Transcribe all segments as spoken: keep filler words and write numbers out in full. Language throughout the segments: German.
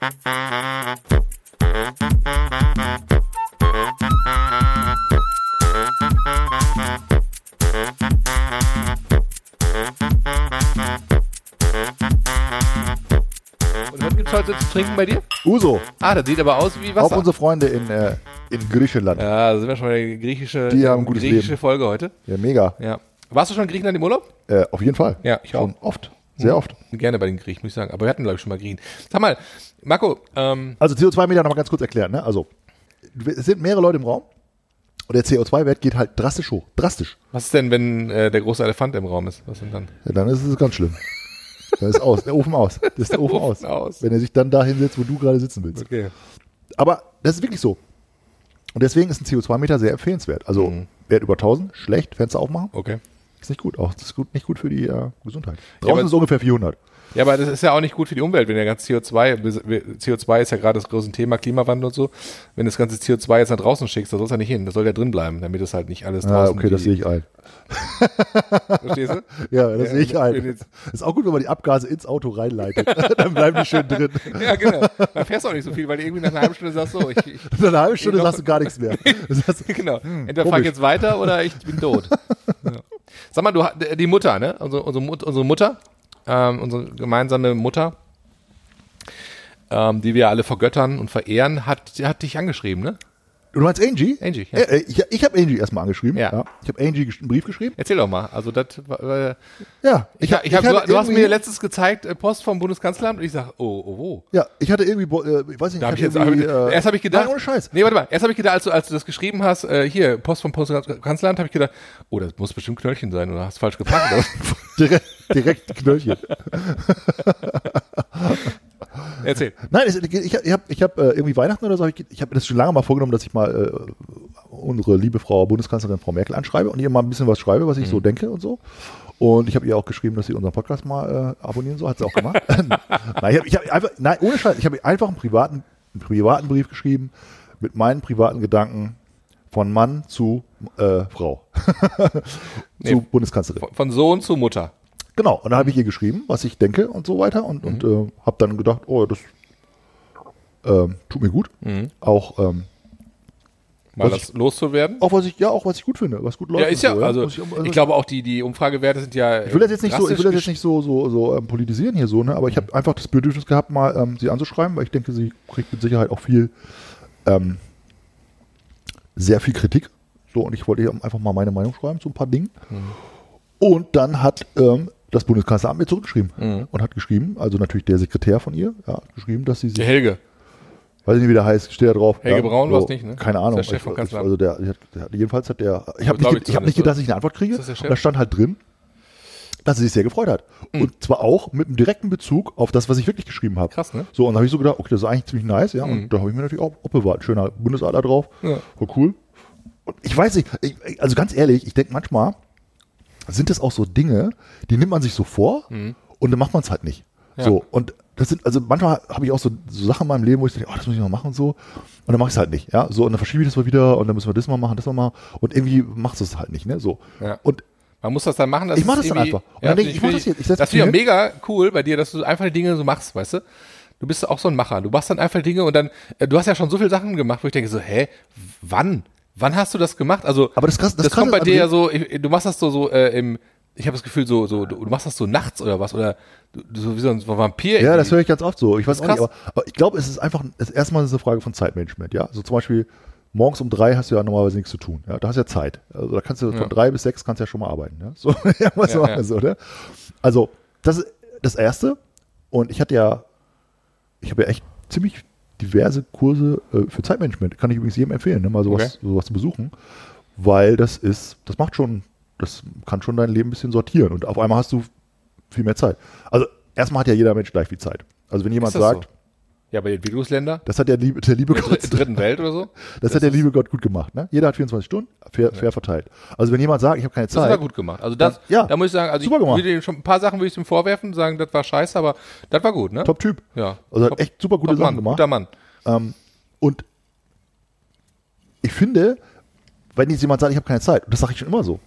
Und was gibt's heute zu trinken bei dir? Uso. Ah, das sieht aber aus wie Wasser. Auch unsere Freunde in, äh, in Griechenland. Ja, da sind wir schon bei der griechische, Die haben ein gutes griechische Leben. Folge heute. Ja, mega. Ja. Warst du schon in Griechenland im Urlaub? Äh, auf jeden Fall. Ja, ich auch. Schon oft. Sehr oft. Gerne bei den Griechen, muss ich sagen. Aber wir hatten, glaube ich, schon mal Griechen. Sag mal, Marco, ähm, Also C O zwei Meter nochmal ganz kurz erklären. Ne? Also es sind mehrere Leute im Raum und der C O zwei Wert geht halt drastisch hoch. Drastisch. was ist denn, wenn äh, der große Elefant im Raum ist? Was denn dann? Ja, dann ist es ganz schlimm. Dann ist aus, der Ofen aus. Das ist der Ofen, Ofen aus. aus. Wenn er sich dann da hinsetzt, wo du gerade sitzen willst. Okay. Aber das ist wirklich so. Und deswegen ist ein C O zwei Meter sehr empfehlenswert. Also Mhm. Wert über tausend, schlecht, Fenster aufmachen. Okay. Ist nicht gut. Auch das ist gut, nicht gut für die äh, Gesundheit. Ja, Draußen aber- ist es ungefähr vierhundert. Ja, aber das ist ja auch nicht gut für die Umwelt, wenn der ganze C O zwei, C O zwei ist ja gerade das große Thema, Klimawandel und so. Wenn das ganze C O zwei jetzt nach draußen schickst, da soll es ja nicht hin, das soll ja drin bleiben, damit es halt nicht alles Ah, draußen... okay, das die- sehe ich ein. Verstehst du? Ja, das Ja, sehe ich wenn ein. jetzt- Ist auch gut, wenn man die Abgase ins Auto reinleitet. Dann bleiben die schön drin. Ja, genau. Da fährst du auch nicht so viel, weil du irgendwie nach einer halben Stunde sagst, so, ich, ich Nach einer halben Stunde noch- sagst du gar nichts mehr. Das heißt, genau. Entweder fahr ich komisch. jetzt weiter oder ich bin tot. Ja. Sag mal, du die Mutter, ne? Unsere, unsere, Mut- unsere Mutter, ähm, unsere gemeinsame Mutter, ähm, die wir alle vergöttern und verehren, hat, hat dich angeschrieben, ne? Du meinst Angie? Angie, ja. Äh, äh, ich ich habe Angie erstmal angeschrieben. Ja. Ich habe Angie gesch- einen Brief geschrieben. Erzähl doch mal. Also das war, äh, Ja. ich, hab- ich hab, hatte du, du hast irgendwie- mir letztens gezeigt, äh, Post vom Bundeskanzleramt und ich sag, oh, oh, wo? Ja, ich hatte irgendwie, bo- äh, ich weiß nicht, Da hab ich hatte jetzt, irgendwie, hab ich, äh, erst habe ich gedacht, Nein, ohne Scheiß. nee, warte mal, erst habe ich gedacht, als du, als du das geschrieben hast, äh, hier, Post vom Bundeskanzleramt, habe ich gedacht, oh, das muss bestimmt Knöllchen sein oder hast falsch gepackt. Oder? Direkt, direkt Knöllchen. Erzähl. Nein, es, ich, ich habe ich hab, äh, irgendwie Weihnachten oder so, hab ich, ich habe mir das schon lange mal vorgenommen, dass ich mal äh, unsere liebe Frau Bundeskanzlerin Frau Merkel anschreibe und ihr mal ein bisschen was schreibe, was ich Mhm. so denke und so. Und ich habe ihr auch geschrieben, dass sie unseren Podcast mal äh, abonnieren soll. Hat sie auch gemacht. nein, ich habe ich hab einfach, nein, ohne Scheiß, ich habe einfach einen privaten, einen privaten Brief geschrieben mit meinen privaten Gedanken von Mann zu äh, Frau. zu Nee. Bundeskanzlerin. Von- Von Sohn zu Mutter. Genau, und dann habe ich ihr geschrieben, was ich denke und so weiter und, und äh, habe dann gedacht, oh, das ähm, tut mir gut. Mhm. Auch, ähm, Mal Was das loszuwerden. auch was ich, ja, auch was ich gut finde, was gut läuft. Ja, ist und ja, so, also Muss ich, also, glaube auch die, die Umfragewerte sind ja. ich will das jetzt nicht so, ich will das jetzt drastisch nicht so, so, so ähm, politisieren hier so, ne, aber ich habe einfach das Bedürfnis gehabt, mal ähm, sie anzuschreiben, weil ich denke, sie kriegt mit Sicherheit auch viel, ähm, sehr viel Kritik. So, und ich wollte ihr einfach mal meine Meinung schreiben zu ein paar Dingen. Mhm. Und dann hat ähm, das Bundeskanzleramt mir zurückgeschrieben Mhm. und hat geschrieben, also natürlich der Sekretär von ihr, ja, hat geschrieben, dass sie Der sich, Helge. weiß ich nicht, wie der heißt, steht da drauf. Helge ja, Braun so, war's nicht, ne? Keine Ahnung. Das ist der Chef vom Ich- Kanzleramt. Also der, der, hat- der, hat- jedenfalls hat der, ich habe glaub nicht, ich ich hab nicht zumindest, gedacht, dass ich eine Antwort kriege. Ist das der Chef? Und da stand halt drin, dass sie sich sehr gefreut hat. Und zwar auch mit einem direkten Bezug auf das, was ich wirklich geschrieben habe. Krass, ne? So, und da habe ich so gedacht, okay, das ist eigentlich ziemlich nice, ja. Mhm. Und da habe ich mir natürlich auch aufbewahrt. Schöner Bundesadler drauf. Ja. Voll cool. Und ich weiß nicht, ich, also ganz ehrlich, ich denke manchmal, sind das auch so Dinge, die nimmt man sich so vor und dann macht man es halt nicht. Ja. So, und das sind, also manchmal habe ich auch so, so Sachen in meinem Leben, wo ich denke, oh, das muss ich mal machen und so. Und dann mache ich es halt nicht. Ja, so, und dann verschiebe ich das mal wieder und dann müssen wir das mal machen, das mal machen. Und irgendwie machst du es halt nicht, ne? So. Ja. Und Man muss das dann machen. Das Ich mach ist das dann irgendwie- einfach. Und dann denk ich, ich mach will- das jetzt. Ich setz das mich finde ich hin. mega cool bei dir, dass du einfach die Dinge so machst, weißt du? Du bist auch so ein Macher. Du machst dann einfach Dinge und dann, äh, du hast ja schon so viele Sachen gemacht, wo ich denke so, hä, wann? Wann hast du das gemacht? Also, Aber das krass- das das kommt krasse bei dir ja an- so, ich- du machst das so, so äh, im, ich habe das Gefühl, so, so, du, du machst das so nachts oder was, oder du, du so wie so ein Vampir. Ja, das irgendwie. höre ich ganz oft so. Ich weiß Das auch ist nicht, aber, aber ich glaube, es ist einfach, es ist erstmal eine Frage von Zeitmanagement, ja. So zum Beispiel, morgens um drei hast du ja normalerweise nichts zu tun, ja. Da hast du ja Zeit. Also da kannst du Ja. von drei bis sechs kannst du ja schon mal arbeiten, ja. So, ja, was Ja, machen ja. wir so, ne? Also, das ist das Erste. Und ich hatte ja, ich habe ja echt ziemlich diverse Kurse äh, für Zeitmanagement. Kann ich übrigens jedem empfehlen, ne? Mal sowas, Okay. sowas zu besuchen. Weil das ist, das macht schon, das kann schon dein Leben ein bisschen sortieren. Und auf einmal hast du viel mehr Zeit. Also erstmal hat ja jeder Mensch gleich viel Zeit. Also wenn jemand Ist das sagt, so? Ja, bei den Entwicklungsländern, das hat der liebe, der liebe der Gott, dr- dritten Welt oder so. das, hat der liebe Gott gut gemacht. Ne? Jeder hat vierundzwanzig Stunden, fair, fair verteilt. Also wenn jemand sagt, ich habe keine Das ist Zeit, aber gut gemacht. Also das, Ja. da muss ich sagen, also Super ich gemacht. würde ihm schon ein paar Sachen würde ich ihm vorwerfen, sagen, das war scheiße, aber das war gut, ne? top Typ. Ja. Also hat Top- echt super gute top Sachen Mann, gemacht. Guter Mann. Ähm, und ich finde, wenn jetzt jemand sagt, ich habe keine Zeit, und das sage ich schon immer so,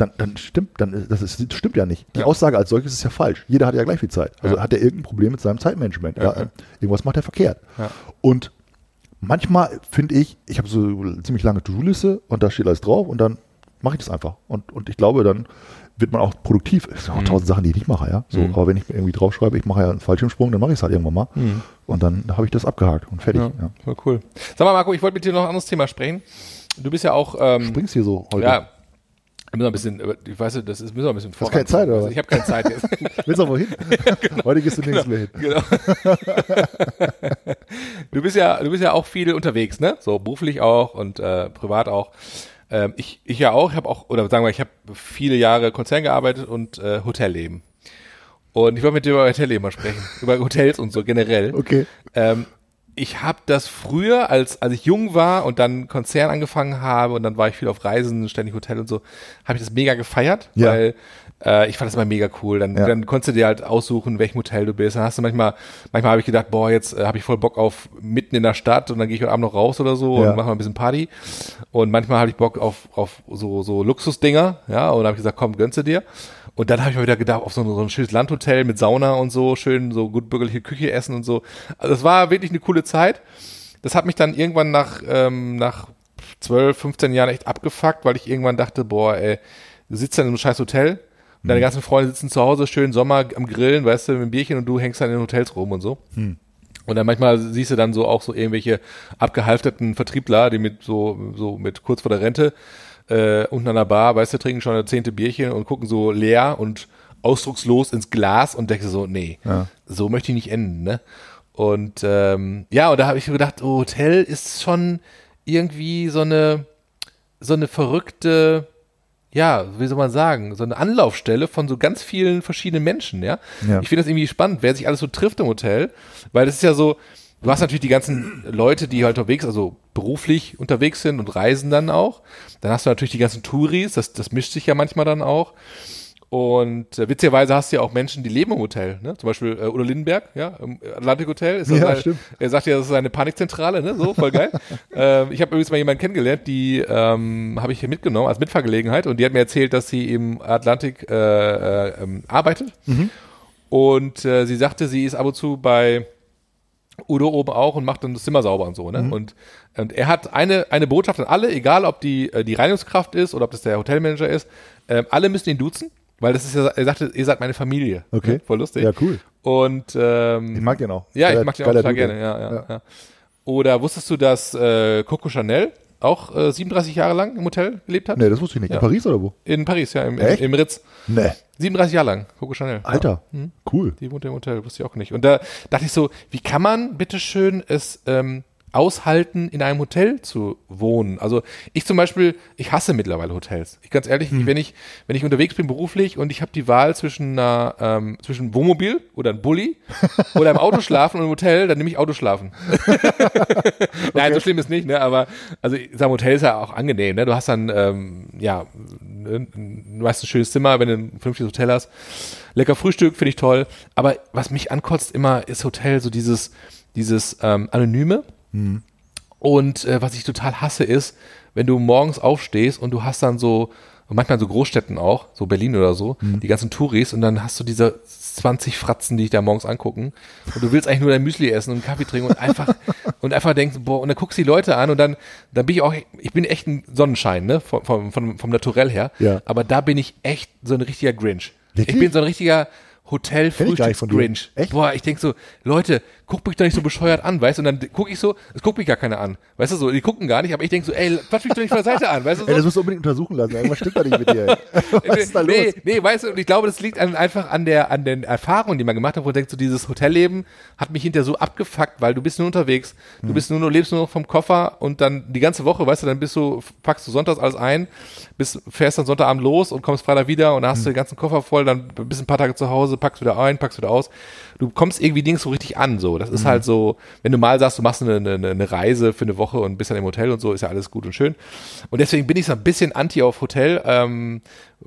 dann, dann stimmt, dann ist, das ist, stimmt ja nicht. Die ja. Aussage als solches ist ja falsch. Jeder hat ja gleich viel Zeit. Also ja. hat er irgendein Problem mit seinem Zeitmanagement. Ja, ja. Irgendwas macht er verkehrt. Ja. Und manchmal finde ich, ich habe so eine ziemlich lange To-Do-Liste und da steht alles drauf und dann mache ich das einfach. Und, und ich glaube, dann wird man auch produktiv. Es sind auch mhm. tausend Sachen, die ich nicht mache, ja. So, mhm. aber wenn ich mir irgendwie draufschreibe, ich mache ja einen Fallschirmsprung, dann mache ich es halt irgendwann mal. Mhm. Und dann habe ich das abgehakt und fertig. Ja, ja. Voll cool. Sag mal, Marco, ich wollte mit dir noch ein anderes Thema sprechen. Du bist ja auch. Ähm, Springst hier so heute? Ja. Müssen wir ein bisschen, ich weiß, das ist, müssen wir ein bisschen voran. Hast keine Zeit, oder? Also ich habe keine Zeit jetzt. Willst du auch wohin? Ja, genau. Heute gehst du nirgends mehr hin. Genau. Du bist ja, du bist ja auch viel unterwegs, ne? So beruflich auch und äh, privat auch. Ähm, ich, ich ja auch, ich habe auch, oder sagen wir, ich habe viele Jahre Konzern gearbeitet und äh, Hotelleben. Und ich wollte mit dir über Hotelleben mal sprechen, über Hotels und so generell. Okay. Ähm, Ich habe das früher, als als ich jung war und dann Konzern angefangen habe und dann war ich viel auf Reisen, ständig Hotel und so, habe ich das mega gefeiert, ja. weil äh, ich fand das immer mega cool. Dann, ja. dann konntest du dir halt aussuchen, in welchem Hotel du bist. Dann hast du manchmal, manchmal habe ich gedacht, boah, jetzt äh, habe ich voll Bock auf mitten in der Stadt und dann gehe ich heute Abend noch raus oder so ja. und mache mal ein bisschen Party. Und manchmal habe ich Bock auf auf so so Luxusdinger, ja, und dann habe ich gesagt, komm, gönnst du dir. Und dann habe ich mir wieder gedacht, auf so ein, so ein schönes Landhotel mit Sauna und so, schön so gut bürgerliche Küche essen und so. Also das war wirklich eine coole Zeit. Das hat mich dann irgendwann nach ähm, nach zwölf, fünfzehn Jahren echt abgefuckt, weil ich irgendwann dachte, boah, ey, du sitzt dann in einem scheiß Hotel und deine ganzen Freunde sitzen zu Hause, schön Sommer am Grillen, weißt du, mit einem Bierchen und du hängst dann in den Hotels rum und so. Hm. Und dann manchmal siehst du dann so auch so irgendwelche abgehalfterten Vertriebler, die mit so so mit kurz vor der Rente Äh, unten an der Bar, weißt du, trinken schon eine zehnte Bierchen und gucken so leer und ausdruckslos ins Glas und denken so, nee, ja. so möchte ich nicht enden, ne? Und ähm, ja, und da habe ich mir gedacht, oh, Hotel ist schon irgendwie so eine so eine verrückte, ja, wie soll man sagen, so eine Anlaufstelle von so ganz vielen verschiedenen Menschen, ja. ja. Ich finde das irgendwie spannend, wer sich alles so trifft im Hotel, weil das ist ja so, du hast natürlich die ganzen Leute, die halt unterwegs, also beruflich unterwegs sind und reisen dann auch. Dann hast du natürlich die ganzen Touris, das, das mischt sich ja manchmal dann auch. Und äh, witzigerweise hast du ja auch Menschen, die leben im Hotel, ne? Zum Beispiel äh, Udo Lindenberg, ja, im Atlantic Hotel. Ist das ja, eine, stimmt. Er sagt ja, das ist eine Panikzentrale, ne? So, voll geil. ähm, ich habe übrigens mal jemanden kennengelernt, die ähm, habe ich hier mitgenommen als Mitfahrgelegenheit und die hat mir erzählt, dass sie im Atlantic äh, äh, ähm, arbeitet. Mhm. Und äh, sie sagte, sie ist ab und zu bei Udo oben auch und macht dann das Zimmer sauber und so, ne? Mhm. Und, und er hat eine, eine Botschaft an alle, egal ob die, die Reinigungskraft ist oder ob das der Hotelmanager ist, äh, alle müssen ihn duzen, weil das ist ja, er sagte, ihr seid meine Familie. Okay. Ne? Voll lustig. Ja, cool. Und, ähm, ich mag den auch. Ja, geiler, ich mag den auch total gerne, ja, ja, ja. ja. Oder wusstest du, dass äh, Coco Chanel auch äh, siebenunddreißig Jahre lang im Hotel gelebt hat? Nee, das wusste ich nicht. Ja. In Paris oder wo? In Paris, ja, im, im, im Ritz. Nee. siebenunddreißig Jahre lang, Coco Chanel. Alter, ja. hm? cool. Die wohnt im Hotel, wusste ich auch nicht. Und da dachte ich so, wie kann man bitteschön es ähm, aushalten, in einem Hotel zu wohnen? Also ich zum Beispiel, ich hasse mittlerweile Hotels. Ich ganz ehrlich, hm. wenn ich wenn ich unterwegs bin beruflich und ich habe die Wahl zwischen einer ähm, zwischen Wohnmobil oder einem Bulli oder im Auto schlafen und im Hotel, dann nehme ich Autoschlafen. Okay. Nein, so schlimm ist nicht, ne? Aber also ich sag, Hotel ist ja auch angenehm, ne? Du hast dann ähm, ja, du hast ein schönes Zimmer, wenn du ein vernünftiges Hotel hast. Lecker Frühstück, finde ich toll. Aber was mich ankotzt immer, ist Hotel, so dieses dieses ähm, Anonyme. Mhm. Und äh, was ich total hasse ist, wenn du morgens aufstehst und du hast dann so, manchmal so Großstädten auch, so Berlin oder so, mhm. die ganzen Touris und dann hast du diese zwanzig Fratzen, die dich da morgens angucken und du willst eigentlich nur dein Müsli essen und einen Kaffee trinken und einfach und einfach denkst, boah, und dann guckst du die Leute an und dann dann bin ich auch, ich bin echt ein Sonnenschein, ne, vom, vom, vom, vom Naturell her, ja. aber da bin ich echt so ein richtiger Grinch. Wirklich? Ich bin so ein richtiger Hotel-Frühstücks-Grinch. Boah, ich denk so, Leute, guckt mich doch nicht so bescheuert an, weißt du? Und dann guck ich so, es guckt mich gar keiner an. Weißt du so, die gucken gar nicht, aber ich denk so, ey, quatsch mich doch nicht von der Seite an, weißt du so? Ey, das musst du unbedingt untersuchen lassen. Irgendwas stimmt da nicht mit dir, ey. Was ist da nee, los? Nee, weißt du, und ich glaube, das liegt an, einfach an der, an den Erfahrungen, die man gemacht hat, wo du denkst, so dieses Hotelleben hat mich hinterher so abgefuckt, weil du bist nur unterwegs, du hm. bist nur, du lebst nur noch vom Koffer und dann die ganze Woche, weißt du, dann bist du, packst du sonntags alles ein, bist, fährst dann Sonntagabend los und kommst Freitag wieder und dann hast hm. du den ganzen Koffer voll, dann bist ein paar Tage zu Hause, packst wieder ein, packst wieder aus. Du kommst irgendwie nirgends so richtig an, so. Das ist mhm. halt so, wenn du mal sagst, du machst eine, eine, eine Reise für eine Woche und bist dann im Hotel und so, ist ja alles gut und schön. Und deswegen bin ich so ein bisschen anti auf Hotel, ähm,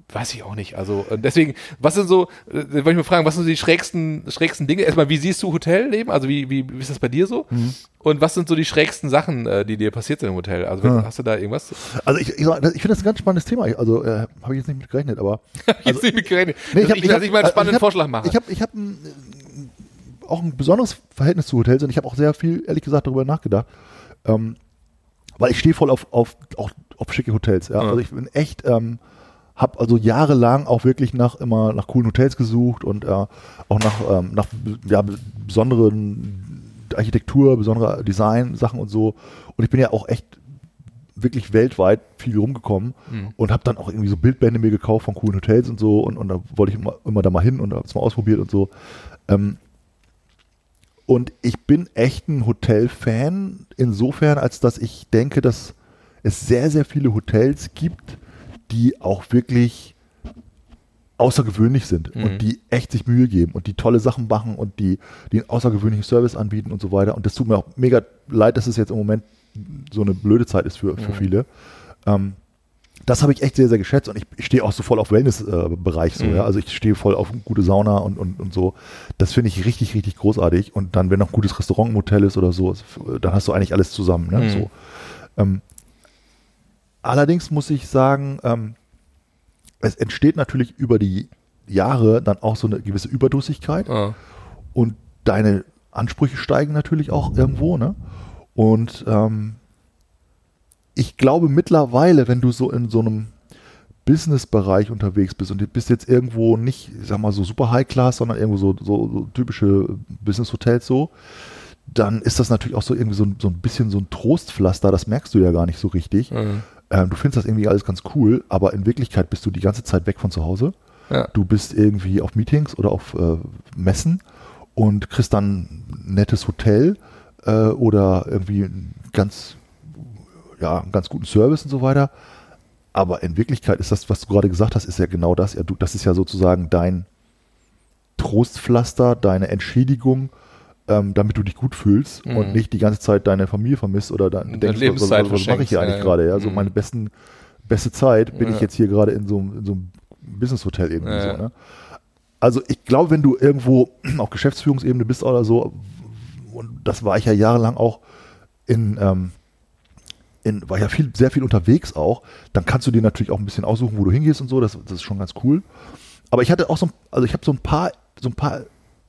weiß ich auch nicht. Also äh, deswegen, was sind so, äh, wollte ich mal fragen, was sind so die schrägsten, schrägsten Dinge? Erstmal, wie siehst du Hotelleben? Also wie, wie, wie ist das bei dir so? Mhm. Und was sind so die schrägsten Sachen, äh, die dir passiert sind im Hotel? Also wenn, ja. hast du da irgendwas? Also ich, ich, ich finde das ein ganz spannendes Thema. Also äh, habe ich jetzt nicht mit gerechnet, aber also, jetzt nicht mit gerechnet. Nee, ich, hab, ich, ich, ich, ich mal einen spannenden ich hab, Vorschlag machen. Ich habe ich hab ein, auch ein besonderes Verhältnis zu Hotels und ich habe auch sehr viel, ehrlich gesagt, darüber nachgedacht. Ähm, weil ich stehe voll auf, auf, auch auf schicke Hotels. Ja? Ja. Also ich bin echt, ähm, habe also jahrelang auch wirklich nach immer nach coolen Hotels gesucht und äh, auch nach, ähm, nach ja, besonderen Architektur, besondere Design-Sachen und so. Und ich bin ja auch echt wirklich weltweit viel rumgekommen mhm. und habe dann auch irgendwie so Bildbände mir gekauft von coolen Hotels und so und, und da wollte ich immer, immer da mal hin und habe es mal ausprobiert und so. Ähm, und ich bin echt ein Hotel-Fan insofern, als dass ich denke, dass es sehr, sehr viele Hotels gibt, die auch wirklich außergewöhnlich sind mhm. und die echt sich Mühe geben und die tolle Sachen machen und die, die einen außergewöhnlichen Service anbieten und so weiter. Und das tut mir auch mega leid, dass es jetzt im Moment so eine blöde Zeit ist für, für mhm. viele. Ähm, das habe ich echt sehr, sehr geschätzt und ich, ich stehe auch so voll auf Wellness-Bereich. Äh, so, mhm. ja? Also ich stehe voll auf gute Sauna und, und, und so. Das finde ich richtig, richtig großartig. Und dann, wenn noch ein gutes Restaurant im Hotel ist oder so, dann hast du eigentlich alles zusammen. Ne? Mhm. So. Ähm, allerdings muss ich sagen, ähm, es entsteht natürlich über die Jahre dann auch so eine gewisse Überdossigkeit ah. und deine Ansprüche steigen natürlich auch irgendwo, ne? Und ähm, ich glaube mittlerweile, wenn du so in so einem Business-Bereich unterwegs bist und du bist jetzt irgendwo nicht, ich sag mal so super High-Class, sondern irgendwo so, so, so typische Business-Hotels so, dann ist das natürlich auch so irgendwie so, so ein bisschen so ein Trostpflaster, das merkst du ja gar nicht so richtig. Mhm. Ähm, du findest das irgendwie alles ganz cool, aber in Wirklichkeit bist du die ganze Zeit weg von zu Hause. Ja. Du bist irgendwie auf Meetings oder auf äh, Messen und kriegst dann ein nettes Hotel äh, oder irgendwie einen ganz, ja, einen ganz guten Service und so weiter. Aber in Wirklichkeit ist das, was du gerade gesagt hast, ist ja genau das. Ja, du, das ist ja sozusagen dein Trostpflaster, deine Entschädigung, ähm, damit du dich gut fühlst mhm. und nicht die ganze Zeit deine Familie vermisst oder dann denkst, was, was, was mache ich hier eigentlich ja, gerade? Ja, so mhm. meine besten, beste Zeit bin ja. ich jetzt hier gerade in so, in so einem Business-Hotel irgendwie ja. so. Ne? Also ich glaube, wenn du irgendwo auf Geschäftsführungsebene bist oder so, und das war ich ja jahrelang auch in, ähm, in war ja viel, sehr viel unterwegs auch, dann kannst du dir natürlich auch ein bisschen aussuchen, wo du hingehst und so, das, das ist schon ganz cool. Aber ich hatte auch so, also ich habe so ein paar, so ein paar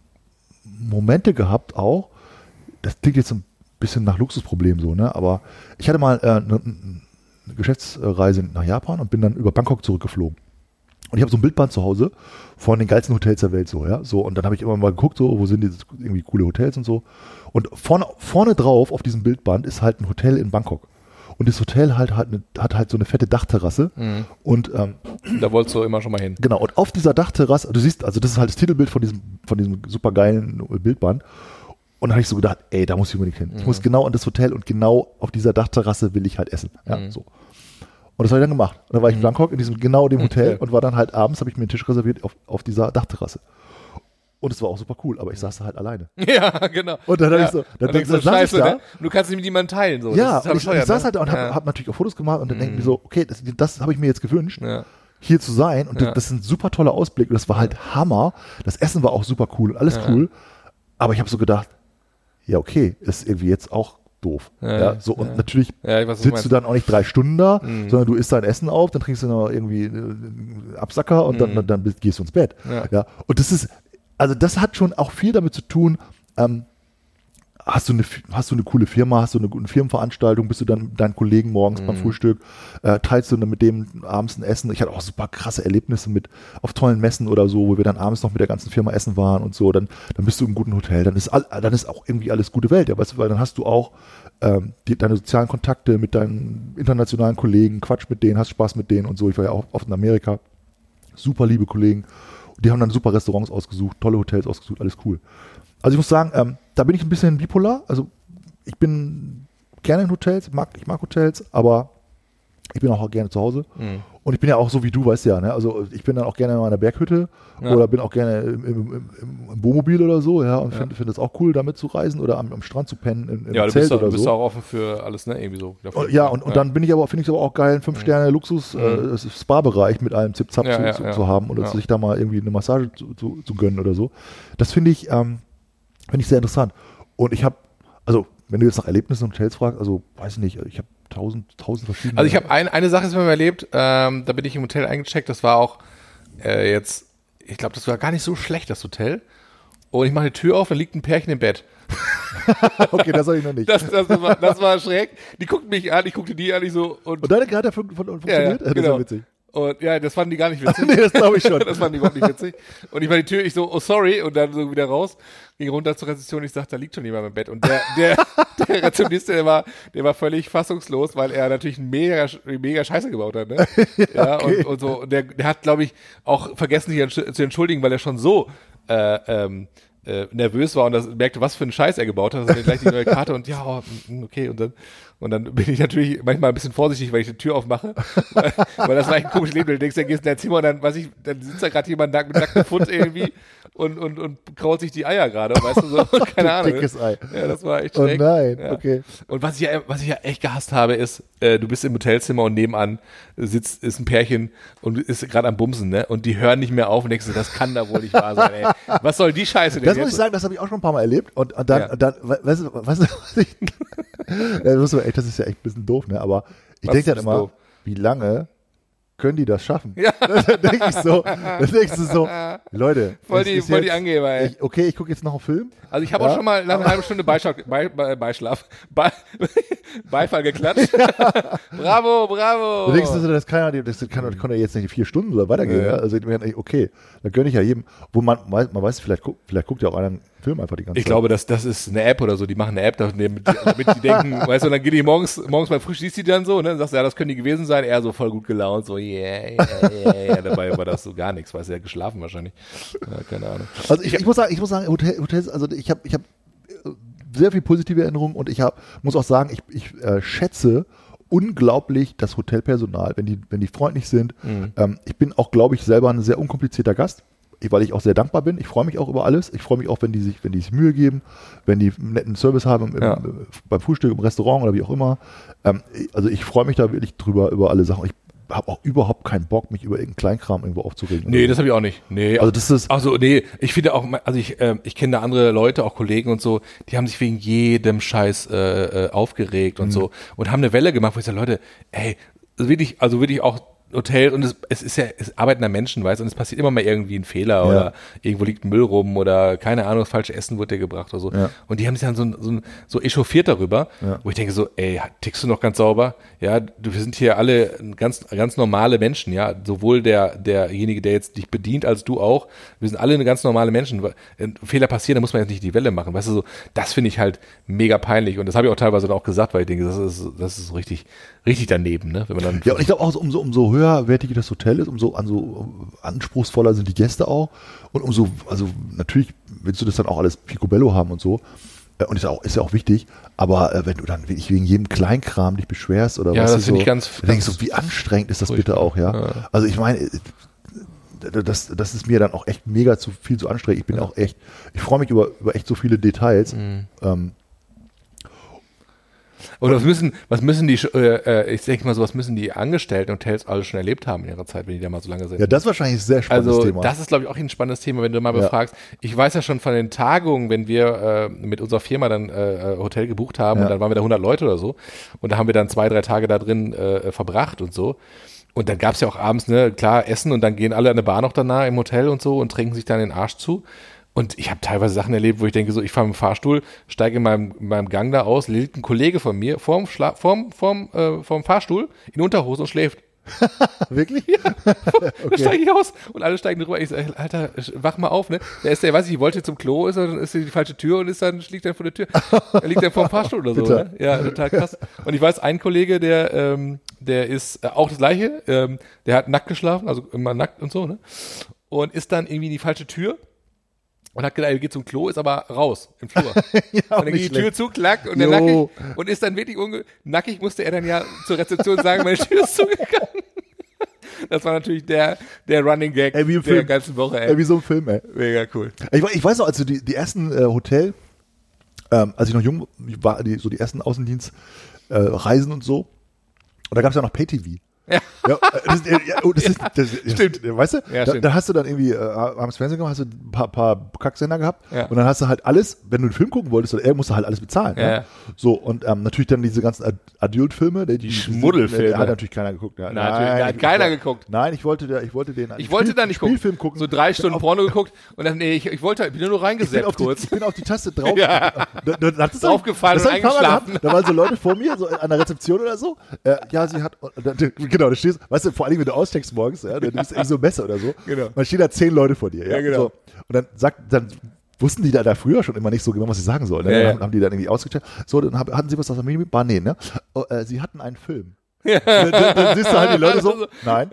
Momente gehabt auch, das klingt jetzt ein bisschen nach Luxusproblem so, ne? Aber ich hatte mal äh, eine, eine Geschäftsreise nach Japan und bin dann über Bangkok zurückgeflogen. Und ich habe so ein Bildband zu Hause von den geilsten Hotels der Welt, so, ja. So, und dann habe ich immer mal geguckt, so, wo sind die irgendwie coole Hotels und so. Und vorne, vorne drauf auf diesem Bildband ist halt ein Hotel in Bangkok. Und das Hotel halt, halt eine, hat halt so eine fette Dachterrasse. Mhm. Und ähm, da wolltest du immer schon mal hin. Genau, und auf dieser Dachterrasse, du siehst, also das ist halt das Titelbild von diesem, von diesem super geilen Bildband. Und dann habe ich so gedacht, ey, da muss ich unbedingt hin. Mhm. Ich muss genau an das Hotel und genau auf dieser Dachterrasse will ich halt essen. Ja, mhm. so. Und das habe ich dann gemacht. Und dann war ich in Bangkok in diesem genau dem Hotel okay. und war dann halt abends, habe ich mir einen Tisch reserviert auf, auf dieser Dachterrasse. Und es war auch super cool, aber ich saß da halt alleine. Ja, genau. Und dann ja. habe ich so, dann denk, so dann saß ich da. Ne? Du kannst nicht mit jemandem teilen. So. Ja, das ist und ich, ich saß ne? halt da und ja. habe hab natürlich auch Fotos gemacht und dann mm. denke ich mir so, okay, das, das habe ich mir jetzt gewünscht, ja. hier zu sein. Und ja. das, das ist ein super toller Ausblick und das war halt ja. Hammer. Das Essen war auch super cool und alles ja. cool. Aber ich habe so gedacht, ja okay, ist irgendwie jetzt auch doof. Ja, ja, so, und ja. natürlich ja, weiß, sitzt du dann auch nicht drei Stunden da, mhm. sondern du isst dein Essen auf, dann trinkst du noch irgendwie einen Absacker und mhm. dann, dann gehst du ins Bett. Ja. Ja. Und das ist, also das hat schon auch viel damit zu tun, ähm, hast du eine, hast du eine coole Firma, hast du eine gute Firmenveranstaltung, bist du dann mit deinen Kollegen morgens mhm. beim Frühstück, äh, teilst du dann mit dem abends ein Essen. Ich hatte auch super krasse Erlebnisse mit auf tollen Messen oder so, wo wir dann abends noch mit der ganzen Firma essen waren und so. Dann, dann bist du im guten Hotel, dann ist all, dann ist auch irgendwie alles gute Welt, ja, weißt du, weil dann hast du auch ähm, die, deine sozialen Kontakte mit deinen internationalen Kollegen, Quatsch mit denen, hast Spaß mit denen und so. Ich war ja auch oft in Amerika, super liebe Kollegen. Die haben dann super Restaurants ausgesucht, tolle Hotels ausgesucht, alles cool. Also ich muss sagen, ähm, da bin ich ein bisschen bipolar. Also ich bin gerne in Hotels, mag, ich mag Hotels, aber ich bin auch gerne zu Hause. Mhm. Und ich bin ja auch so wie du, weißt du ja, ne? Also ich bin dann auch gerne in meiner Berghütte ja. oder bin auch gerne im, im, im, im Wohnmobil oder so, ja, und finde ja. find es auch cool, damit zu reisen oder am, am Strand zu pennen, im, im ja, du Zelt bist auch, oder du bist so. auch offen für alles, ne? Irgendwie so. Und, ja, und, und ja. dann bin ich aber, finde ich es aber auch geil, einen fünf Sterne Luxus mhm. äh, Spa-Bereich mit allem Zip-Zap ja, zu, ja, zu, ja. zu haben oder ja. sich da mal irgendwie eine Massage zu, zu, zu gönnen oder so. Das finde ich, ähm, finde ich sehr interessant. Und ich habe, also wenn du jetzt nach Erlebnissen und Hotels fragst, also weiß ich nicht, ich habe tausend, tausend verschiedene. Also ich habe ein, eine Sache ist mir mal erlebt, ähm, da bin ich im Hotel eingecheckt, das war auch äh, jetzt, ich glaube, das war gar nicht so schlecht, das Hotel. Und ich mache die Tür auf, da liegt ein Pärchen im Bett. Okay, das soll ich noch nicht. Das, das, das, war, das war schräg. Die guckten mich an, ich guckte die an, ich so. Und, und deine Karte hat fun- fun- funktioniert? Ja, ja, das genau. ist witzig. Und ja, das fanden die gar nicht witzig. Nee, das glaube ich schon. Das fanden die überhaupt nicht witzig. Und ich war die Tür, ich so, oh sorry, und dann so wieder raus, ging runter zur Rezeption, ich sagte, da liegt schon jemand im Bett. Und der, der, der Rezeptionist, der war, der war völlig fassungslos, weil er natürlich einen mega, mega Scheiße gebaut hat, ne? Ja, okay. und, und so. Und der, der hat, glaube ich, auch vergessen, sich entsch- zu entschuldigen, weil er schon so, äh, ähm, äh, nervös war und das merkte, was für einen Scheiß er gebaut hat. Also gleich die neue Karte und ja, oh, okay, und dann, und dann bin ich natürlich manchmal ein bisschen vorsichtig, weil ich die Tür aufmache, weil, weil das war echt ein komisches Leben. Du denkst, dann gehst du in dein Zimmer und dann, weiß ich, dann sitzt da gerade jemand nack, mit nacktem Fuß irgendwie und, und, und kraut sich die Eier gerade, weißt du, so, keine Ahnung. Dickes Ei. Ja, das war echt Oh schräg. nein, ja. okay. Und was ich ja, was ich ja echt gehasst habe, ist, äh, du bist im Hotelzimmer und nebenan sitzt, ist ein Pärchen und ist gerade am Bumsen, ne, und die hören nicht mehr auf und denkst du, das kann da wohl nicht wahr sein, ey. Was soll die Scheiße denn Das jetzt? muss ich sagen, das habe ich auch schon ein paar Mal erlebt. Und, und dann, Ja. und dann, weißt du, weißt du, was ich, das, muss man echt, das ist ja echt ein bisschen doof, ne? Aber ich Was denke dann ist immer, doof? wie lange können die das schaffen? Ja. Dann denke ich so, dann denkst du so, Leute, Voll es die, ist voll die jetzt- Angeber, ey. ich, okay, ich gucke jetzt noch einen Film. Also ich habe Ja. auch schon mal nach einer halben Stunde Beischlaf, Be, Be, Beischlaf, Be, Beifall geklatscht. Bravo, bravo. Du denkst, du, das kann ja, das kann, das kann ja jetzt nicht vier Stunden oder weitergehen. Ja. Ja. Also ich meine, okay, dann gönne ich ja jedem, wo man, man weiß, vielleicht, guckt- vielleicht guckt ja auch einer einen Film einfach die ganze Ich Zeit. glaube, das, das ist eine App oder so, die machen eine App, damit, damit die denken, weißt du, und dann geht die morgens, morgens beim Frühstück, siehst du die dann so, ne, und sagst, ja, das können die gewesen sein, er so voll gut gelaunt, so, yeah, yeah, yeah, yeah. Dabei war das so gar nichts, weißt du, er hat geschlafen wahrscheinlich. Ja, keine Ahnung. Also ich, ich muss sagen, ich muss sagen, Hotel, Hotels, also ich habe ich hab sehr viel positive Erinnerungen und ich hab, muss auch sagen, ich, ich äh, schätze unglaublich das Hotelpersonal, wenn die, wenn die freundlich sind. Mhm. Ähm, ich bin auch, glaube ich, selber ein sehr unkomplizierter Gast, ich- weil ich auch sehr dankbar bin. Ich freue mich auch über alles. Ich freue mich auch, wenn die sich, wenn die sich Mühe geben, wenn die einen netten Service haben im, Ja. im, beim Frühstück, im Restaurant oder wie auch immer. Ähm, also ich freue mich da wirklich drüber, über alle Sachen. Ich habe auch überhaupt keinen Bock, mich über irgendeinen Kleinkram irgendwo aufzuregen. Nee, das habe ich auch nicht. Nee, Also das ist- Ach so, nee, ich finde auch, also ich, äh, ich kenne da andere Leute, auch Kollegen und so, die haben sich wegen jedem Scheiß äh, äh, aufgeregt und so und haben eine Welle gemacht, wo ich sage, Leute, ey, wirklich, also wirklich auch Hotel und es, es ist ja, es arbeiten da Menschen, weißt du, und es passiert immer mal irgendwie ein Fehler Ja. oder irgendwo liegt Müll rum oder keine Ahnung, das falsche Essen wird dir gebracht oder so. Ja. Und die haben sich dann so, so, so echauffiert darüber, Ja. wo ich denke so, ey, tickst du noch ganz sauber? Ja, du, wir sind hier alle ganz, ganz normale Menschen, ja, sowohl der, derjenige, der jetzt dich bedient, als du auch. Wir sind alle eine ganz normale Menschen. Wenn Fehler passieren, dann muss man jetzt nicht die Welle machen, weißt du, so, das finde ich halt mega peinlich und das habe ich auch teilweise dann auch gesagt, weil ich denke, das ist, das ist so richtig, richtig daneben, ne, wenn man dann. Ja, und ich glaube auch, so, umso, umso höherwertiger das Hotel ist, umso also, anspruchsvoller sind die Gäste auch. Und umso, also natürlich willst du das dann auch alles picobello haben und so. Äh, Und ist ja auch, ist ja auch wichtig. Aber äh, wenn du dann wirklich wegen jedem Kleinkram dich beschwerst oder Ja, was das finde ich ganz- dann denkst du, wie anstrengend ist das bitte furchtbar. auch, ja? Ja. Also ich meine, äh, das, das ist mir dann auch echt mega zu viel zu anstrengend. Ich bin auch echt, ich freue mich über, über echt so viele Details. Mhm. Ähm, Und was müssen, was müssen die, äh, äh, ich denke mal so, was müssen die Angestellten Hotels alle schon erlebt haben in ihrer Zeit, wenn die da mal so lange sind? ja, das ist wahrscheinlich ein sehr spannendes Also Thema. das ist, glaube ich, auch ein spannendes Thema, wenn du mal Ja. befragst. Ich weiß ja schon von den Tagungen, wenn wir äh, mit unserer Firma dann äh, Hotel gebucht haben Ja. und dann waren wir da hundert Leute oder so und da haben wir dann zwei, drei Tage da drin äh, verbracht und so. Und dann gab's ja auch abends, ne, klar, Essen und dann gehen alle an der Bar noch danach im Hotel und so und trinken sich dann den Arsch zu. Und ich habe teilweise Sachen erlebt, wo ich denke, so, ich fahre mit dem Fahrstuhl, steige in meinem, in meinem Gang da aus, liegt ein Kollege von mir vorm, Schla vorm, vorm, äh, vorm Fahrstuhl in Unterhose und schläft. Wirklich? Da steige ich aus und alle steigen drüber. Ich sage, Alter, wach mal auf, ne? Der ist der, weiß ich, ich wollte zum Klo, ist dann ist die falsche Tür und ist dann, liegt dann vor der Tür. Er liegt dann vor dem Fahrstuhl oder so, Bitte. ne? Ja, total krass. Und ich weiß, ein Kollege, der, ähm, der ist äh, auch das Gleiche, ähm, der hat nackt geschlafen, also immer nackt und so, ne? Und ist dann irgendwie in die falsche Tür und hat gedacht, er geht zum Klo, ist aber raus im Flur. Ja, und dann ging die Tür zu, klack, und dann nackig, und ist dann wirklich unge nackig, musste er dann ja zur Rezeption sagen, meine Tür ist zugegangen. Das war natürlich der, der Running Gag ey, wie im der Film. ganzen Woche, ey. ey. Wie so ein Film, ey. Mega cool. Ich, ich weiß noch, also die, die ersten äh, Hotel, ähm, als ich noch jung war, die, so die ersten Außendienstreisen äh, Reisen und so, und da gab es ja noch Pay-T V. Ja. Ja, das, ja, oh, das ist, das, das, Stimmt. Weißt du? Ja, da, stimmt. da hast du dann irgendwie, äh, abends Fernsehen gemacht, hast du ein paar, paar Kacksender gehabt Ja. und dann hast du halt alles, wenn du einen Film gucken wolltest, oder er musste halt alles bezahlen. Ja. Ne? So, und ähm, natürlich dann diese ganzen Ad Adult-Filme. Die, die Schmuddelfilme. Da hat natürlich keiner geguckt. Ja. Na, natürlich, da hat keiner ich, geguckt. Nein, ich wollte, der, ich wollte den Ich wollte da nicht gucken. Spielfilm gucken. So drei Stunden Porno geguckt und dann, nee, ich, ich wollte, ich bin nur Ich bin, reingesetzt auf die, kurz. ich bin auf die Taste drauf. Ja. Da, da, da, das Draufgefallen das und hab ich ein paar Mal eingeschlafen. gehabt. Da waren so Leute vor mir, so an der Rezeption oder so. Äh, ja, sie hat, da, da, genau, du stehst, weißt du, vor allem, wenn du auscheckst morgens, ja, dann ist irgendwie so ein Messer oder so. Genau. Dann stehen da zehn Leute vor dir. Ja, Ja, genau. So. Und dann sagt, dann wussten die da, da früher schon immer nicht so genau, was sie sagen sollen. Ne? Ja, Dann ja. haben, haben die dann irgendwie ausgecheckt. So, dann hab, hatten sie was aus der Minibar? Nee, ne? Oh, äh, sie hatten einen Film. Ja. Dann, dann, dann siehst du halt die Leute so, nein,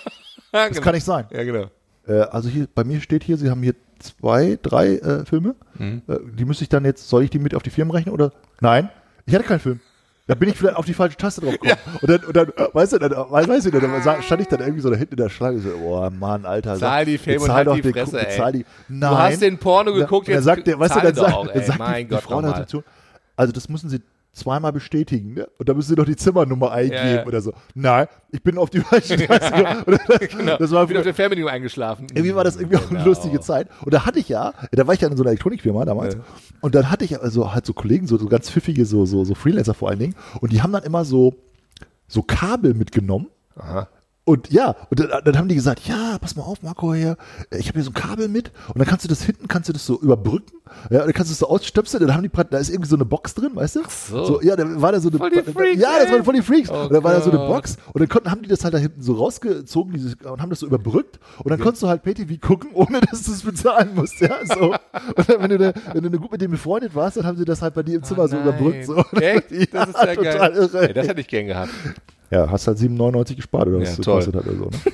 Ja, das genau. kann nicht sein. Ja, genau. Äh, also hier, bei mir steht hier, sie haben hier zwei, drei äh, Filme. Mhm. Äh, die müsste ich dann jetzt, soll ich die mit auf die Firmen rechnen oder? Nein, ich hatte keinen Film. Da bin ich vielleicht auf die falsche Taste drauf gekommen. Ja. Und dann, und dann, äh, weißt du, dann, weißt, weißt du, dann sa- stand ich dann irgendwie so da hinten in der Schlange, so, boah, Mann, Alter. Zahl die Filme und bezahl halt doch die den Fresse, Kuh- ey. bezahl die, nein. Du hast den Porno geguckt, dann, jetzt dann sagt der, weißt du, zahl dann, sagt, doch, dann ey. sagt Mein die, die Gott, Frau der nochmal. Rezeption, also das müssen Sie zweimal bestätigen, ne? Und da müssen Sie doch die Zimmernummer eingeben Ja, ja. oder so. Nein, ich bin auf die falsche Taste gekommen. Und das, Genau. das war Ich bin auf der Fernbedienung eingeschlafen. irgendwie war das irgendwie auch eine Genau. lustige Zeit. Und da hatte ich ja, da war ich ja in so einer Elektronikfirma damals. Ja. Und dann hatte ich also halt so Kollegen, so, so ganz pfiffige, so, so, so Freelancer vor allen Dingen. Und die haben dann immer so, so Kabel mitgenommen. Aha. Und ja, und dann, dann haben die gesagt, ja, pass mal auf, Marco, hier, ich habe hier so ein Kabel mit und dann kannst du das hinten, kannst du das so überbrücken, ja, und dann kannst du es so ausstöpseln, dann haben die, da ist irgendwie so eine Box drin, weißt du? so. so ja, da war da so eine, Voll die Freaks, ja, das ey. waren voll die Freaks. Oh und dann war da so eine Gott. Box und dann konnten, haben die das halt da hinten so rausgezogen dieses, und haben das so überbrückt und dann konntest du halt Pay-T V gucken, ohne dass du es bezahlen musst, ja, so. Und dann, wenn du, da, wenn du gut mit dem befreundet warst, dann haben sie das halt bei dir im Zimmer Oh so nein. überbrückt, so. Echt? Das ist ja total geil. irre. Ey, das hätte ich gern gehabt. Ja, hast halt sieben neunundneunzig gespart oder was Ja, das toll. gekostet hat oder so, ne?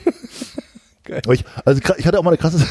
Geil. Aber ich, also kra- ich hatte auch mal eine krasse,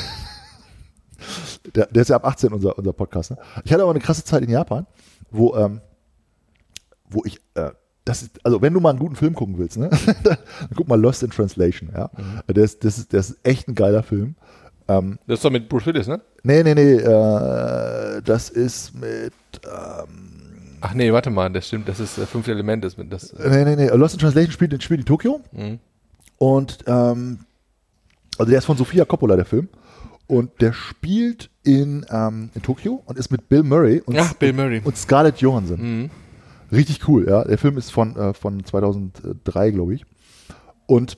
der, der ist ja ab achtzehn unser, unser Podcast, ne? Ich hatte aber eine krasse Zeit in Japan, wo, ähm, wo ich, äh, das ist, also wenn du mal einen guten Film gucken willst, ne? dann guck mal Lost in Translation, ja. Mhm. Der ist, das ist, das ist echt ein geiler Film. Ähm, Das ist doch mit Bruce Willis, ne? nee, nee, nee, äh, das ist mit, ähm, Ach nee, warte mal, das stimmt, das ist äh, Fünfte Element. Das, mit- das, äh, nee, nee, nee, Lost in Translation spielt, spielt in Tokio. mhm. Und ähm, also der ist von Sofia Coppola, der Film. Und der spielt in, ähm, in Tokio und ist mit Bill Murray und, Ach, Bill Murray. und Scarlett Johansson. Mhm. Richtig cool, ja. Der Film ist von, äh, von zweitausenddrei, glaube ich. Und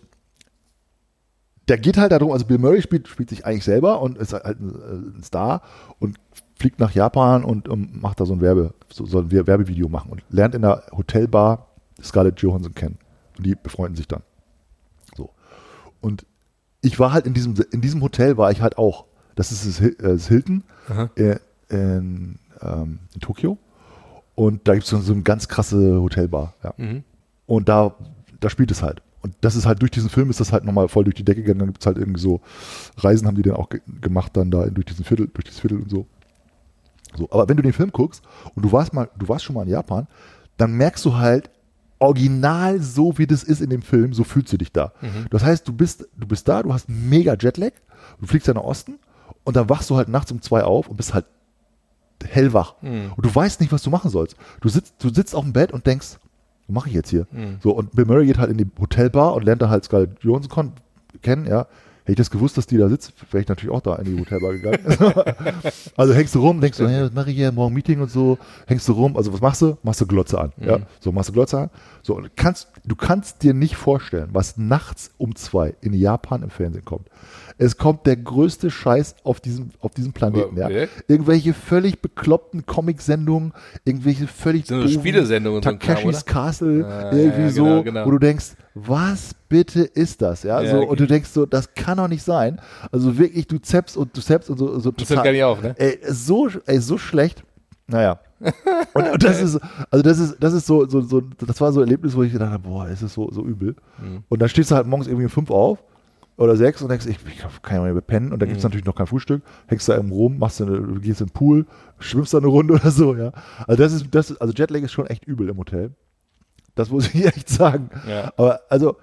der geht halt darum, also Bill Murray spielt, spielt sich eigentlich selber und ist halt ein, ein Star und fliegt nach Japan und um, macht da so ein Werbe, so, so ein Werbevideo machen und lernt in der Hotelbar Scarlett Johansson kennen. Und die befreunden sich dann. So. Und ich war halt in diesem, in diesem Hotel war ich halt auch. Das ist das, Hil- äh, das Hilton äh, in, ähm, in Tokio. Und da gibt es so, so eine ganz krasse Hotelbar. Ja. Mhm. Und da, da spielt es halt. Und das ist halt durch diesen Film ist das halt nochmal voll durch die Decke gegangen. Dann gibt es halt irgendwie so Reisen, haben die dann auch ge gemacht, dann da durch diesen Viertel, durch dieses Viertel und so. So, aber wenn du den Film guckst und du warst mal, du warst schon mal in Japan, dann merkst du halt, original so wie das ist in dem Film, so fühlst du dich da. Mhm. Das heißt, du bist, du bist da, du hast mega Jetlag, du fliegst ja nach Osten und dann wachst du halt nachts um zwei auf und bist halt hellwach. Mhm. Und du weißt nicht, was du machen sollst. Du sitzt, du sitzt auf dem Bett und denkst, was mache ich jetzt hier? Mhm. So, und Bill Murray geht halt in die Hotelbar und lernt da halt Scarlett Johansson kennen, ja. Hätte ich das gewusst, dass die da sitzt, wäre ich natürlich auch da in die Hotelbar gegangen. Also hängst du rum, denkst du, hey, was mache ich hier, morgen Meeting und so, hängst du rum, also was machst du? Machst du Glotze an. Mhm. Ja, so machst du Glotze an. So, und kannst, du kannst dir nicht vorstellen, was nachts um zwei in Japan im Fernsehen kommt. Es kommt der größte Scheiß auf diesem, auf diesem Planeten. Ja. Okay. Irgendwelche völlig bekloppten Comic-Sendungen, irgendwelche völlig So eine Spielesendung und so ein Kram, Takeshis oder? Castle, Ah, irgendwie ja, so, genau, genau. wo du denkst, was bitte ist das? Ja, Ja, so, okay. und du denkst so, das kann doch nicht sein. Also wirklich, du zappst und du zappst und so, so Das hört gar nicht auf, ne? Ey, so, ey, so schlecht. Naja. Und, und das ist, also das ist, das ist so, so, so, das war so ein Erlebnis, wo ich gedacht habe, boah, es ist so, so übel. Mhm. Und dann stehst du halt morgens irgendwie um fünf auf oder sechs und denkst, ich, ich kann ja mal hier pennen und dann gibt es Mhm. natürlich noch kein Frühstück, hängst da im Rum, machst eine, du gehst in den Pool, schwimmst da eine Runde oder so, ja. Also das ist, das ist, also Jetlag ist schon echt übel im Hotel. Das muss ich echt sagen. Ja. Aber also,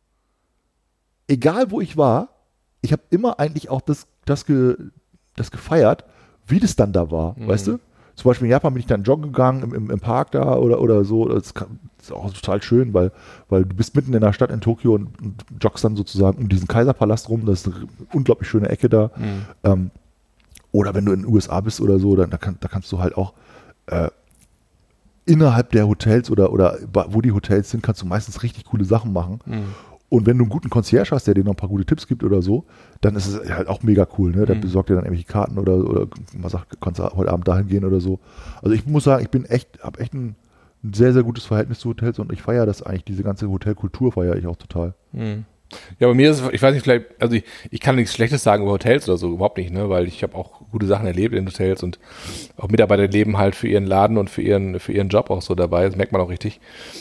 egal wo ich war, ich habe immer eigentlich auch das, das, ge, das gefeiert, wie das dann da war, Mhm. weißt du? Zum Beispiel in Japan bin ich dann joggen gegangen im, im, im Park da oder, oder so. Das kann, ist auch total schön, weil, weil du bist mitten in der Stadt in Tokio und, und joggst dann sozusagen um diesen Kaiserpalast rum. Das ist eine unglaublich schöne Ecke da. Mhm. Ähm, oder wenn du in den U S A bist oder so, dann da, kann, da kannst du halt auch äh, innerhalb der Hotels oder, oder wo die Hotels sind, kannst du meistens richtig coole Sachen machen. Mhm. Und wenn du einen guten Concierge hast, der dir noch ein paar gute Tipps gibt oder so, dann ist es halt auch mega cool. Ne? Der Mhm. besorgt dir dann irgendwelche Karten oder, oder man sagt, kannst du heute Abend dahin gehen oder so. Also ich muss sagen, ich bin echt, habe echt ein, ein sehr, sehr gutes Verhältnis zu Hotels und ich feiere das eigentlich, diese ganze Hotelkultur feiere ich auch total. Mhm. Ja, bei mir ist es, ich weiß nicht, vielleicht, also ich, ich kann nichts Schlechtes sagen über Hotels oder so, überhaupt nicht, ne, weil ich habe auch gute Sachen erlebt in Hotels und auch Mitarbeiter leben halt für ihren Laden und für ihren, für ihren Job auch so dabei, das merkt man auch richtig.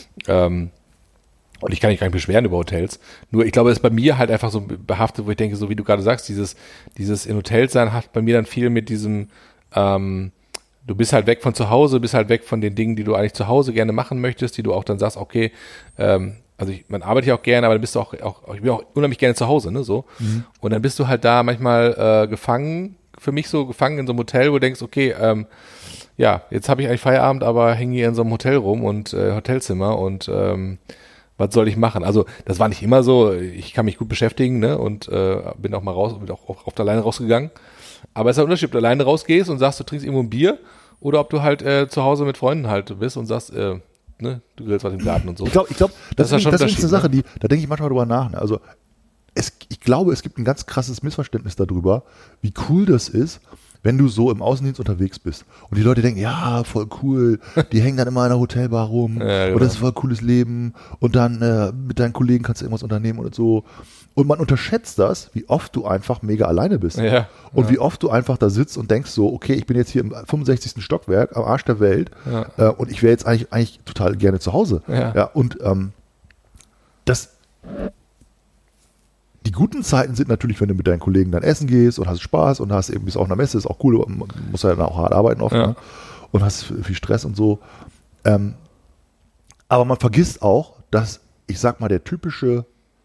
Ähm, und ich kann mich gar nicht beschweren über Hotels. Nur ich glaube, es ist bei mir halt einfach so behaftet, wo ich denke, so wie du gerade sagst, dieses, dieses in Hotels sein hat bei mir dann viel mit diesem, ähm, du bist halt weg von zu Hause, bist halt weg von den Dingen, die du eigentlich zu Hause gerne machen möchtest, die du auch dann sagst, okay, ähm, also ich, man arbeitet ja auch gerne, aber dann bist du auch, auch ich bin auch unheimlich gerne zu Hause, ne, so. Mhm. Und dann bist du halt da manchmal äh, gefangen, für mich so gefangen in so einem Hotel, wo du denkst, okay, ähm, ja, jetzt habe ich eigentlich Feierabend, aber hänge hier in so einem Hotel rum und äh, Hotelzimmer und ähm, was soll ich machen? Also das war nicht immer so, ich kann mich gut beschäftigen, ne, und äh, bin auch mal raus, bin auch oft alleine rausgegangen. Aber es ist ein Unterschied, ob du alleine rausgehst und sagst, du trinkst irgendwo ein Bier oder ob du halt äh, zu Hause mit Freunden halt bist und sagst, äh, ne, du grillst was im Garten und so. Ich glaube, ich glaub, das, das, ist, das ist eine Sache, ne? die, da denke ich manchmal drüber nach. Ne? Also es, ich glaube, es gibt ein ganz krasses Missverständnis darüber, wie cool das ist, wenn du so im Außendienst unterwegs bist und die Leute denken, ja, voll cool, die hängen dann immer in der Hotelbar rum Ja, genau. und das ist voll cooles Leben und dann äh, mit deinen Kollegen kannst du irgendwas unternehmen und so. Und man unterschätzt das, wie oft du einfach mega alleine bist. Ja, und ja. wie oft du einfach da sitzt und denkst so, okay, ich bin jetzt hier im fünfundsechzigsten Stockwerk am Arsch der Welt Ja. äh, und ich wäre jetzt eigentlich, eigentlich total gerne zu Hause. Ja. Ja, und ähm, das die guten Zeiten sind natürlich, wenn du mit deinen Kollegen dann essen gehst und hast Spaß und hast eben bist auf einer Messe, ist auch cool, man muss ja dann auch hart arbeiten oft, Ja. ne? Und hast viel Stress und so. Ähm, aber man vergisst auch, dass, ich sag mal, der typische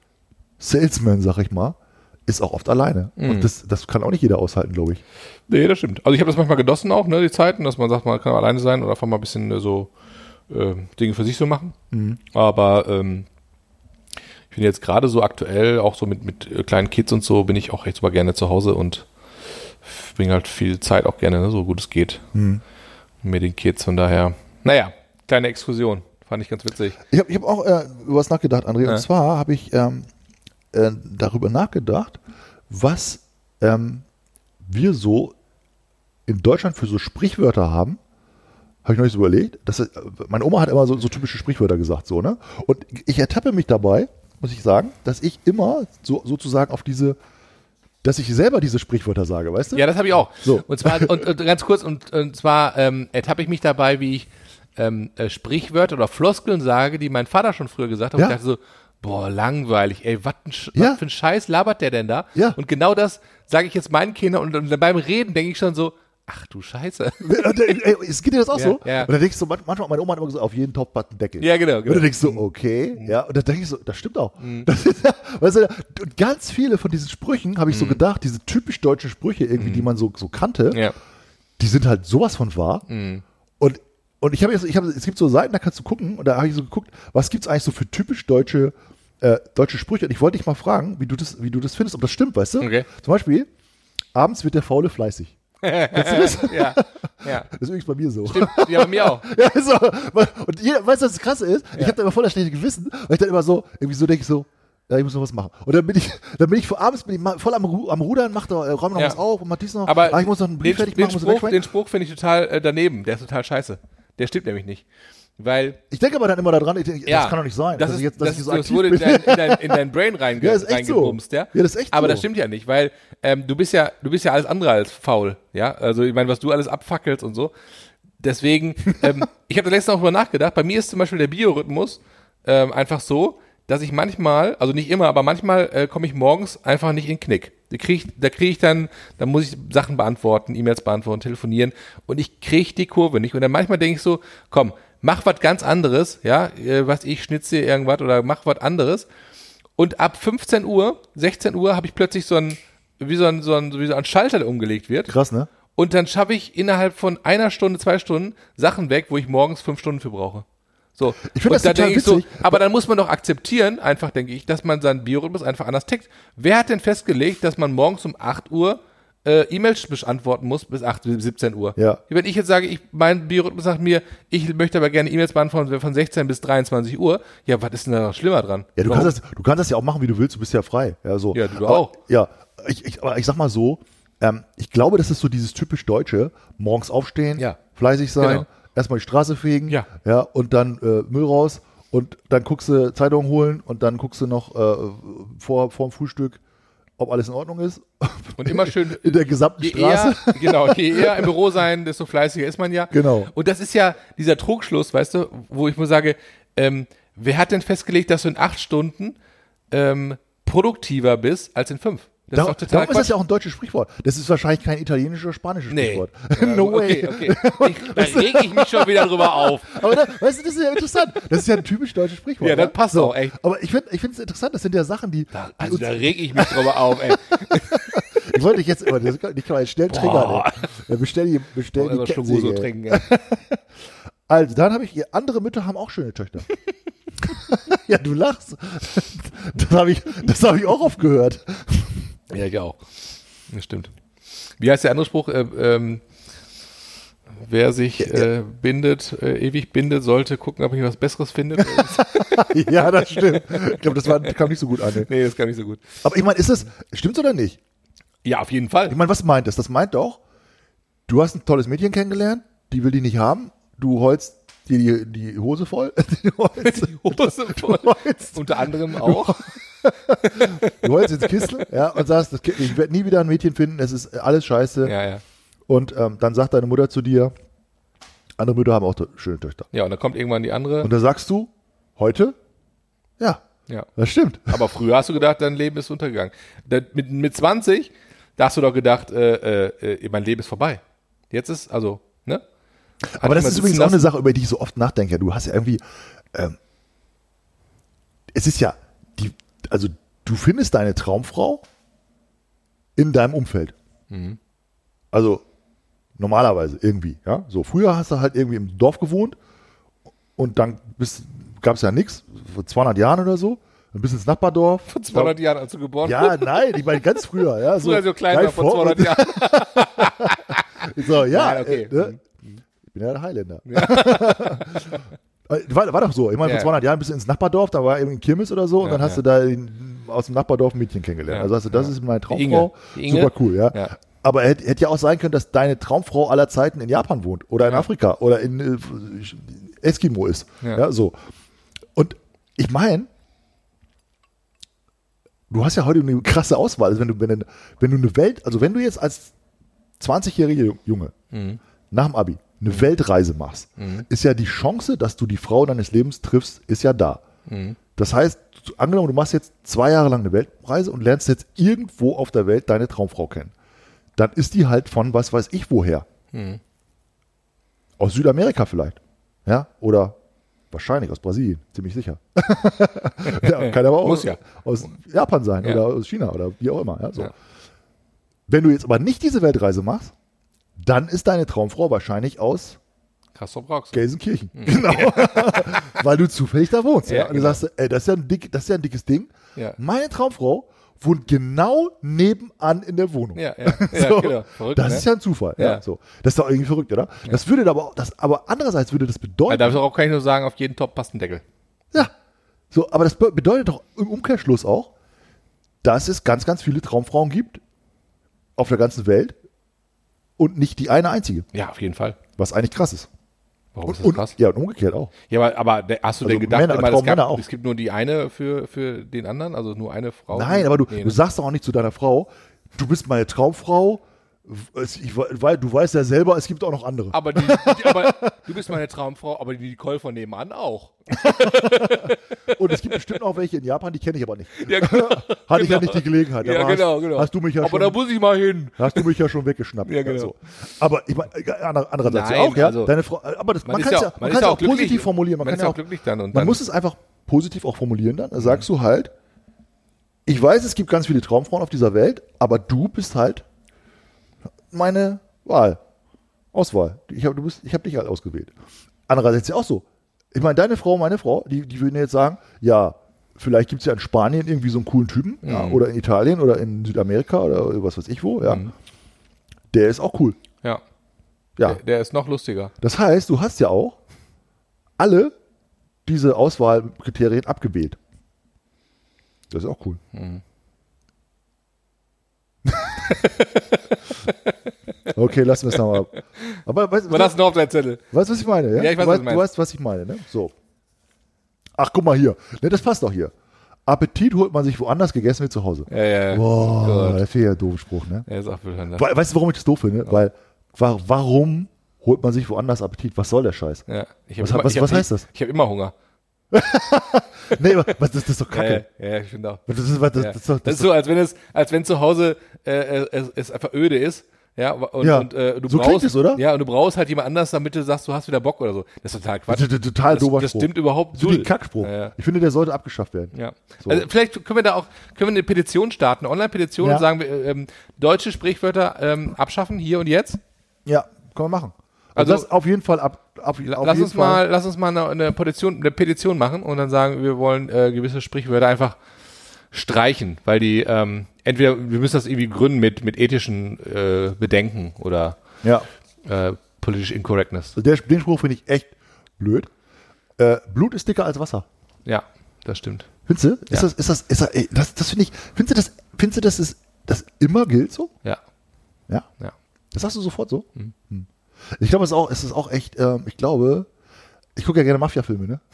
Salesman, sag ich mal, ist auch oft alleine. Mhm. Und das, das kann auch nicht jeder aushalten, glaube ich. Nee, das stimmt. Also ich habe das manchmal genossen auch, ne, die Zeiten, dass man sagt, man kann alleine sein oder einfach mal ein bisschen äh, so äh, Dinge für sich so machen. Mhm. Aber ähm, ich bin jetzt gerade so aktuell, auch so mit, mit äh, kleinen Kids und so, bin ich auch echt super gerne zu Hause und bringe halt viel Zeit auch gerne, ne, so gut es geht, Mhm. mit den Kids. Von daher, naja, kleine Exkursion. Fand ich ganz witzig. Ich habe ich hab auch äh, über was nachgedacht, André. Ja. Und zwar habe ich ähm, äh, darüber nachgedacht, was ähm, wir so in Deutschland für so Sprichwörter haben. Habe ich noch nicht so überlegt. Das ist, meine Oma hat immer so, so typische Sprichwörter gesagt, so, ne? Und ich ertappe mich dabei, muss ich sagen, dass ich immer so sozusagen auf diese, dass ich selber diese Sprichwörter sage, weißt du? Ja, das habe ich auch. So. Und zwar, und, und ganz kurz, und, und zwar ähm, ertappe ich mich dabei, wie ich ähm, äh, Sprichwörter oder Floskeln sage, die mein Vater schon früher gesagt hat. Ja. Und ich dachte so, boah, langweilig, ey, was ein Sch- Ja. was für ein Scheiß labert der denn da? Ja. Und genau das sage ich jetzt meinen Kindern und, und beim Reden denke ich schon so, ach du Scheiße. Und, äh, ey, es geht dir das auch Ja, so? ja. Und dann denkst du, manchmal, meine Oma hat immer gesagt, auf jeden Topf einen Deckel. Ja, genau, Und genau. dann denkst du, okay, ja, und dann denke ich so, das stimmt auch. Mhm. Das ist, ja, weißt du, und ganz viele von diesen Sprüchen, habe ich so gedacht, diese typisch deutschen Sprüche irgendwie, die man so, so kannte, Ja. die sind halt sowas von wahr. Mhm. Und, und ich habe jetzt, ich habe, es gibt so Seiten, da kannst du gucken, und da habe ich so geguckt, was gibt's eigentlich so für typisch deutsche, äh, deutsche Sprüche? Und ich wollte dich mal fragen, wie du das, wie du das findest, ob das stimmt, weißt du? Okay. Zum Beispiel, abends wird der Faule fleißig. Kennst du das? Ja, ja. Das ist übrigens bei mir so. Stimmt, ja, bei mir auch. Ja, so. Und jeder, weißt du, was das Krasse ist? Ich habe da immer voll das schlechte Gewissen, weil ich dann immer so, irgendwie so denke ich so, ja, ich muss noch was machen. Und dann bin ich, dann bin ich vor abends bin ich mal voll am, Ru am Rudern, mach da, äh, räum noch Ja. was auf und mach dies noch. Aber ah, ich muss noch einen Brief den, fertig den machen, muss Spruch, wegschmeißen. den Spruch finde ich total äh, daneben. Der ist total scheiße. Der stimmt nämlich nicht. Weil Ich denke aber dann immer daran, ich denke, Ja, das kann doch nicht sein, das dass ist, ich jetzt, dass das, ich so das aktiv wurde bin. in dein, in, dein, in dein Brain reinge, Ja, ist echt so. reingebumst, ja. Ja, das ist echt Aber so. das stimmt ja nicht, weil ähm, du bist ja, du bist ja alles andere als faul, ja. Also ich meine, was du alles abfackelst und so. Deswegen, ähm, ich habe da letztens auch drüber nachgedacht. Bei mir ist zum Beispiel der Biorhythmus ähm, einfach so, dass ich manchmal, also nicht immer, aber manchmal äh, komme ich morgens einfach nicht in den Knick. Da kriege ich, da krieg ich dann, da muss ich Sachen beantworten, E-Mails beantworten, telefonieren und ich kriege die Kurve nicht. Und dann manchmal denke ich so, komm, mach was ganz anderes, ja, äh, was ich schnitze irgendwas oder mach was anderes. Und ab fünfzehn Uhr, sechzehn Uhr habe ich plötzlich so ein, wie so ein, so ein, wie so ein Schalter, der umgelegt wird. Krass, ne? Und dann schaffe ich innerhalb von einer Stunde, zwei Stunden Sachen weg, wo ich morgens fünf Stunden für brauche. So. Ich finde das da total denk ich so, witzig. aber dann muss man doch akzeptieren, einfach denke ich, dass man seinen Biorhythmus einfach anders tickt. Wer hat denn festgelegt, dass man morgens um acht Uhr äh, E-Mails beantworten muss bis acht, siebzehn Uhr? Ja. Wenn ich jetzt sage, ich, mein Biorhythmus sagt mir, ich möchte aber gerne E-Mails beantworten von sechzehn bis dreiundzwanzig Uhr, ja, was ist denn da noch schlimmer dran? Ja, du Warum? kannst, das, du kannst das ja auch machen, wie du willst, du bist ja frei. Ja, so. Ja, du aber, auch. Ja, ich, ich, aber ich sag mal so, ähm, ich glaube, das ist so dieses typisch Deutsche, morgens aufstehen, Ja. fleißig sein, Genau. erstmal die Straße fegen, Ja. Ja, und dann äh, Müll raus und dann guckst du Zeitung holen und dann guckst du noch äh, vor, vor dem Frühstück, ob alles in Ordnung ist. Und immer schön in der gesamten je Straße. Eher, genau, je eher im Büro sein, desto fleißiger ist man ja. Genau. Und das ist ja dieser Trugschluss, weißt du, wo ich nur sage, ähm, wer hat denn festgelegt, dass du in acht Stunden ähm, produktiver bist als in fünf? Das Darum, ist doch total darum ist das Quatsch. ja auch ein deutsches Sprichwort. Das ist wahrscheinlich kein italienisches oder spanisches Nee. Sprichwort. Ja, no way. Okay, okay. Ich, da reg ich mich schon wieder drüber auf. Aber da, weißt du, das ist ja interessant. Das ist ja ein typisch deutsches Sprichwort. Ja, das passt auch, echt. Aber ich finde ich finde es interessant, das sind ja Sachen, die. Da, die also uns, da reg ich mich drüber auf, ey. ich wollte dich jetzt immer, das kann, ich kann mal schnell triggern. ey. Ja, bestell die, bestell die Immer schon so Kettensäge. ey. trinken, ja. Also, dann habe ich, andere Mütter haben auch schöne Töchter. Ja, du lachst. Das habe ich, das habe ich auch oft gehört. Ja, ich auch. Das stimmt. Wie heißt der andere Spruch? Äh, ähm, wer sich äh, bindet, äh, ewig bindet, sollte gucken, ob er was Besseres findet. Ja, das stimmt. Ich glaube, das war, kam nicht so gut an. ey. Nee, das kann nicht so gut. Aber ich meine, ist das, stimmt's oder nicht? Ja, auf jeden Fall. Ich meine, was meint das? Das meint doch, du hast ein tolles Mädchen kennengelernt, die will die nicht haben, du holst dir die, die Hose voll. Du holst, Die Hose voll. Du holst, Unter anderem auch. du holst ins Kistel, ja, und sagst, das, Kind- ich werde nie wieder ein Mädchen finden, es ist alles scheiße. Ja, ja. Und ähm, dann sagt deine Mutter zu dir, andere Mütter haben auch to- schöne Töchter. Ja, und dann kommt irgendwann die andere. Und da sagst du, heute? Ja, Ja. das stimmt. Aber früher hast du gedacht, dein Leben ist untergegangen. Da, mit, mit zwanzig, da hast du doch gedacht, äh, äh, mein Leben ist vorbei. Jetzt ist, also, ne? Hat Aber das jemand ist übrigens sitzen auch eine lassen? Sache, über die ich so oft nachdenke. Du hast ja irgendwie, ähm, es ist ja, die, also du findest deine Traumfrau in deinem Umfeld. Mhm. Also normalerweise irgendwie, ja. So früher hast du halt irgendwie im Dorf gewohnt und dann gab es ja nichts, vor zweihundert Jahren oder so. Dann bist du ins Nachbardorf. Vor zweihundert Jahren, als du geboren Ja, nein, ich meine ganz früher, ja. So, so klein war gleich vor zweihundert Jahren. So, ja, Nein, okay. äh, ne? Ich bin ja der Highlander. Äh, War, war doch so. Ich meine, Ja. vor zweihundert Jahren bist du ins Nachbardorf, da war irgendwie ein Kirmes oder so, und Ja, dann hast ja. du da in, aus dem Nachbardorf ein Mädchen kennengelernt. Ja, Also hast du, das ja. ist meine Die Traumfrau. Inge. Die Inge. Super cool, ja. Ja. Aber hätte hätte ja auch sein können, dass deine Traumfrau aller Zeiten in Japan wohnt oder in Ja. Afrika oder in äh, Eskimo ist. Ja. Ja. so. Und ich meine, du hast ja heute eine krasse Auswahl. Also wenn du, wenn, du, wenn du eine Welt, also wenn du jetzt als zwanzigjähriger Junge Mhm. nach dem Abi eine Weltreise machst, ist ja die Chance, dass du die Frau deines Lebens triffst, ist ja da. Mhm. Das heißt, angenommen, du machst jetzt zwei Jahre lang eine Weltreise und lernst jetzt irgendwo auf der Welt deine Traumfrau kennen. Dann ist die halt von was weiß ich woher. Mhm. Aus Südamerika vielleicht. Ja, oder wahrscheinlich aus Brasilien, ziemlich sicher. Ja, kann aber auch Muss aus, ja. aus Japan sein Ja. oder aus China oder wie auch immer. Ja, so. Ja. Wenn du jetzt aber nicht diese Weltreise machst, dann ist deine Traumfrau wahrscheinlich aus Kassel-Brauxel. Gelsenkirchen. Genau. Weil du zufällig da wohnst. Ja, Ja, Und du genau. sagst, ey, das ist, ja ein dick, das ist ja ein dickes Ding. Ja. Meine Traumfrau wohnt genau nebenan in der Wohnung. Ja, ja, ja, So, genau. Verrückt, das ne? ist ja ein Zufall. Ja. Ja. so. Das ist doch irgendwie verrückt, oder? Das würde aber, auch- das, aber andererseits würde das Da bedeuten, darf ich auch, kann ich nur sagen, auf jeden Top passt ein Deckel. ja, so, aber das be- bedeutet doch im Umkehrschluss auch, dass es ganz, ganz viele Traumfrauen gibt auf der ganzen Welt und nicht die eine einzige, Ja, auf jeden Fall. was eigentlich krass ist. Warum ist das Und, krass? ja, und umgekehrt auch. Ja, aber, aber der- hast du Also denn gedacht, Männer, immer, es, Traum gab, Männer auch. es gibt nur die eine für, für den anderen, also nur eine Frau? Nein, aber du, Nee, du ne? sagst doch auch nicht zu deiner Frau, du bist meine Traumfrau, Es- Ich, weil du weißt ja selber, es gibt auch noch andere. Aber, die, die, aber du bist meine Traumfrau, aber die Nicole von nebenan auch. Und es gibt bestimmt auch welche in Japan, die kenne ich aber nicht. Ja, genau. Hatte ich ja nicht die Gelegenheit. Ja, Aber genau, hast, genau. Hast du mich ja aber schon, da muss ich mal hin. hast du mich ja schon weggeschnappt. Ja, genau. So. Aber ich meine, ander- andererseits Nein, ja auch, ja. also- Deine Frau, aber das, man, Man kann ist es ja ja, auch- man man kann ist ja ja auch auch positiv glücklich. formulieren. Man, Man kann ist ja auch glücklich dann und man dann- muss es einfach positiv auch formulieren dann. Da sagst du halt, ich weiß, es gibt ganz viele Traumfrauen auf dieser Welt, aber du bist halt meine Wahl. Auswahl. Ich habe hab dich halt ausgewählt. Andererseits ja auch so. Ich meine, deine Frau, meine Frau, die, die würden jetzt sagen, ja, vielleicht gibt es ja in Spanien irgendwie so einen coolen Typen, Mhm. ja, oder in Italien oder in Südamerika oder was weiß ich wo, ja. Mhm. Der ist auch cool. Ja. Ja. Der, der ist noch lustiger. Das heißt, du hast ja auch alle diese Auswahlkriterien abgewählt. Das ist auch cool. Mhm. Okay, lassen wir es nochmal. Aber weißt Was hast du noch auf deinem Zettel? weißt du, was ich meine? Ja, Ja, ich weiß, du, was weißt, du du meinst. weißt, was ich meine, ne? So. Ach, guck mal hier. Ne, das passt doch hier. Appetit holt man sich woanders, gegessen wird zu Hause. Ja, ja, ja. Boah, Gott. das wäre ja ein doofer Spruch, ne? Er ist auch behindert. We weißt du, warum ich das doof finde? Weil, wa warum holt man sich woanders Appetit? Was soll der Scheiß? Ja. Ich hab Was- immer, was- ich hab was nie- heißt das? Ich habe immer Hunger. Nee, aber was, das, das ist doch Ja, Kacke. ja, ja, ich finde auch. Das ist, was- das, Ja. das ist doch, Das das ist so, als wenn es, als wenn zu Hause äh, es, es einfach öde ist. Ja, und, Ja. und äh, du So brauchst, klingt es, oder? Ja, und du brauchst halt jemand anders, damit du sagst, du hast wieder Bock oder so. Das ist total Quatsch. das ist total Das, doofer das Spruch. stimmt überhaupt so ein null. Kackspruch. Ja, ja. Ich finde, der sollte abgeschafft werden. Ja. So. Also vielleicht können wir da auch, können wir eine Petition starten, eine Online-Petition Ja. und sagen, wir, ähm, deutsche Sprichwörter ähm, abschaffen, hier und jetzt. Ja, können wir machen. Also, Also- das auf jeden Fall ab. Auf, auf Lass jeden uns Fall. mal, lass uns mal eine, eine, Petition, eine Petition machen und dann sagen, wir wollen äh, gewisse Sprichwörter einfach streichen, weil die ähm, entweder wir müssen das irgendwie gründen mit mit ethischen äh, Bedenken oder Ja. äh, politisch Incorrectness. Also der, den Spruch finde ich echt blöd. Äh, Blut ist dicker als Wasser. Ja, das stimmt. Findest du? Ist Ja. das, ist das, ist das, ey, das, das finde ich, findest du das, findest du, dass es, das immer gilt so? Ja, Ja. ja. Das sagst du sofort so? Hm. Ich glaube, es ist auch, es ist auch echt, ähm, ich glaube, ich gucke ja gerne Mafia-Filme, ne?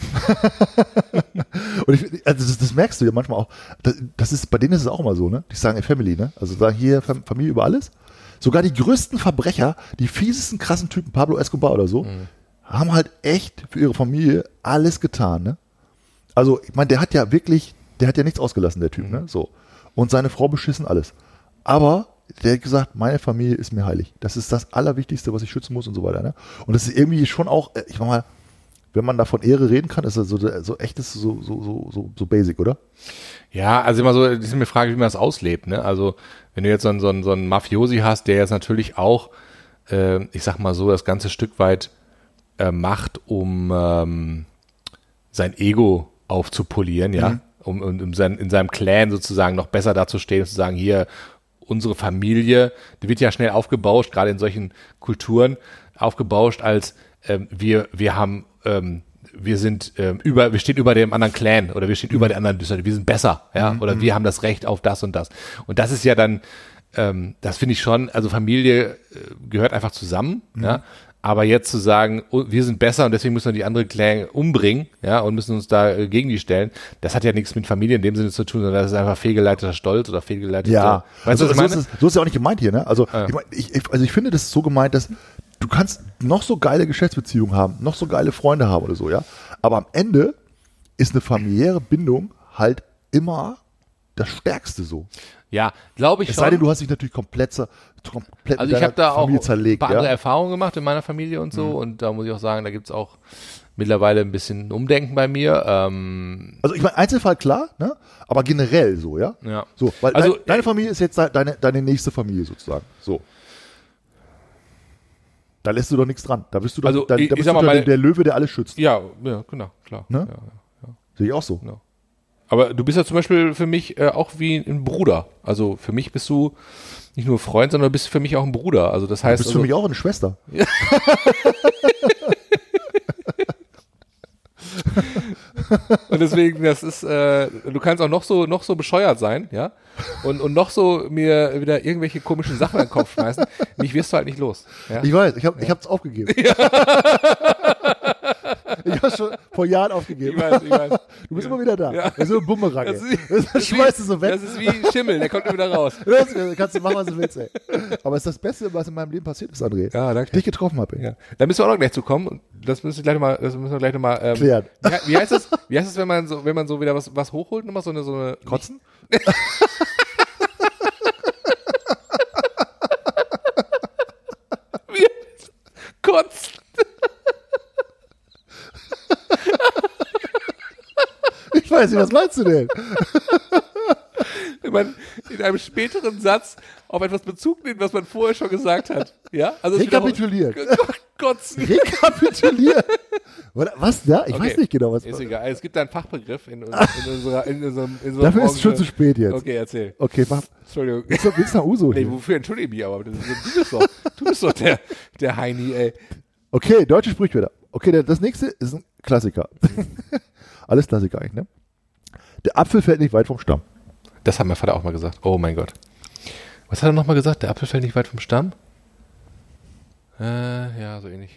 Und ich, also das, das merkst du ja manchmal auch. Das, das ist, bei denen ist es auch immer so, ne? Die sagen ey, Family, ne? Also sagen hier Fam Familie über alles. Sogar die größten Verbrecher, die fiesesten, krassen Typen, Pablo Escobar oder so, haben halt echt für ihre Familie alles getan, ne? Also, ich meine, der hat ja wirklich, der hat ja nichts ausgelassen, der Typ, ne? So. Und seine Frau beschissen alles. Aber der hat gesagt, meine Familie ist mir heilig. Das ist das Allerwichtigste, was ich schützen muss und so weiter, ne? Und das ist irgendwie schon auch, äh, ich mach mal, wenn man da von Ehre reden kann, ist das so, so echtes, so, so, so, so, so basic, oder? Ja, also immer so, das ist mir eine Frage, wie man das auslebt, ne? Also, wenn du jetzt so einen, so einen, so einen Mafiosi hast, der jetzt natürlich auch, äh, ich sag mal so, das ganze Stück weit äh, macht, um ähm, sein Ego aufzupolieren, ja, Mhm. um, um, um sein, in seinem Clan sozusagen noch besser dazustehen und zu sagen, hier, unsere Familie, die wird ja schnell aufgebauscht, gerade in solchen Kulturen, aufgebauscht als ähm, wir, wir haben, ähm, wir sind ähm, über, wir stehen über dem anderen Clan oder wir stehen über der anderen Dynastie, wir sind besser, ja, oder wir haben das Recht auf das und das. Und das ist ja dann, ähm, das finde ich schon, also Familie äh, gehört einfach zusammen, ja. Aber jetzt zu sagen, oh, wir sind besser und deswegen müssen wir die andere Clan umbringen, ja, und müssen uns da äh, gegen die stellen, das hat ja nichts mit Familie in dem Sinne zu tun, sondern das ist einfach fehlgeleiteter Stolz oder fehlgeleiteter. Ja. Weißt also, du, was ich so, meine? ist es, so ist es ja auch nicht gemeint hier, ne? Also, Ja. ich, mein, ich, ich- also ich finde, das ist so gemeint, dass du kannst noch so geile Geschäftsbeziehungen haben, noch so geile Freunde haben oder so, ja. Aber am Ende ist eine familiäre Bindung halt immer das Stärkste so. Ja, glaube ich Es schon. sei denn, du hast dich natürlich komplett, zer- komplett Also mit ich habe deiner da auch Familie ein zerlegt, paar andere ja. Erfahrungen gemacht in meiner Familie und so und da muss ich auch sagen, da gibt's auch mittlerweile ein bisschen Umdenken bei mir. Ähm, Also ich meine, Einzelfall klar, ne? Aber generell so, ja. ja. So, weil Also, dein, deine Familie ist jetzt de- deine, deine nächste Familie sozusagen. So. Da lässt du doch nichts dran. Da bist du doch, Also, da, da ich- bist ich sag du mal, doch meine- der, der Löwe, der alles schützt. Ja, ja, genau, klar. Ne? Ja, ja. Sehe ich auch so. Ja. Aber du bist ja zum Beispiel für mich äh, auch wie ein Bruder. Also für mich bist du nicht nur Freund, sondern du bist für mich auch ein Bruder. Also das Du heißt, bist also, für mich auch eine Schwester. und deswegen, das ist, äh, du kannst auch noch so, noch so bescheuert sein, ja, und, und noch so mir wieder irgendwelche komischen Sachen in den Kopf schmeißen. Mich wirst du halt nicht los. Ja? Ich weiß, ich habe ich hab's aufgegeben. Ich habe schon vor Jahren aufgegeben. Ich weiß, ich weiß. Du bist immer wieder da. Ja. Das ist so ein Bumerang. Das ey. ist wie- Das schmeißt du so weg. Das ist wie Schimmel, der kommt immer wieder raus. Das kannst du machen, was du willst, ey. Aber es ist das Beste, was in meinem Leben passiert ist, André. Ja, danke. Ich dich getroffen habe, ey. Ja. Da müssen wir auch noch gleich zu kommen. Und das müssen wir gleich noch mal, das müssen wir gleich noch mal ähm, Klären. Wie, wie heißt das? Wie heißt das, wenn man so, wenn man so wieder was, was hochholt, nochmal so eine, so eine Kotzen? Wie? Kotzen. Ich weiß nicht, was meinst du denn? Wenn man in einem späteren Satz auf etwas Bezug nimmt, was man vorher schon gesagt hat. Ja? Also es Rekapitulieren. wiederholt- Kotzen. Rekapitulieren. Oder was da? Ich Okay. weiß nicht genau, was. Ist egal. Es gibt da einen Fachbegriff in, uns- in unserer, in unserem, in unserer Dafür ist es schon Branche. zu spät jetzt. Okay, erzähl. Okay, mach. Entschuldigung. Willst du, willst du nach Uso? Nee, hier? wofür entschuldige ich mich aber? Du, du bist doch, du bist doch der, der Heini, ey. Okay, deutsche Sprichwörter. Okay, der- das nächste ist ein Klassiker. Alles Klassiker eigentlich, ne? Der Apfel fällt nicht weit vom Stamm. Das hat mein Vater auch mal gesagt. Oh mein Gott. Was hat er nochmal gesagt? Der Apfel fällt nicht weit vom Stamm? Äh, ja, so ähnlich.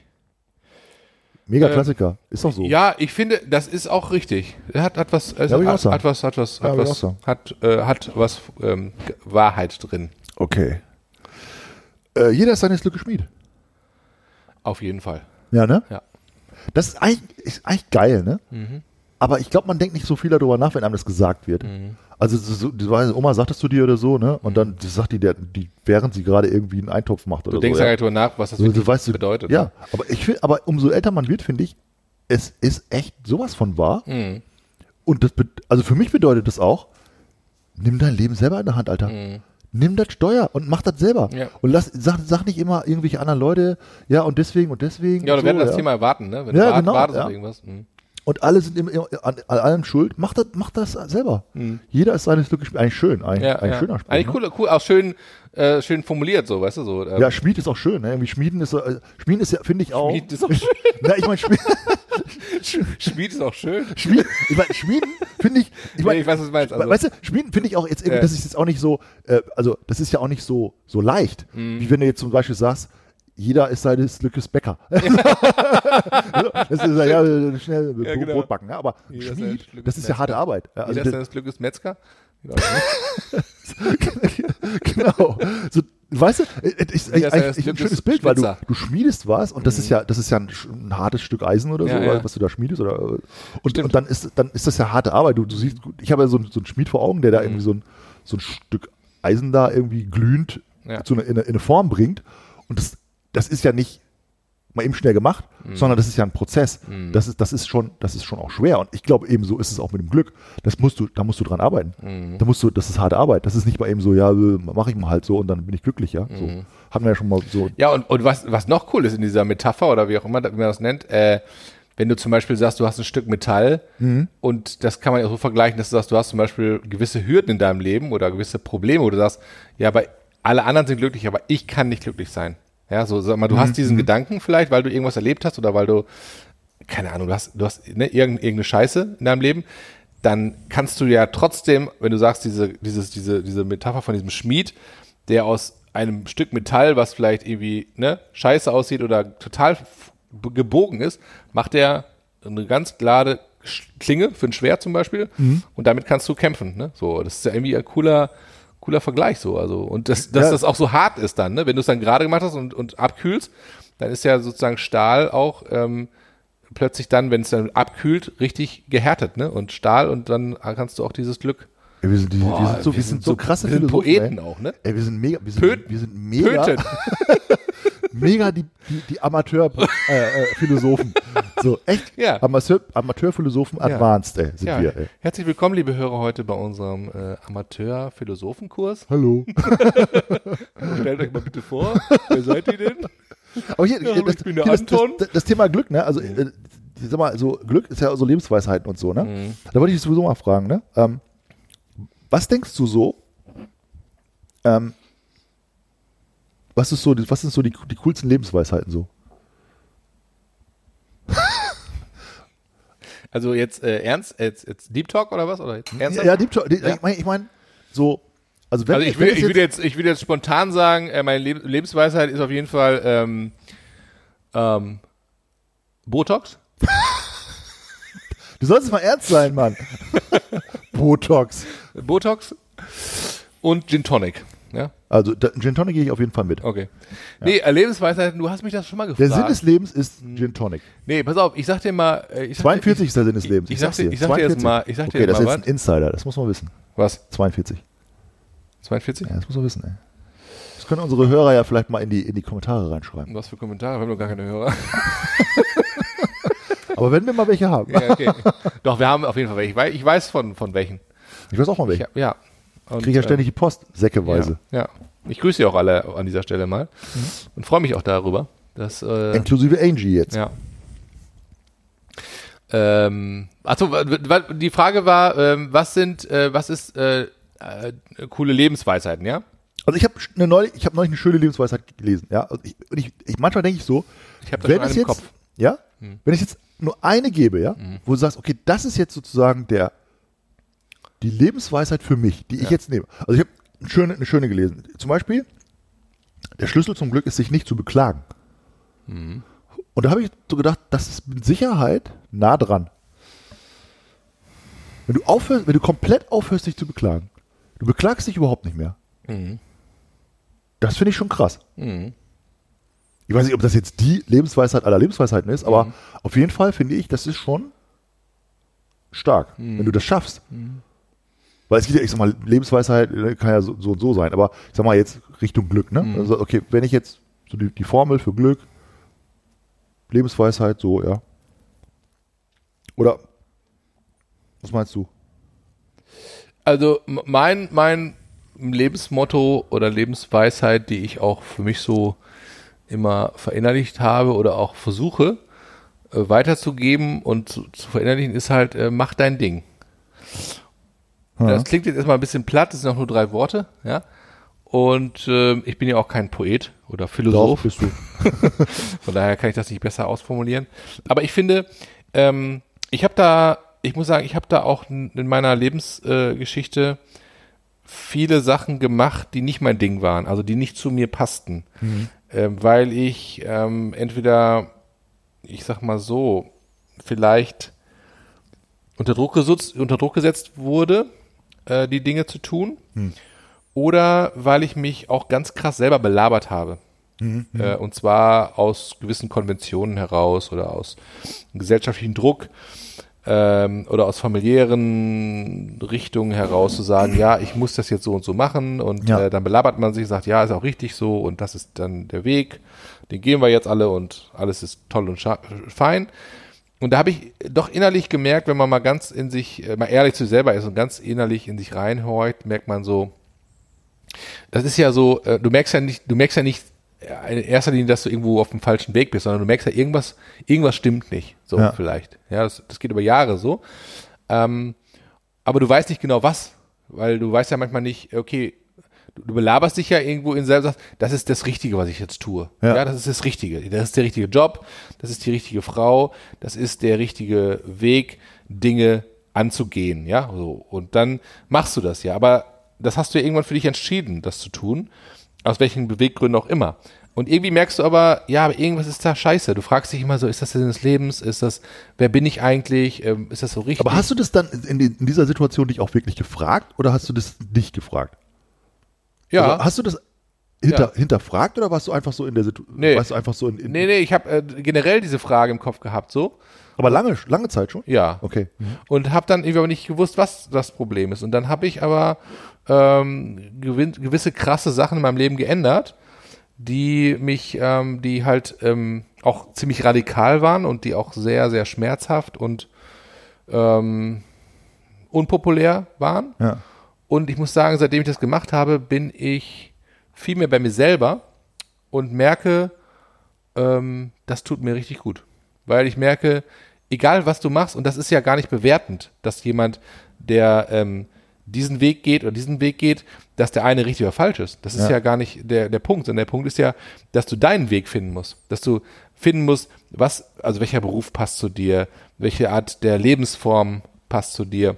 Mega Äh, Klassiker. Ist doch so. Ja, ich finde, das ist auch richtig. Er hat, hat was, also Ja, will ich auch hat, sagen. hat was, hat was, Ja, hat will ich was, auch sagen. hat, äh, hat was ähm, G- Wahrheit drin. Okay. Äh, jeder ist seines Glückes Schmied. Auf jeden Fall. Ja, ne? Ja. Das ist eigentlich, ist eigentlich geil, ne? Mhm. Aber ich glaube, man denkt nicht so viel darüber nach, wenn einem das gesagt wird. Mhm. Also, so, so, die weiß, Oma sagt das zu dir oder so, ne? Und dann das sagt die, der, die, während sie gerade irgendwie einen Eintopf macht oder Du denkst so. ja gar nicht drüber nach, was das So, wirklich du weißt, du, bedeutet. Ja, ne? aber ich finde, aber umso älter man wird, finde ich, es ist echt sowas von wahr. Mhm. Und das, be- also für mich bedeutet das auch, nimm dein Leben selber in der Hand, Alter. Mhm. Nimm das Steuer und mach das selber. Ja. Und lass, sag, sag nicht immer irgendwelche anderen Leute, ja, und deswegen und deswegen. Ja, oder und werden so, das ja. Thema erwarten, ne? Wenn Ja, du wart, genau, wartest ja. auf irgendwas. Mhm. Und alle sind im, an, an allem schuld. Mach das, mach das selber. Mhm. Jeder ist seines Glückes Schmied. Eigentlich schön. Ein, Ja, ein ja. schöner Spruch. Eigentlich ne? cool, cool, auch schön, äh, schön formuliert, so, weißt du, so. ähm, Ja, Schmied ist auch schön. Ne? Irgendwie Schmieden ist, so, äh, Schmieden ist ja, finde ich auch. Schmied ist auch schön. Na, ich meine, Schmied, Schmied ist auch schön. Schmied, ich mein, Schmieden finde ich, ich Nee, meine, ich weiß, was du meinst. Also, weißt du, Schmieden finde ich auch jetzt irgendwie, Ja. das ist jetzt auch nicht so, äh, also das ist ja auch nicht so, so leicht, Mhm. wie wenn du jetzt zum Beispiel sagst, jeder ist seines Glückes Bäcker. das ist ja, ja schnell Brot, Ja, genau. Brot backen, ne? Aber Jeder ist Schmied, seines Glückes das ist ja harte Metzger. Arbeit. Ja, also jeder das, seines Glückes Metzger. Genau, ne? genau. So, weißt du, es ist Jeder eigentlich seines ein Glückes schönes Bild, weil du, Schnitzer. du schmiedest was und das ist ja, das ist ja ein, sch- ein hartes Stück Eisen oder Ja, so, ja. was du da schmiedest oder und, Stimmt. und dann ist dann ist das ja harte Arbeit. Du, du siehst, ich habe ja so, einen- so einen Schmied vor Augen, der da irgendwie so ein, so ein Stück Eisen da irgendwie glühend Ja. zu einer, in, eine, in eine Form bringt und das, das ist ja nicht mal eben schnell gemacht, sondern das ist ja ein Prozess. Das ist, das ist schon, das ist schon auch schwer. Und ich glaube, eben so ist es auch mit dem Glück. Das musst du, da musst du dran arbeiten. Da musst du, das ist harte Arbeit. Das ist nicht mal eben so, ja, mache ich mal halt so und dann bin ich glücklich, ja. So. Hatten wir ja schon mal so. Ja, und, und was, was noch cool ist in dieser Metapher oder wie auch immer, wie man das nennt, äh, wenn du zum Beispiel sagst, du hast ein Stück Metall und das kann man ja so vergleichen, dass du sagst, du hast zum Beispiel gewisse Hürden in deinem Leben oder gewisse Probleme, wo du sagst, ja, aber alle anderen sind glücklich, aber ich kann nicht glücklich sein. Ja, so, sag mal, du hast diesen Gedanken vielleicht, weil du irgendwas erlebt hast oder weil du, keine Ahnung, du hast, du hast ne, irgend- irgendeine Scheiße in deinem Leben, dann kannst du ja trotzdem, wenn du sagst, diese, dieses, diese, diese Metapher von diesem Schmied, der aus einem Stück Metall, was vielleicht irgendwie ne, scheiße aussieht oder total f- gebogen ist, macht er eine ganz gerade Sch- Klinge für ein Schwert zum Beispiel und damit kannst du kämpfen. Ne? So, das ist ja irgendwie ein cooler, cooler Vergleich so. Also, und das, dass Ja. das auch so hart ist dann, ne? Wenn du es dann gerade gemacht hast und, und abkühlst, dann ist ja sozusagen Stahl auch ähm, plötzlich dann, wenn es dann abkühlt, richtig gehärtet, ne? Und Stahl und dann kannst du auch dieses Glück. Ey, wir, sind die, wir Boah, sind so, wir wir sind sind so so- krasse wir sind Philosophen. Poeten ey. auch, ne? Ey, wir sind mega, wir sind, Pöt- wir sind mega, Pöten. mega die, die, die Amateur-Philosophen. Äh, äh, Philosophen. so, echt? Ja. Amateur, Amateurphilosophen Ja. Advanced, ey, sind Ja, wir, ey. herzlich willkommen, liebe Hörer, heute bei unserem äh, Amateur-Philosophenkurs. Hallo. Stellt euch mal bitte vor, wer seid ihr denn? Aber hier, Ja, hier, das, ich bin der hier das, Anton. das, das Thema Glück, ne? Also, äh, sag mal, so Glück ist ja so Lebensweisheiten und so, ne? Mhm. Da wollte ich dich sowieso mal fragen, ne? Ähm, was denkst du so? Ähm, was ist so, die- was sind so die, die coolsten Lebensweisheiten so? Also jetzt äh, ernst, jetzt, jetzt Deep Talk oder was? Oder jetzt Ja, ernsthaft? ja, Deep Talk, die, Ja. ich meine, ich mein, so, also wenn Also ich, wenn will, es ich, würde jetzt, ich würde jetzt spontan sagen, äh, meine Leb Lebensweisheit ist auf jeden Fall ähm, ähm, Botox. Du sollst mal ernst sein, Mann. Botox. Botox und Gin Tonic. Ja? Also da, Gin Tonic gehe ich auf jeden Fall mit. Okay. Ja. Nee, Lebensweisheiten, du hast mich das schon mal gefragt. Der Sinn des Lebens ist Gin Tonic. Nee, pass auf, ich sag dir mal... Ich sag zweiundvierzig dir, ist der Sinn des Lebens. Ich, ich, sag, dir, ich sag dir jetzt mal... Ich sag okay, dir das mal ist was. ein Insider, das muss man wissen. Was? zweiundvierzig. zweiundvierzig? Ja, das muss man wissen, ey. Das können unsere Hörer ja vielleicht mal in die, in die Kommentare reinschreiben. Was für Kommentare? Wir haben doch gar keine Hörer. Aber wenn wir mal welche haben. Ja, okay. Doch, wir haben auf jeden Fall welche. Ich weiß, ich weiß von, von welchen. Ich weiß auch von welchen. Ich, ja. Ich kriege ja ständig die Post, säckeweise. Ja, ja. Ich grüße Sie auch alle an dieser Stelle mal mhm. und freue mich auch darüber. Dass, äh, Inklusive Angie jetzt. Ja. Ähm, achso, die Frage war, ähm, was sind, äh, was ist äh, äh, coole Lebensweisheiten, ja? Also ich habe eine neulich, ich habe neulich eine schöne Lebensweisheit gelesen, ja. Und ich, und ich, ich manchmal denke ich so, ich habe das wenn schon es im jetzt, Kopf. ja, hm. wenn ich jetzt nur eine gebe, ja, hm. wo du sagst, okay, das ist jetzt sozusagen der die Lebensweisheit für mich, die ich ja. jetzt nehme. Also ich habe eine schöne, eine schöne gelesen. Zum Beispiel, der Schlüssel zum Glück ist, sich nicht zu beklagen. Hm. Und da habe ich so gedacht, das ist mit Sicherheit nah dran. Wenn du aufhörst, wenn du komplett aufhörst, dich zu beklagen, du beklagst dich überhaupt nicht mehr. Mhm. Das finde ich schon krass. Mhm. Ich weiß nicht, ob das jetzt die Lebensweisheit aller Lebensweisheiten ist, aber mhm. auf jeden Fall finde ich, das ist schon stark, mhm. wenn du das schaffst. Mhm. Weil es gibt ja, ich sag mal, Lebensweisheit kann ja so, so und so sein, aber ich sag mal jetzt Richtung Glück, ne? Mhm. Also, okay, wenn ich jetzt so die, die Formel für Glück, Lebensweisheit, so, ja. Oder was meinst du? Also mein, mein Lebensmotto oder Lebensweisheit, die ich auch für mich so immer verinnerlicht habe oder auch versuche äh, weiterzugeben und zu, zu verinnerlichen, ist halt, äh, mach dein Ding. Ja. Das klingt jetzt erstmal ein bisschen platt, das sind auch nur drei Worte, ja. Und äh, ich bin ja auch kein Poet oder Philosoph. Doch, bist du. Von daher kann ich das nicht besser ausformulieren. Aber ich finde, ähm, ich habe da, ich muss sagen, ich habe da auch in meiner Lebensgeschichte äh, viele Sachen gemacht, die nicht mein Ding waren, also die nicht zu mir passten. Mhm. Äh, weil ich ähm, entweder, ich sag mal so, vielleicht unter Druck, gesetzt, unter Druck gesetzt wurde, äh, die Dinge zu tun. Mhm. Oder weil ich mich auch ganz krass selber belabert habe. Mhm. Äh, und zwar aus gewissen Konventionen heraus oder aus gesellschaftlichen Druck ähm, oder aus familiären Richtungen heraus zu sagen, ja, ich muss das jetzt so und so machen. Und ja. äh, dann belabert man sich und sagt, ja, ist auch richtig so und das ist dann der Weg. Den gehen wir jetzt alle und alles ist toll und scha- fein. Und da habe ich doch innerlich gemerkt, wenn man mal ganz in sich, äh, mal ehrlich zu sich selber ist und ganz innerlich in sich reinhorcht, merkt man so, das ist ja so, äh, du merkst ja nicht, du merkst ja nicht in erster Linie, dass du irgendwo auf dem falschen Weg bist, sondern du merkst ja, irgendwas, irgendwas stimmt nicht, so ja. vielleicht. Ja, das, das geht über Jahre so. Ähm, aber du weißt nicht genau was, weil du weißt ja manchmal nicht, okay, du, du belaberst dich ja irgendwo in selber, sagst, das ist das Richtige, was ich jetzt tue. Ja. ja, das ist das Richtige. Das ist der richtige Job, das ist die richtige Frau, das ist der richtige Weg, Dinge anzugehen, ja, so. Und dann machst du das ja, aber das hast du ja irgendwann für dich entschieden, das zu tun, aus welchen Beweggründen auch immer. Und irgendwie merkst du aber, ja, aber irgendwas ist da scheiße. Du fragst dich immer so, ist das der Sinn des Lebens? Ist das, wer bin ich eigentlich? Ähm, ist das so richtig? Aber hast du das dann in, die, in dieser Situation dich auch wirklich gefragt oder hast du das nicht gefragt? Ja. Also hast du das hinter, ja. hinterfragt oder warst du einfach so in der Situation? Nee. Warst du einfach so in, in nee, nee, ich habe äh, generell diese Frage im Kopf gehabt, so. Aber lange, lange Zeit schon? Ja. Okay. Mhm. Und habe dann irgendwie aber nicht gewusst, was das Problem ist. Und dann habe ich aber ähm, gewin- gewisse krasse Sachen in meinem Leben geändert, die mich, ähm, die halt ähm, auch ziemlich radikal waren und die auch sehr, sehr schmerzhaft und ähm, unpopulär waren. Ja. Und ich muss sagen, seitdem ich das gemacht habe, bin ich viel mehr bei mir selber und merke, ähm, das tut mir richtig gut. Weil ich merke, egal was du machst, und das ist ja gar nicht bewertend, dass jemand, der ähm, diesen Weg geht oder diesen Weg geht, dass der eine richtig oder falsch ist. Das ist ja, ja gar nicht der, der Punkt, sondern der Punkt ist ja, dass du deinen Weg finden musst. Dass du finden musst, was, also welcher Beruf passt zu dir, welche Art der Lebensform passt zu dir,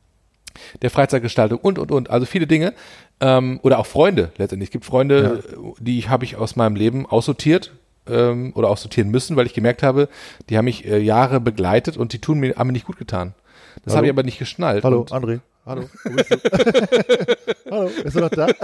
der Freizeitgestaltung und, und, und. Also viele Dinge. Ähm, oder auch Freunde letztendlich. Es gibt Freunde, ja. die habe ich aus meinem Leben aussortiert, ähm, oder aussortieren müssen, weil ich gemerkt habe, die haben mich äh, Jahre begleitet und die tun mir, haben mir nicht gut getan. Das habe ich aber nicht geschnallt. Hallo, und André. Hallo, wo bist du? Hallo, bist du noch da?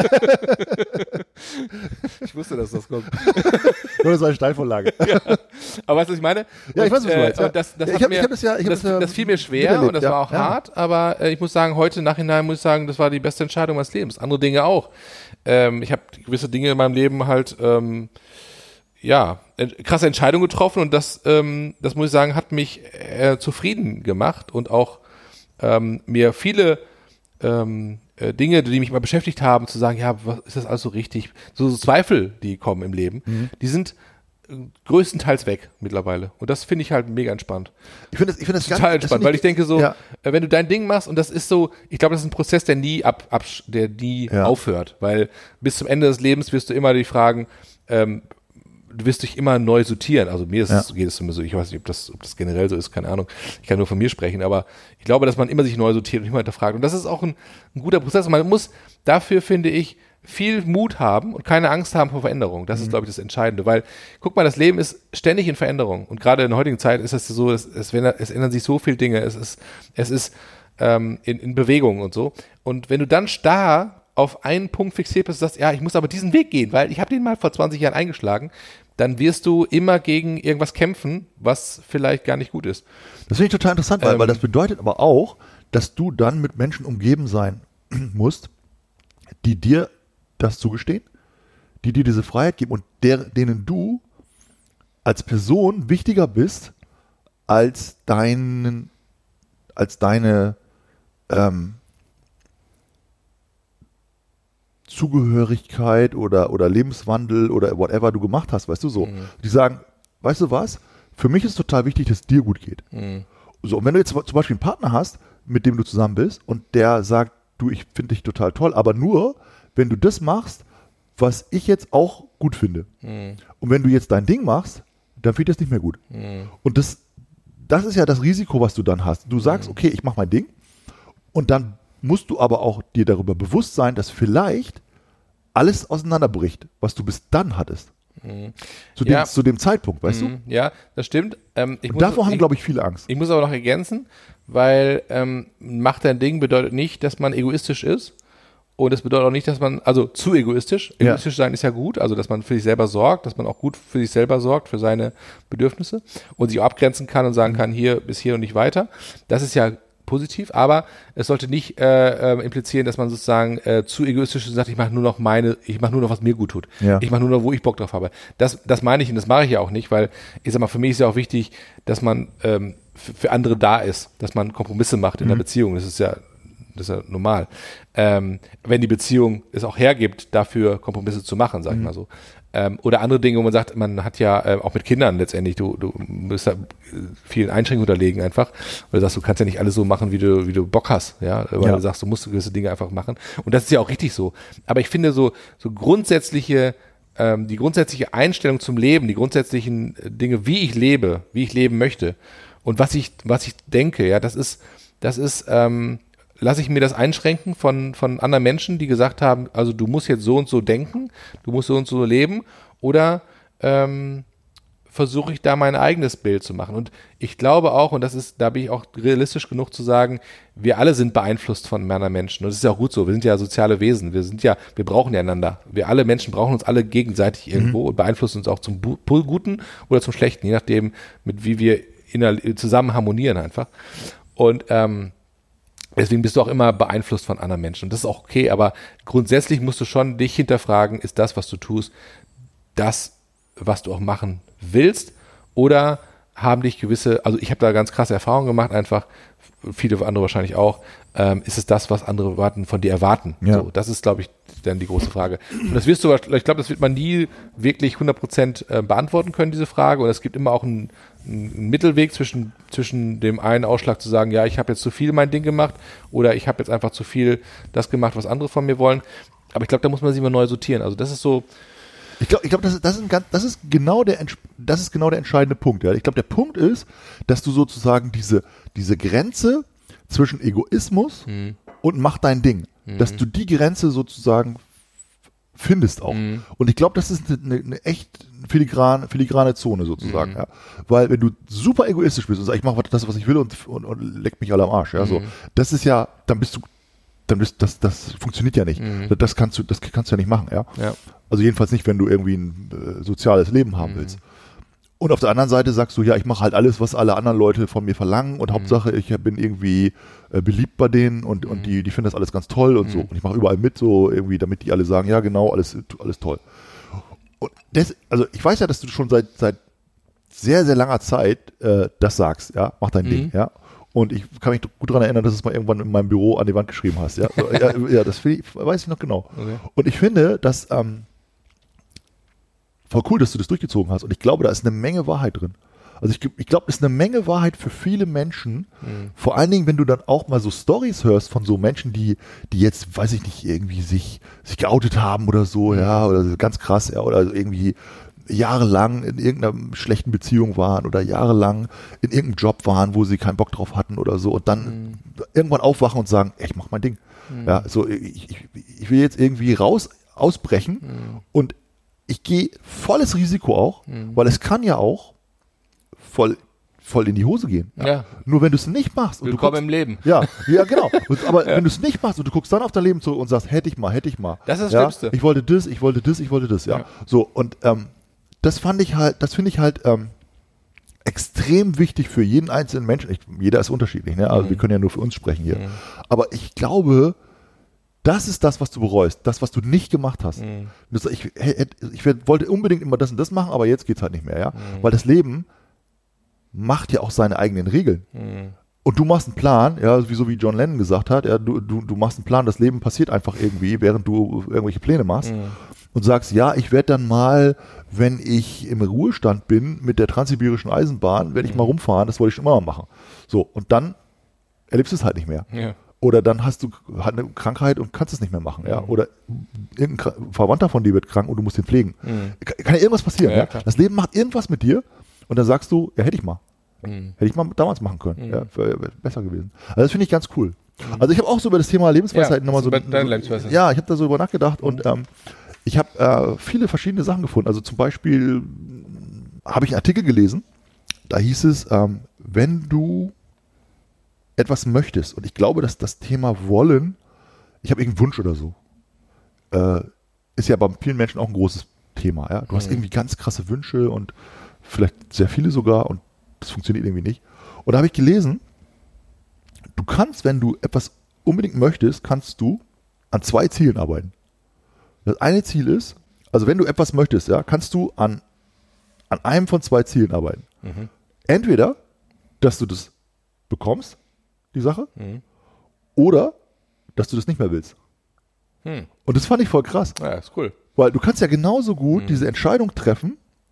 Ich wusste, dass das kommt. Nur so eine Steilvorlage. Ja. Aber weißt du, was ich meine? Ja, ich weiß, was du meinst. Äh, Ja. das, das, Ja, hat ich hab- mir, ich hab das ja- ich hab das, das ja das fiel mir schwer miterlebt, und das ja. war auch Ja. hart, aber äh, ich muss sagen, heute im Nachhinein muss ich sagen, das war die beste Entscheidung meines Lebens. Andere Dinge auch. Ähm, ich habe gewisse Dinge in meinem Leben halt, ähm, ja, äh, krasse Entscheidungen getroffen und das, ähm, das muss ich sagen, hat mich äh, zufrieden gemacht und auch ähm, mir viele ähm, äh, Dinge, die mich mal beschäftigt haben, zu sagen, ja, was ist das alles so richtig? So, so Zweifel, die kommen im Leben, Mhm. die sind äh, größtenteils weg mittlerweile. Und das finde ich halt mega entspannt. Ich finde das, ich finde das Total ganz, entspannt, das weil ich denke so, ja. äh, wenn du dein Ding machst und das ist so, ich glaube, das ist ein Prozess, der nie ab, ab der nie Ja. aufhört, weil bis zum Ende des Lebens wirst du immer die Fragen, ähm, du wirst dich immer neu sortieren. Also mir ist Ja. es, geht es immer so, ich weiß nicht, ob das, ob das generell so ist, keine Ahnung. Ich kann nur von mir sprechen, aber ich glaube, dass man immer sich neu sortiert und immer hinterfragt. Und das ist auch ein, ein guter Prozess. Und man muss dafür, finde ich, viel Mut haben und keine Angst haben vor Veränderung. Das ist, glaube ich, das Entscheidende, weil, guck mal, das Leben ist ständig in Veränderung. Und gerade in der heutigen Zeit ist es so, es, es, es ändern sich so viele Dinge. Es ist, es ist ähm, in, in Bewegung und so. Und wenn du dann starr auf einen Punkt fixiert bist und sagst, ja, ich muss aber diesen Weg gehen, weil ich habe den mal vor zwanzig Jahren eingeschlagen, dann wirst du immer gegen irgendwas kämpfen, was vielleicht gar nicht gut ist. Das finde ich total interessant, weil, Ähm, weil das bedeutet aber auch, dass du dann mit Menschen umgeben sein musst, die dir das zugestehen, die dir diese Freiheit geben und der, denen du als Person wichtiger bist als deinen, als deine ähm, Zugehörigkeit oder, oder Lebenswandel oder whatever du gemacht hast, weißt du so. Mhm. Die sagen, weißt du was, für mich ist total wichtig, dass es dir gut geht. Mhm. So, und wenn du jetzt zum Beispiel einen Partner hast, mit dem du zusammen bist und der sagt, du, ich finde dich total toll, aber nur, wenn du das machst, was ich jetzt auch gut finde. Mhm. Und wenn du jetzt dein Ding machst, dann finde ich das nicht mehr gut. Mhm. Und das, das ist ja das Risiko, was du dann hast. Du sagst, okay, ich mache mein Ding und dann musst du aber auch dir darüber bewusst sein, dass vielleicht alles auseinanderbricht, was du bis dann hattest. Mhm. Zu, dem, Ja. zu dem Zeitpunkt, weißt Mhm. Ja, das stimmt. Ähm, ich du? muss, Und davor haben, ich, glaube ich, viele Angst. ich muss aber noch ergänzen, weil ähm, macht dein Ding bedeutet nicht, dass man egoistisch ist. Und es bedeutet auch nicht, dass man, also zu egoistisch. Ja. Egoistisch sein ist ja gut, also dass man für sich selber sorgt, dass man auch gut für sich selber sorgt, für seine Bedürfnisse und sich auch abgrenzen kann und sagen kann, hier bis hier und nicht weiter. Das ist ja positiv, aber es sollte nicht äh, äh, implizieren, dass man sozusagen äh, zu egoistisch ist und sagt, ich mache nur noch meine, ich mache nur noch, was mir gut tut. Ja. Ich mache nur noch, wo ich Bock drauf habe. Das, das meine ich und das mache ich ja auch nicht, weil ich sag mal, für mich ist ja auch wichtig, dass man ähm, für, für andere da ist, dass man Kompromisse macht in Mhm. der Beziehung. Das ist ja Das ist ja normal. Ähm, wenn die Beziehung es auch hergibt, dafür Kompromisse zu machen, sag ich Mhm. mal so. Ähm, oder andere Dinge, wo man sagt, man hat ja äh, auch mit Kindern letztendlich, du, du musst da äh, vielen Einschränkungen unterlegen einfach. Oder du sagst, du kannst ja nicht alles so machen, wie du, wie du Bock hast, ja. Weil Ja. du sagst, du musst gewisse Dinge einfach machen. Und das ist ja auch richtig so. Aber ich finde so, so grundsätzliche, ähm, die grundsätzliche Einstellung zum Leben, die grundsätzlichen äh, Dinge, wie ich lebe, wie ich leben möchte und was ich, was ich denke, ja, das ist, das ist, ähm, lasse ich mir das einschränken von, von anderen Menschen, die gesagt haben, also du musst jetzt so und so denken, du musst so und so leben, oder ähm, versuche ich da mein eigenes Bild zu machen. Und ich glaube auch, und das ist, da bin ich auch realistisch genug zu sagen, wir alle sind beeinflusst von anderen Menschen. Und das ist ja auch gut so. Wir sind ja soziale Wesen. Wir sind ja, wir brauchen ja einander. Wir alle Menschen brauchen uns alle gegenseitig irgendwo und beeinflussen uns auch zum Bu- Guten oder zum Schlechten, je nachdem, mit wie wir inner- zusammen harmonieren einfach. Und ähm, deswegen bist du auch immer beeinflusst von anderen Menschen. Und das ist auch okay, aber grundsätzlich musst du schon dich hinterfragen, ist das, was du tust, das, was du auch machen willst? Oder haben dich gewisse, also ich habe da ganz krasse Erfahrungen gemacht, einfach, viele andere wahrscheinlich auch, ähm, ist es das, was andere warten, von dir erwarten? Ja. So, das ist, glaube ich, dann die große Frage. Und das wirst du, ich glaube, das wird man nie wirklich hundert Prozent äh, beantworten können, diese Frage. Und es gibt immer auch einen, einen Mittelweg zwischen, zwischen dem einen Ausschlag zu sagen, ja, ich habe jetzt zu viel mein Ding gemacht oder ich habe jetzt einfach zu viel das gemacht, was andere von mir wollen. Aber ich glaube, da muss man sich immer neu sortieren. Also das ist so, Ich glaube, ich glaub, das, ist- das, ist ein ganz- das, ist genau der, Entsch- das ist genau der entscheidende Punkt. Ja. Ich glaube, der Punkt ist, dass du sozusagen diese, diese Grenze zwischen Egoismus und mach dein Ding, dass du die Grenze sozusagen f- findest auch. Mhm. Und ich glaube, das ist eine, eine echt filigrane, filigrane Zone sozusagen. Mhm. Ja. Weil wenn du super egoistisch bist und sagst, ich mache das, was ich will und, und, und leck mich alle am Arsch, ja, so, das ist ja, dann bist du, dann bist das, das funktioniert ja nicht. Mhm. Das kannst du, das kannst du ja nicht machen, ja. Ja. Also jedenfalls nicht, wenn du irgendwie ein äh, soziales Leben haben Mhm. willst. Und auf der anderen Seite sagst du, ja, ich mache halt alles, was alle anderen Leute von mir verlangen und Mhm. Hauptsache, ich bin irgendwie äh, beliebt bei denen und, Mhm. und die, die finden das alles ganz toll und so. Und ich mache überall mit, so irgendwie, damit die alle sagen, ja genau, alles, alles toll. Und das, also ich weiß ja, dass du schon seit, seit sehr, sehr langer Zeit äh, das sagst, ja, mach dein Mhm. Ding, ja. Und ich kann mich gut daran erinnern, dass du es mal irgendwann in meinem Büro an die Wand geschrieben hast, ja. So, ja, ja, das ich, weiß ich noch genau. Okay. Und ich finde, dass ähm, voll cool, dass du das durchgezogen hast. Und ich glaube, da ist eine Menge Wahrheit drin. Also ich, ich glaube, es ist eine Menge Wahrheit für viele Menschen. Mhm. Vor allen Dingen, wenn du dann auch mal so Stories hörst von so Menschen, die, die jetzt, weiß ich nicht, irgendwie sich, sich geoutet haben oder so, ja, oder so ganz krass, ja, oder irgendwie jahrelang in irgendeiner schlechten Beziehung waren oder jahrelang in irgendeinem Job waren, wo sie keinen Bock drauf hatten oder so und dann Mhm. irgendwann aufwachen und sagen, ey, ich mach mein Ding. Ja, so, ich, ich, ich will jetzt irgendwie raus, ausbrechen Mhm. und ich gehe volles Risiko auch, Mhm. weil es kann ja auch voll, voll in die Hose gehen. Ja. Nur wenn du es nicht machst. Und du Willkommen guckst, im Leben. ja, ja, genau. Und, aber wenn du es nicht machst und du guckst dann auf dein Leben zurück und sagst, hätte ich mal, hätte ich mal. Das ist das ja, Schlimmste. Ich wollte das, ich wollte das, ich wollte das, ja. Ja. So, und ähm, das fand ich halt, das finde ich halt ähm, extrem wichtig für jeden einzelnen Menschen. Ich, jeder ist unterschiedlich, ne? Also Mhm. wir können ja nur für uns sprechen hier. Mhm. Aber ich glaube, das ist das, was du bereust, das, was du nicht gemacht hast. Mhm. Du sagst, Ich, hätt- ich wollte unbedingt immer das und das machen, aber jetzt geht's halt nicht mehr, ja. Mhm. Weil das Leben macht ja auch seine eigenen Regeln. Mhm. Und du machst einen Plan, ja, wie so wie John Lennon gesagt hat, ja, du, du, du machst einen Plan, das Leben passiert einfach irgendwie, während du irgendwelche Pläne machst Mhm. und sagst, ja, ich werde dann mal, wenn ich im Ruhestand bin, mit der transsibirischen Eisenbahn, werde ich mal rumfahren, das wollte ich schon immer mal machen. So, und dann erlebst du es halt nicht mehr. Ja. Oder dann hast du halt eine Krankheit und kannst es nicht mehr machen, ja. Mhm. Oder irgendein Kra- Verwandter von dir wird krank und du musst den pflegen. Mhm. Kann, kann ja irgendwas passieren, Ja, ja. klar. Das Leben macht irgendwas mit dir und dann sagst du, ja, hätte ich mal. Mhm. Hätte ich mal damals machen können. Mhm. Ja, wäre wär besser gewesen. Also das finde ich ganz cool. Also ich habe auch so über das Thema Lebensweisheiten Ja, nochmal so, über deine so Lebensweisheit. ja, ich habe da so über nachgedacht und ähm, ich habe äh, viele verschiedene Sachen gefunden. Also zum Beispiel habe ich einen Artikel gelesen, da hieß es, ähm, wenn du etwas möchtest, und ich glaube, dass das Thema Wollen, ich habe irgendeinen Wunsch oder so, äh, ist ja bei vielen Menschen auch ein großes Thema. Ja? Du hast Mhm. irgendwie ganz krasse Wünsche und vielleicht sehr viele sogar und das funktioniert irgendwie nicht. Und da habe ich gelesen, du kannst, wenn du etwas unbedingt möchtest, kannst du an zwei Zielen arbeiten. Das eine Ziel ist, also wenn du etwas möchtest, ja, kannst du an, an einem von zwei Zielen arbeiten. Mhm. Entweder, dass du das bekommst, die Sache, Mhm. oder dass du das nicht mehr willst. Hm. Und das fand ich voll krass, Ja, ist cool. weil du kannst ja genauso gut Mhm. diese Entscheidung treffen,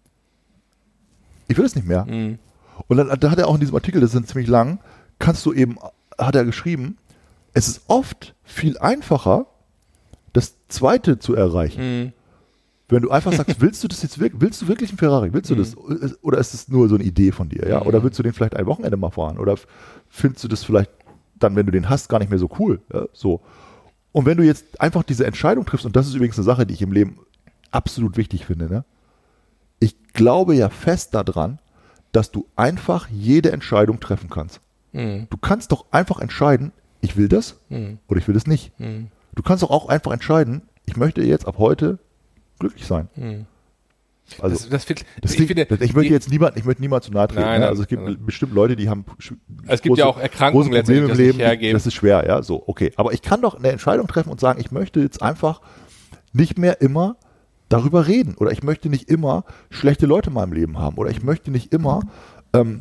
ich will es nicht mehr. Mhm. Und dann da hat er auch in diesem Artikel, das ist ziemlich lang, kannst du eben, hat er geschrieben, es ist oft viel einfacher, das Zweite zu erreichen. Mhm. Wenn du einfach sagst, willst du das jetzt wirklich, willst du wirklich einen Ferrari? Willst du Mhm. das? Oder ist es nur so eine Idee von dir? Ja? Mhm. Oder willst du den vielleicht ein Wochenende mal fahren? Oder findest du das vielleicht dann, wenn du den hast, gar nicht mehr so cool? Ja? So. Und wenn du jetzt einfach diese Entscheidung triffst, und das ist übrigens eine Sache, die ich im Leben absolut wichtig finde, ne? Ich glaube ja fest daran, dass du einfach jede Entscheidung treffen kannst. Mhm. Du kannst doch einfach entscheiden, ich will das Mhm. oder ich will das nicht. Mhm. Du kannst doch auch einfach entscheiden, ich möchte jetzt ab heute glücklich sein. Mhm. Also das, das, find- das ich klingt, finde, das, ich möchte die- jetzt niemand, ich möchte niemand zu nahe treten. Nein, ne? nein, Also es gibt nein. bestimmt Leute, die haben sch- Es gibt ja auch Erkrankungen große Probleme letztendlich, im das nicht Leben. hergeben. Das ist schwer, ja, so, okay. Aber ich kann doch eine Entscheidung treffen und sagen, ich möchte jetzt einfach nicht mehr immer darüber reden oder ich möchte nicht immer schlechte Leute in meinem Leben haben oder ich möchte nicht immer ähm,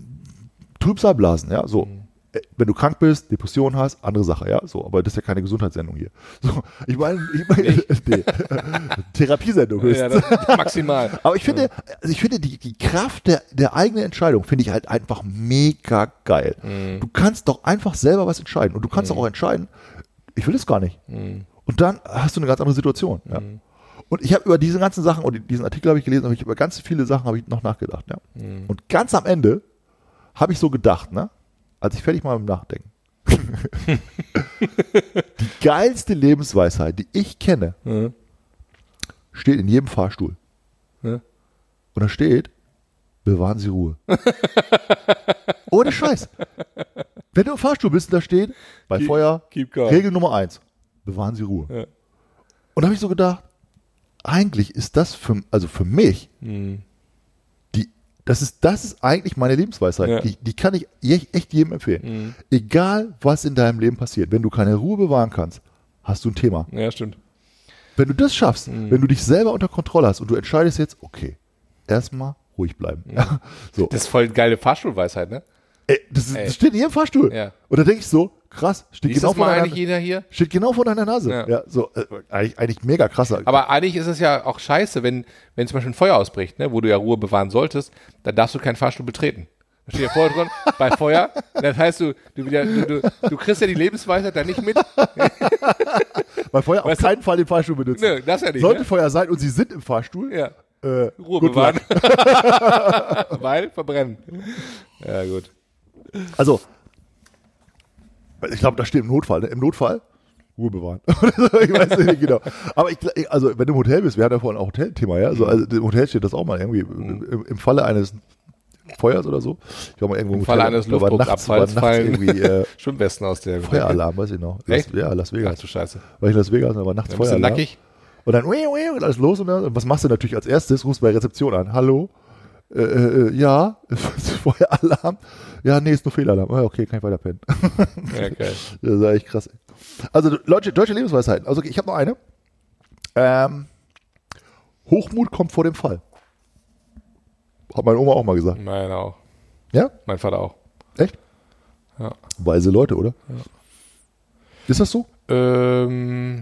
Trübsal blasen, ja, so. Mhm. Äh, Wenn du krank bist, Depression hast, andere Sache, ja, so, aber das ist ja keine Gesundheitssendung hier. So, ich meine, ich meine, nee, Therapiesendung ja, höchstens. das, maximal. Aber ich finde, also ich finde die, die Kraft der, der eigenen Entscheidung finde ich halt einfach mega geil. Mhm. Du kannst doch einfach selber was entscheiden und du kannst Mhm. doch auch entscheiden, ich will es gar nicht. Mhm. Und dann hast du eine ganz andere Situation. Ja. Mhm. Und ich habe über diese ganzen Sachen und diesen Artikel habe ich gelesen, aber ich über ganz viele Sachen habe ich noch nachgedacht. Ja. Mhm. Und ganz am Ende habe ich so gedacht, ne, als ich fertig war mit dem Nachdenken. Die geilste Lebensweisheit, die ich kenne, Mhm. steht in jedem Fahrstuhl. Ja. Und da steht, bewahren Sie Ruhe. Ohne Scheiß. Wenn du im Fahrstuhl bist und da steht, bei Keep, Feuer, keep calm. Regel Nummer eins, bewahren Sie Ruhe. Ja. Und da habe ich so gedacht, eigentlich ist das für, also für mich, Mhm. die, das ist, das ist eigentlich meine Lebensweisheit. Ja. Die, die kann ich je- echt jedem empfehlen. Mhm. Egal, was in deinem Leben passiert, wenn du keine Ruhe bewahren kannst, hast du ein Thema. Ja, stimmt. Wenn du das schaffst, Mhm. wenn du dich selber unter Kontrolle hast und du entscheidest jetzt, okay, erstmal ruhig bleiben. Ja. So. Das ist voll geile Fahrstuhlweisheit, ne? Ey, das, ist, Ey. das steht in jedem Fahrstuhl. Ja. Und da denke ich so, krass, steht Ist genau das vor mal deiner eigentlich jeder hier? Steht genau vor deiner Nase. Ja. Ja, so, äh, eigentlich, eigentlich mega krasser. Aber eigentlich ist es ja auch scheiße, wenn, wenn zum Beispiel ein Feuer ausbricht, ne, wo du ja Ruhe bewahren solltest, dann darfst du keinen Fahrstuhl betreten. Da steht ja vorher drin, bei Feuer. Das heißt, du, du, wieder, du, du, du kriegst ja die Lebensweisheit da nicht mit. Bei Feuer auf Weißt du- keinen Fall den Fahrstuhl benutzen. Nö, das ja nicht. Sollte ne? Feuer sein und sie sind im Fahrstuhl, Ja. äh, Ruhe good bewahren. luck. Weil verbrennen. Ja, gut. Also, ich glaube, da steht im Notfall. Ne? Im Notfall Ruhe bewahren. Ich weiß nicht genau. Aber ich, also, wenn du im Hotel bist, wir hatten ja vorhin auch Hotelthema, ja. Also, also im Hotel steht das auch mal irgendwie im, im Falle eines Feuers oder so. Ich war mal irgendwo Im Falle eines da war nachts, war Luftdrucksabfalls nachts fallen irgendwie äh, Schwimmwesten aus der Feueralarm, weiß ich noch. Las, Echt? ja, Las Ach Vegas. du Scheiße. War ich in Las Vegas, da war nachts Ein bisschen Feueralarm. nackig. Und dann, wii, wii, und alles los. Und, dann, und was machst du natürlich als erstes? Rufst bei Rezeption an. Hallo? Äh, äh, ja, Feueralarm. Ja, nee, ist nur Fehlalarm. Ah, okay, kann ich weiter pennen. Ja, geil. Das ist echt krass. Also deutsche, deutsche Lebensweisheiten. Also ich habe noch eine. Ähm, Hochmut kommt vor dem Fall. Hat meine Oma auch mal gesagt. Meine auch. Ja? Mein Vater auch. Echt? Ja. Weise Leute, oder? Ja. Ist das so? Ähm,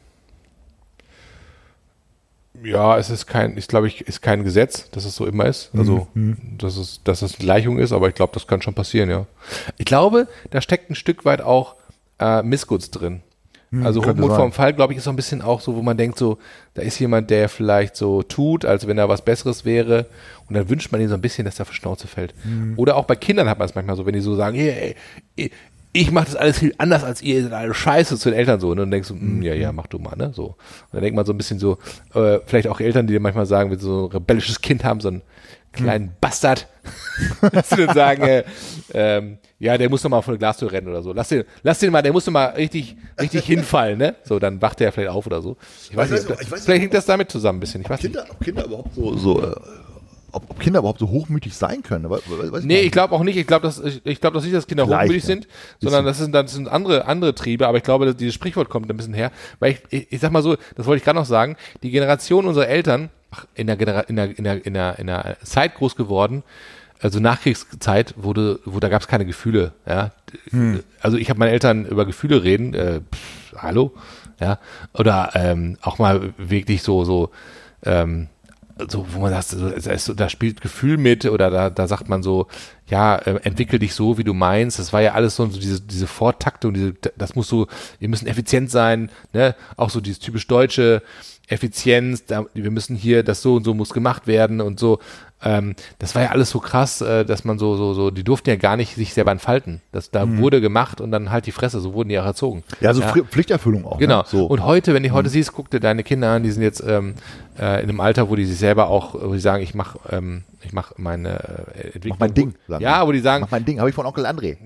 ja, es ist kein, ich glaube, ich ist kein Gesetz, dass es so immer ist. Also, Mhm. dass es, dass es eine Gleichung ist, aber ich glaube, das kann schon passieren, ja. Ich glaube, da steckt ein Stück weit auch äh, Missgunst drin. Also könnte Hochmut sein. vorm Fall, glaube ich, ist so ein bisschen auch so, wo man denkt so, da ist jemand, der vielleicht so tut, als wenn er was Besseres wäre und dann wünscht man ihm so ein bisschen, dass er auf die Schnauze fällt. Oder auch bei Kindern hat man es manchmal so, wenn die so sagen, hey, ey, ich mache das alles viel anders als ihr, ihr seid alle scheiße zu den Eltern so. Und dann denkst du, mm, ja, ja, mach du mal, ne? So. Und dann denkt man so ein bisschen so, äh, vielleicht auch Eltern, die dir manchmal sagen, wenn sie so ein rebellisches Kind haben, so einen kleinen Bastard, dass sie dann sagen, äh, ähm, ja, der muss doch mal vor der Glastür rennen oder so. Lass den, lass den mal, der muss doch mal richtig, richtig hinfallen, ne? So, dann wacht der vielleicht auf oder so. Ich weiß Ich nicht, weiß nicht, ich weiß vielleicht hängt das damit zusammen ein bisschen. Ich weiß nicht. Kinder, ob Kinder überhaupt so, so äh, ob, ob Kinder überhaupt so hochmütig sein können. Weiß, weiß Nee, gar ich glaube auch nicht. Ich glaube, dass ich, ich glaube, dass nicht, dass Kinder Vielleicht, hochmütig ja. sind, sondern das sind, das sind andere, andere Triebe. Aber ich glaube, dass dieses Sprichwort kommt ein bisschen her, weil ich, ich, ich sag mal so, das wollte ich gerade noch sagen. Die Generation unserer Eltern, ach, in der, Genera in der, in der, in der, in der Zeit groß geworden, also Nachkriegszeit, wurde, wo da gab es keine Gefühle. Ja, Hm. also ich habe meine Eltern über Gefühle reden. Äh, pff, hallo, ja, oder ähm, auch mal wirklich so, so. Ähm, so, wo man sagt, so, da, ist so, da spielt Gefühl mit oder da, da sagt man so, ja, äh, entwickel dich so, wie du meinst. Das war ja alles so, so diese, diese Vortaktung, diese, das muss so, wir müssen effizient sein, ne? Auch so dieses typisch deutsche Effizienz, da, wir müssen hier, das so und so muss gemacht werden und so. Ähm, das war ja alles so krass, äh, dass man so, so, so, die durften ja gar nicht sich selber entfalten. Das, da Mhm. wurde gemacht und dann halt die Fresse, so wurden die auch erzogen. Ja, so Pfli- Pflichterfüllung auch. Genau. Ne? So. Und heute, wenn du heute siehst, guck dir deine Kinder an, die sind jetzt ähm, äh, in einem Alter, wo die sich selber auch, wo die sagen, ich mach, ähm, ich mach meine äh, Entwicklung. Mach mein Ding. sagen Ja, die. wo die sagen, Mach mein Ding, habe ich von Onkel André.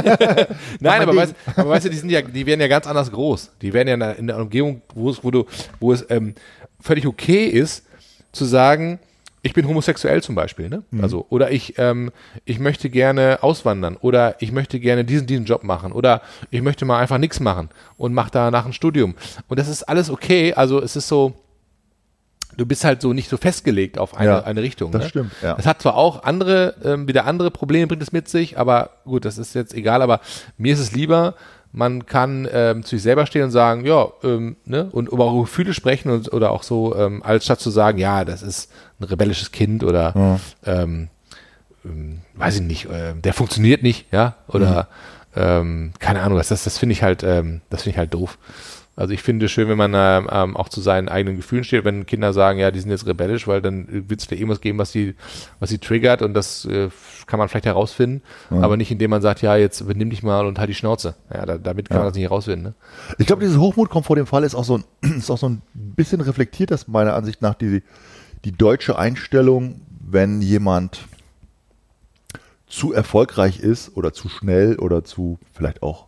nein, aber Ding. weißt, aber weißt du, die sind ja, die werden ja ganz anders groß. Die werden ja in der, in der Umgebung, wo es, wo du, wo es ähm, völlig okay ist, zu sagen, ich bin homosexuell zum Beispiel, ne? Mhm. Also, oder ich, ähm, ich möchte gerne auswandern oder ich möchte gerne diesen, diesen Job machen oder ich möchte mal einfach nichts machen und mache danach ein Studium. Und das ist alles okay. Also es ist so, du bist halt so nicht so festgelegt auf eine, Ja, eine Richtung. das ne? stimmt, ja. Das hat zwar auch andere, ähm, wieder andere Probleme bringt es mit sich, aber gut, das ist jetzt egal, aber mir ist es lieber, man kann ähm, zu sich selber stehen und sagen, ja, ähm, ne, und über auch Gefühle sprechen und oder auch so, ähm, als statt zu sagen, ja, das ist ein rebellisches Kind oder Ja. ähm, ähm, weiß ich nicht, äh, der funktioniert nicht, ja, oder ähm, keine Ahnung, das, das, das finde ich halt, ähm, das finde ich halt doof. Also ich finde es schön, wenn man ähm, auch zu seinen eigenen Gefühlen steht, wenn Kinder sagen, ja, die sind jetzt rebellisch, weil dann wird es vielleicht irgendwas geben, was sie, was sie triggert und das äh, kann man vielleicht herausfinden, ja. aber nicht indem man sagt, ja, jetzt benimm dich mal und halt die Schnauze. Ja, da, damit kann ja. man das nicht herausfinden. Ne? Ich glaube, dieses Hochmut kommt vor dem Fall, ist auch so ein, ist auch so ein bisschen reflektiert, das meiner Ansicht nach die, die deutsche Einstellung, wenn jemand zu erfolgreich ist oder zu schnell oder zu vielleicht auch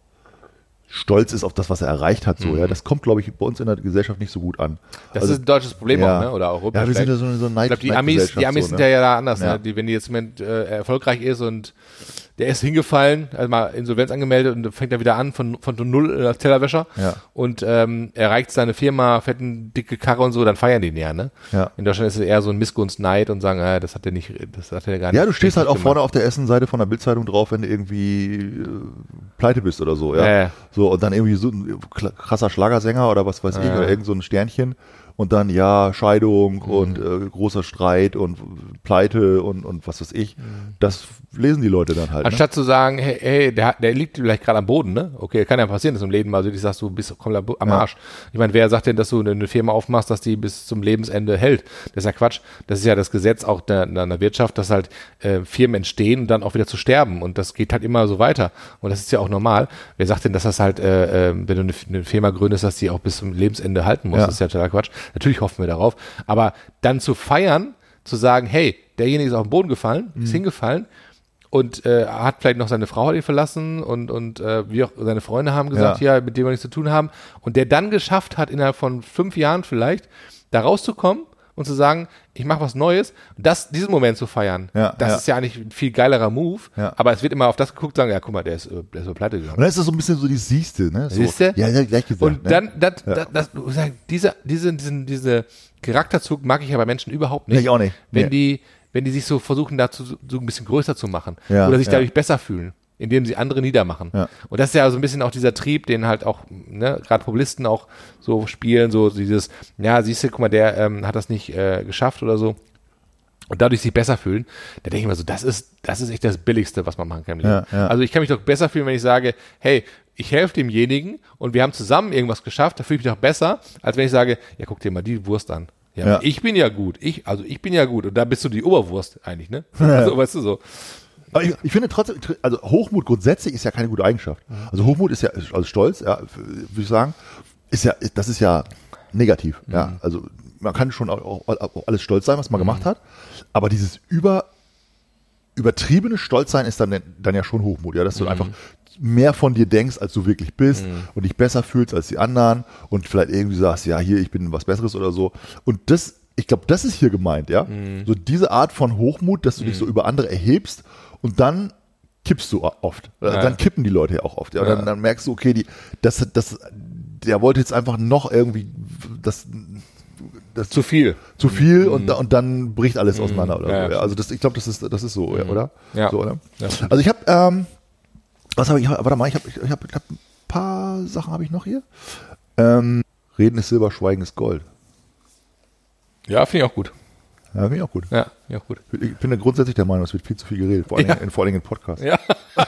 stolz ist auf das, was er erreicht hat. So, mhm. ja, das kommt, glaube ich, bei uns in der Gesellschaft nicht so gut an. Das also, ist ein deutsches Problem ja. auch, ne? Oder Europa. Ja, wir sind ja so, so Neid, ich glaube, die Amis, die Amis so, sind ne? ja da anders. Ja. Ne? Die, wenn die jetzt jemand äh, erfolgreich ist und der ist hingefallen, also mal Insolvenz angemeldet und fängt dann wieder an von, von null als Tellerwäscher ja. und ähm, erreicht seine Firma, fährt eine dicke Karre und so, dann feiern die ihn ja, ne? Ja. In Deutschland ist es eher so ein Missgunst-Neid und sagen, ah, das hat er nicht, das hat er gar nicht. Ja, du stehst halt auch gemacht. vorne auf der ersten Seite von der Bildzeitung drauf, wenn du irgendwie äh, pleite bist oder so, ja. Ja, ja. So, und dann irgendwie so ein krasser Schlagersänger oder was weiß Ja. ich, oder irgend so ein Sternchen. Und dann, ja, Scheidung mhm. und äh, großer Streit und Pleite und, und was weiß ich. Mhm. Das lesen die Leute dann halt. Anstatt ne? zu sagen, hey, hey der, der liegt vielleicht gerade am Boden, ne? Okay, kann ja passieren, dass du im Leben mal so, ich sagst, du bist komplett am Ja. Arsch. Ich meine, wer sagt denn, dass du eine Firma aufmachst, dass die bis zum Lebensende hält? Das ist ja Quatsch. Das ist ja das Gesetz auch der, der Wirtschaft, dass halt äh, Firmen entstehen und dann auch wieder zu sterben. Und das geht halt immer so weiter. Und das ist ja auch normal. Wer sagt denn, dass das halt, äh, äh, wenn du eine, eine Firma gründest, dass die auch bis zum Lebensende halten muss? Ja. Das ist ja total Quatsch. Natürlich hoffen wir darauf. Aber dann zu feiern, zu sagen, hey, derjenige ist auf den Boden gefallen, Mhm. ist hingefallen und äh, hat vielleicht noch seine Frau hat ihn verlassen und, und äh, wie auch seine Freunde haben gesagt, ja. ja, mit dem wir nichts zu tun haben. Und der dann geschafft hat, innerhalb von fünf Jahren vielleicht, da rauszukommen und zu sagen, ich mache was Neues, das, diesen Moment zu feiern, Ja, das ja. ist ja eigentlich ein viel geilerer Move, Ja. aber es wird immer auf das geguckt, sagen, ja, guck mal, der ist, der ist so pleite gegangen. Und dann ist das so ein bisschen so die Siehste, ne? So, Siehste? Ja, ja, gleich gesagt. Und ne? dann, das, Ja. das, das, das, das, diese, diese, diesen, diese Charakterzug mag ich ja bei Menschen überhaupt nicht. Nee, ich auch nicht. Wenn Nee. die, wenn die sich so versuchen, dazu so so ein bisschen größer zu machen. Ja, oder sich ja. dadurch besser fühlen, indem sie andere niedermachen. Ja. Und das ist ja so ein bisschen auch dieser Trieb, den halt auch, ne, gerade Populisten auch so spielen, so dieses, ja, siehst du, guck mal, der ähm, hat das nicht äh, geschafft oder so. Und dadurch sich besser fühlen, da denke ich mir so, das ist, das ist echt das Billigste, was man machen kann im Leben. Ja, ja. Also ich kann mich doch besser fühlen, wenn ich sage, hey, ich helfe demjenigen und wir haben zusammen irgendwas geschafft, da fühle ich mich doch besser, als wenn ich sage, ja, guck dir mal die Wurst an. Ja, Ja. ich bin ja gut, ich, also ich bin ja gut und da bist du die Oberwurst eigentlich, ne? Also, weißt du so. Aber ich, ich finde trotzdem, also Hochmut grundsätzlich ist ja keine gute Eigenschaft. Also Hochmut ist ja, also Stolz, ja, würde ich sagen, ist ja, das ist ja negativ. Mhm. Ja, also man kann schon auch, auch alles stolz sein, was man mhm. gemacht hat, aber dieses über übertriebene Stolzsein ist dann, dann ja schon Hochmut, ja, dass du Mhm. einfach mehr von dir denkst, als du wirklich bist Mhm. und dich besser fühlst als die anderen und vielleicht irgendwie sagst, ja, hier, ich bin was Besseres oder so. Und das, ich glaube, das ist hier gemeint, ja. Mhm. So diese Art von Hochmut, dass du dich so über andere erhebst und dann kippst du oft. Ja. Dann kippen die Leute ja auch oft. Ja. Und Ja. dann, dann merkst du, okay, die, das, das, der wollte jetzt einfach noch irgendwie das, das Zu viel. zu viel und, da- und dann bricht alles auseinander oder Ja, so. Ja. Also das, ich glaube, das ist, das ist so, ja, oder? Ja. So, oder? Ja. Also ich habe, ähm, was habe ich? Warte mal, ich habe, ich habe, ich hab ein paar Sachen habe ich noch hier. Ähm, Reden ist Silber, Schweigen ist Gold. Ja, finde ich auch gut. Ja, finde ich auch gut. Ja, finde ich auch gut. Ich bin ja grundsätzlich der Meinung, es wird viel zu viel geredet, vor allem, Ja. in, vor allem in Podcasts. Ja.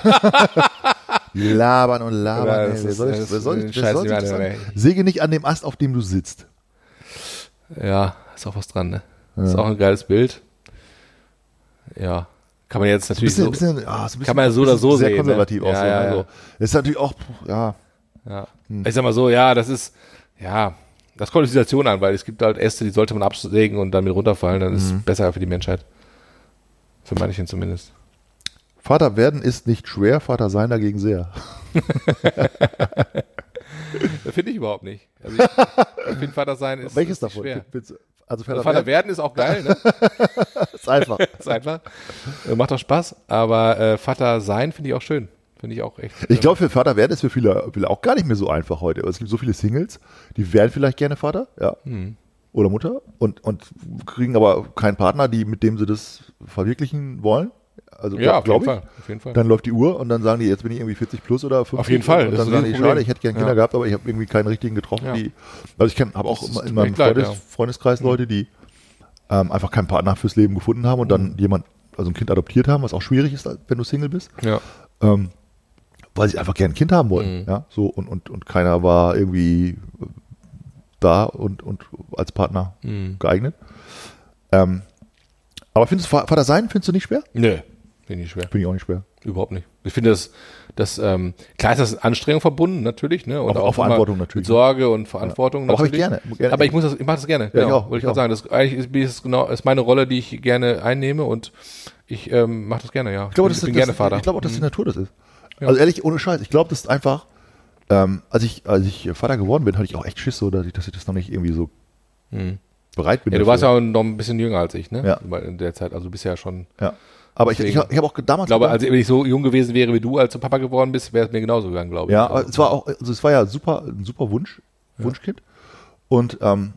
Labern und labern. Ja, ey, das wer ist- soll, das wer ist soll, ein wer Scheiß, soll die sich das Meinung, an- ey. Säge nicht an dem Ast, auf dem du sitzt. Ja, ist auch was dran, ne? Ist auch ein geiles Bild. Ja. Kann man jetzt natürlich Bisschen, so, bisschen, ah, so ein bisschen, kann man ja so oder so sehr sehen, konservativ ne? auch Ja, so. ja, Also, ja. das ist natürlich auch, ja, ja. Hm. Ich sag mal so, ja, das ist, ja, das kommt auf die Situation an, weil es gibt halt Äste, die sollte man absägen und dann mit runterfallen, dann ist es Mhm. besser für die Menschheit. Für manchen zumindest. Vater werden ist nicht schwer, Vater sein dagegen sehr. Das finde ich überhaupt nicht. Also ich, ich finde Vater sein ist, Welches ist nicht davon? schwer. Findest du- Also Also Vater, Vater werden werden ist auch geil, ne? ist einfach. ist einfach. Äh, Macht auch Spaß, aber äh, Vater sein finde ich auch schön. Finde ich auch echt. Ich glaube, für Vater werden ist für viele, viele auch gar nicht mehr so einfach heute. Es gibt so viele Singles, die wären vielleicht gerne Vater, ja, Hm. oder Mutter und, und kriegen aber keinen Partner, die, mit dem sie das verwirklichen wollen. Also Ja, auf glaube jeden ich. Fall. Auf jeden Fall. Dann läuft die Uhr und dann sagen die, jetzt bin ich irgendwie vierzig plus oder fünfzig. Auf jeden Fall, Und das dann ist sagen ein die, Problem. schade, ich hätte gerne Kinder Ja. gehabt, aber ich habe irgendwie keinen richtigen getroffen. Ja. Die, also ich habe auch Das immer tut in mir meinem echt leid, Freundes, ja. Freundeskreis Leute, die ähm, einfach keinen Partner fürs Leben gefunden haben und dann jemand, also ein Kind adoptiert haben, was auch schwierig ist, wenn du Single bist. Ja. Ähm, weil sie einfach gerne ein Kind haben wollten. Mhm. Ja, so und, und, und keiner war irgendwie da und, und als Partner Mhm. geeignet. Ähm, aber findest du Vater sein, findest du nicht schwer? Nö, finde ich schwer. Finde ich auch nicht schwer. Überhaupt nicht. Ich finde, das, das ähm, klar ist das mit Anstrengung verbunden, natürlich, ne? Und Aber auch immer Verantwortung mit natürlich. Sorge und Verantwortung Ja. Aber natürlich. hab ich gerne. gerne. Aber ich muss das, ich mache das gerne. Ja, genau, ich auch, wollte ich ich gerade sagen. Das eigentlich ist, ist genau ist meine Rolle, die ich gerne einnehme und ich ähm, mache das gerne, ja. Ich glaube, ich das bin ist, gerne das, Vater. ich glaube auch, dass die Natur das ist. Ja. Also ehrlich, ohne Scheiß. Ich glaube, das ist einfach, ähm, als ich, als ich Vater geworden bin, hatte ich auch echt Schiss so, dass ich, dass ich das noch nicht irgendwie so Mhm. bereit bin. Ja, du dafür. warst ja auch noch ein bisschen jünger als ich, ne? Ja. Weil in der Zeit, also du bist ja schon. Ja. Aber ich, ich, Deswegen- ich habe auch damals Ich glaube, gedacht- als wenn ich so jung gewesen wäre wie du, als du Papa geworden bist, wäre es mir genauso gegangen, glaube ich. Ja, Also, aber es war auch, also es war ja super, ein super Wunsch, Wunschkind. Und ähm,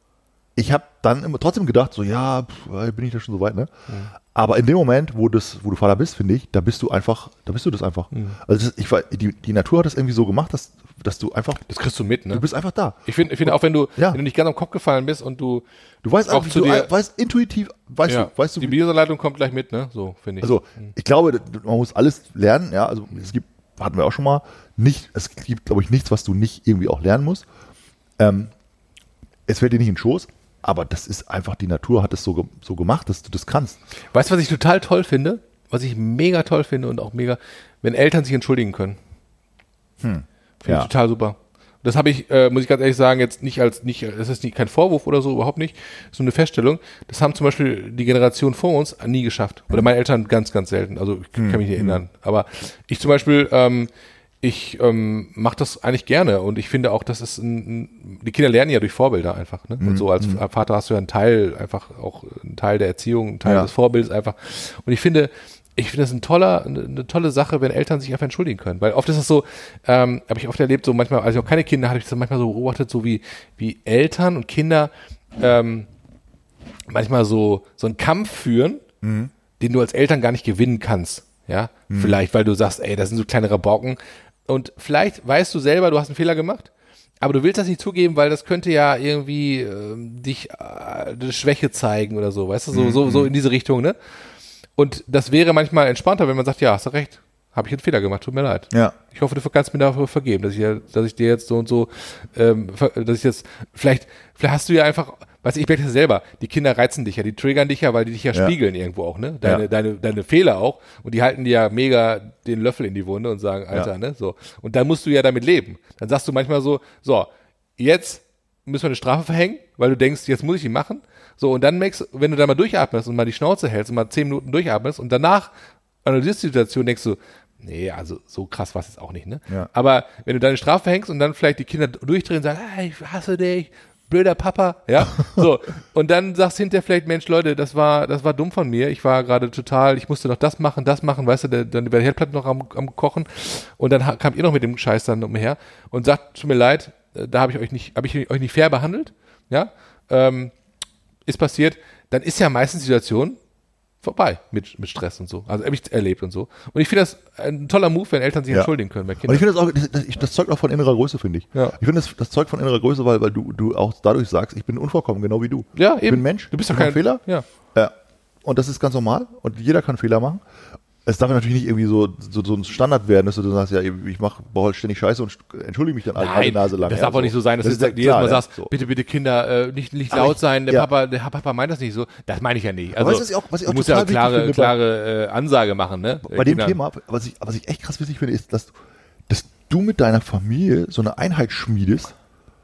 ich habe dann immer trotzdem gedacht, so ja, pff, bin ich da schon so weit, ne? Aber in dem Moment, wo das, wo du Vater bist, finde ich, da bist du einfach, da bist du das einfach. Also das, ich war, die, die Natur hat das irgendwie so gemacht, dass, dass du einfach, das kriegst du mit, ne? du bist einfach da. Ich finde, ich finde auch wenn du, Ja. wenn du nicht ganz am Kopf gefallen bist und du, Du weißt Auch einfach, zu du dir- weißt intuitiv, weißt ja, du, weißt du, die wie- Bioleitung kommt gleich mit, ne? So finde ich. also ich glaube, man muss alles lernen, ja, also es gibt, hatten wir auch schon mal, nicht, es gibt, glaube ich, nichts, was du nicht irgendwie auch lernen musst. Ähm, es fällt dir nicht in den Schoß, aber das ist einfach, die Natur hat es so, ge- so gemacht, dass du das kannst. Weißt du, was ich total toll finde? Was ich mega toll finde und auch mega, wenn Eltern sich entschuldigen können. Finde Ja. ich total super. Das habe ich, äh, muss ich ganz ehrlich sagen, jetzt nicht als, nicht, das ist nicht, kein Vorwurf oder so, überhaupt nicht. Das ist nur eine Feststellung. Das haben zum Beispiel die Generation vor uns nie geschafft. Oder meine Eltern ganz, ganz selten. Also ich kann mich nicht erinnern. Aber ich zum Beispiel, ähm, ich ähm, mache das eigentlich gerne und ich finde auch, das ist ein, ein die Kinder lernen ja durch Vorbilder einfach. Ne? Und so als Vater hast du ja einen Teil, einfach auch einen Teil der Erziehung, einen Teil Ja. des Vorbildes einfach. Und ich finde, ich finde das ein toller, eine, eine tolle Sache, wenn Eltern sich einfach entschuldigen können. Weil oft ist es so, ähm, habe ich oft erlebt, so manchmal, als ich noch keine Kinder hatte, ich das manchmal so beobachtet, so wie, wie Eltern und Kinder ähm, manchmal so, so einen Kampf führen, den du als Eltern gar nicht gewinnen kannst. Ja, vielleicht, weil du sagst, ey, das sind so kleine Rabauken. Und vielleicht weißt du selber, du hast einen Fehler gemacht, aber du willst das nicht zugeben, weil das könnte ja irgendwie ähm, dich äh, eine Schwäche zeigen oder so, weißt du, so, so, so in diese Richtung, ne? Und das wäre manchmal entspannter, wenn man sagt, ja, hast du recht, habe ich einen Fehler gemacht, tut mir leid. Ja. Ich hoffe, du kannst mir dafür vergeben, dass ich, ja- dass ich dir jetzt so und so, ähm, ver- dass ich jetzt, vielleicht, vielleicht hast du ja einfach, weißt du, ich merke das selber, die Kinder reizen dich ja, die triggern dich ja, weil die dich ja, Ja. spiegeln irgendwo auch, ne? Deine, Ja. deine, deine Fehler auch. Und die halten dir ja mega den Löffel in die Wunde und sagen, Alter, Ja. ne? So. Und dann musst du ja damit leben. Dann sagst du manchmal so, so, jetzt müssen wir eine Strafe verhängen, weil du denkst, jetzt muss ich ihn machen. So, und dann merkst, wenn du da mal durchatmest und mal die Schnauze hältst und mal zehn Minuten durchatmest und danach analysierst du die Situation, denkst du, nee, also so krass war es jetzt auch nicht, ne? Ja. Aber wenn du deine Strafe verhängst und dann vielleicht die Kinder durchdrehen und sagen, ah, ich hasse dich, blöder Papa, ja, so. Und dann sagst du hinterher vielleicht, Mensch, Leute, das war, das war dumm von mir. Ich war gerade total, ich musste noch das machen, das machen, weißt du, der, dann war die Herdplatte noch am, am Kochen und dann ha- kamt ihr noch mit dem Scheiß dann umher und sagt, tut mir leid, äh, da habe ich euch nicht, habe ich euch nicht fair behandelt, ja, ähm, ist passiert, dann ist ja meistens die Situation vorbei mit, mit Stress und so. Also habe ich erlebt und so. Und ich finde das ein toller Move, wenn Eltern sich Ja. entschuldigen können bei Und Kindern. ich finde das auch, das, das, ich- das zeugt auch von innerer Größe, finde ich. Ja. Ich finde das, das zeugt von innerer Größe, weil, weil du, du auch dadurch sagst, ich bin unvollkommen, genau wie du. Ja, Ich eben. bin Mensch. Du bist ich doch mache kein Fehler. Ja. Ja. Und das ist ganz normal und jeder kann Fehler machen. Es darf natürlich nicht irgendwie so, so, so ein Standard werden, dass du dann sagst, ja, ich mach, baue halt ständig Scheiße und entschuldige mich dann alle Nein, Nase lang. das ja, darf auch nicht so sein, dass Das du ist ja jedes klar, Mal ja, sagst, so. bitte, bitte Kinder, äh, nicht, nicht Aber laut ich- sein, der ja. Papa, der Papa meint das nicht so. Das meine ich ja nicht. Also, weißt du, was ich auch- was ich auch du musst ja total auch klare, wichtig finde bei- klare äh, Ansage machen, ne? Bei dem Kindern. Thema, was ich, was ich echt krass wichtig finde, ist, dass, dass du mit deiner Familie so eine Einheit schmiedest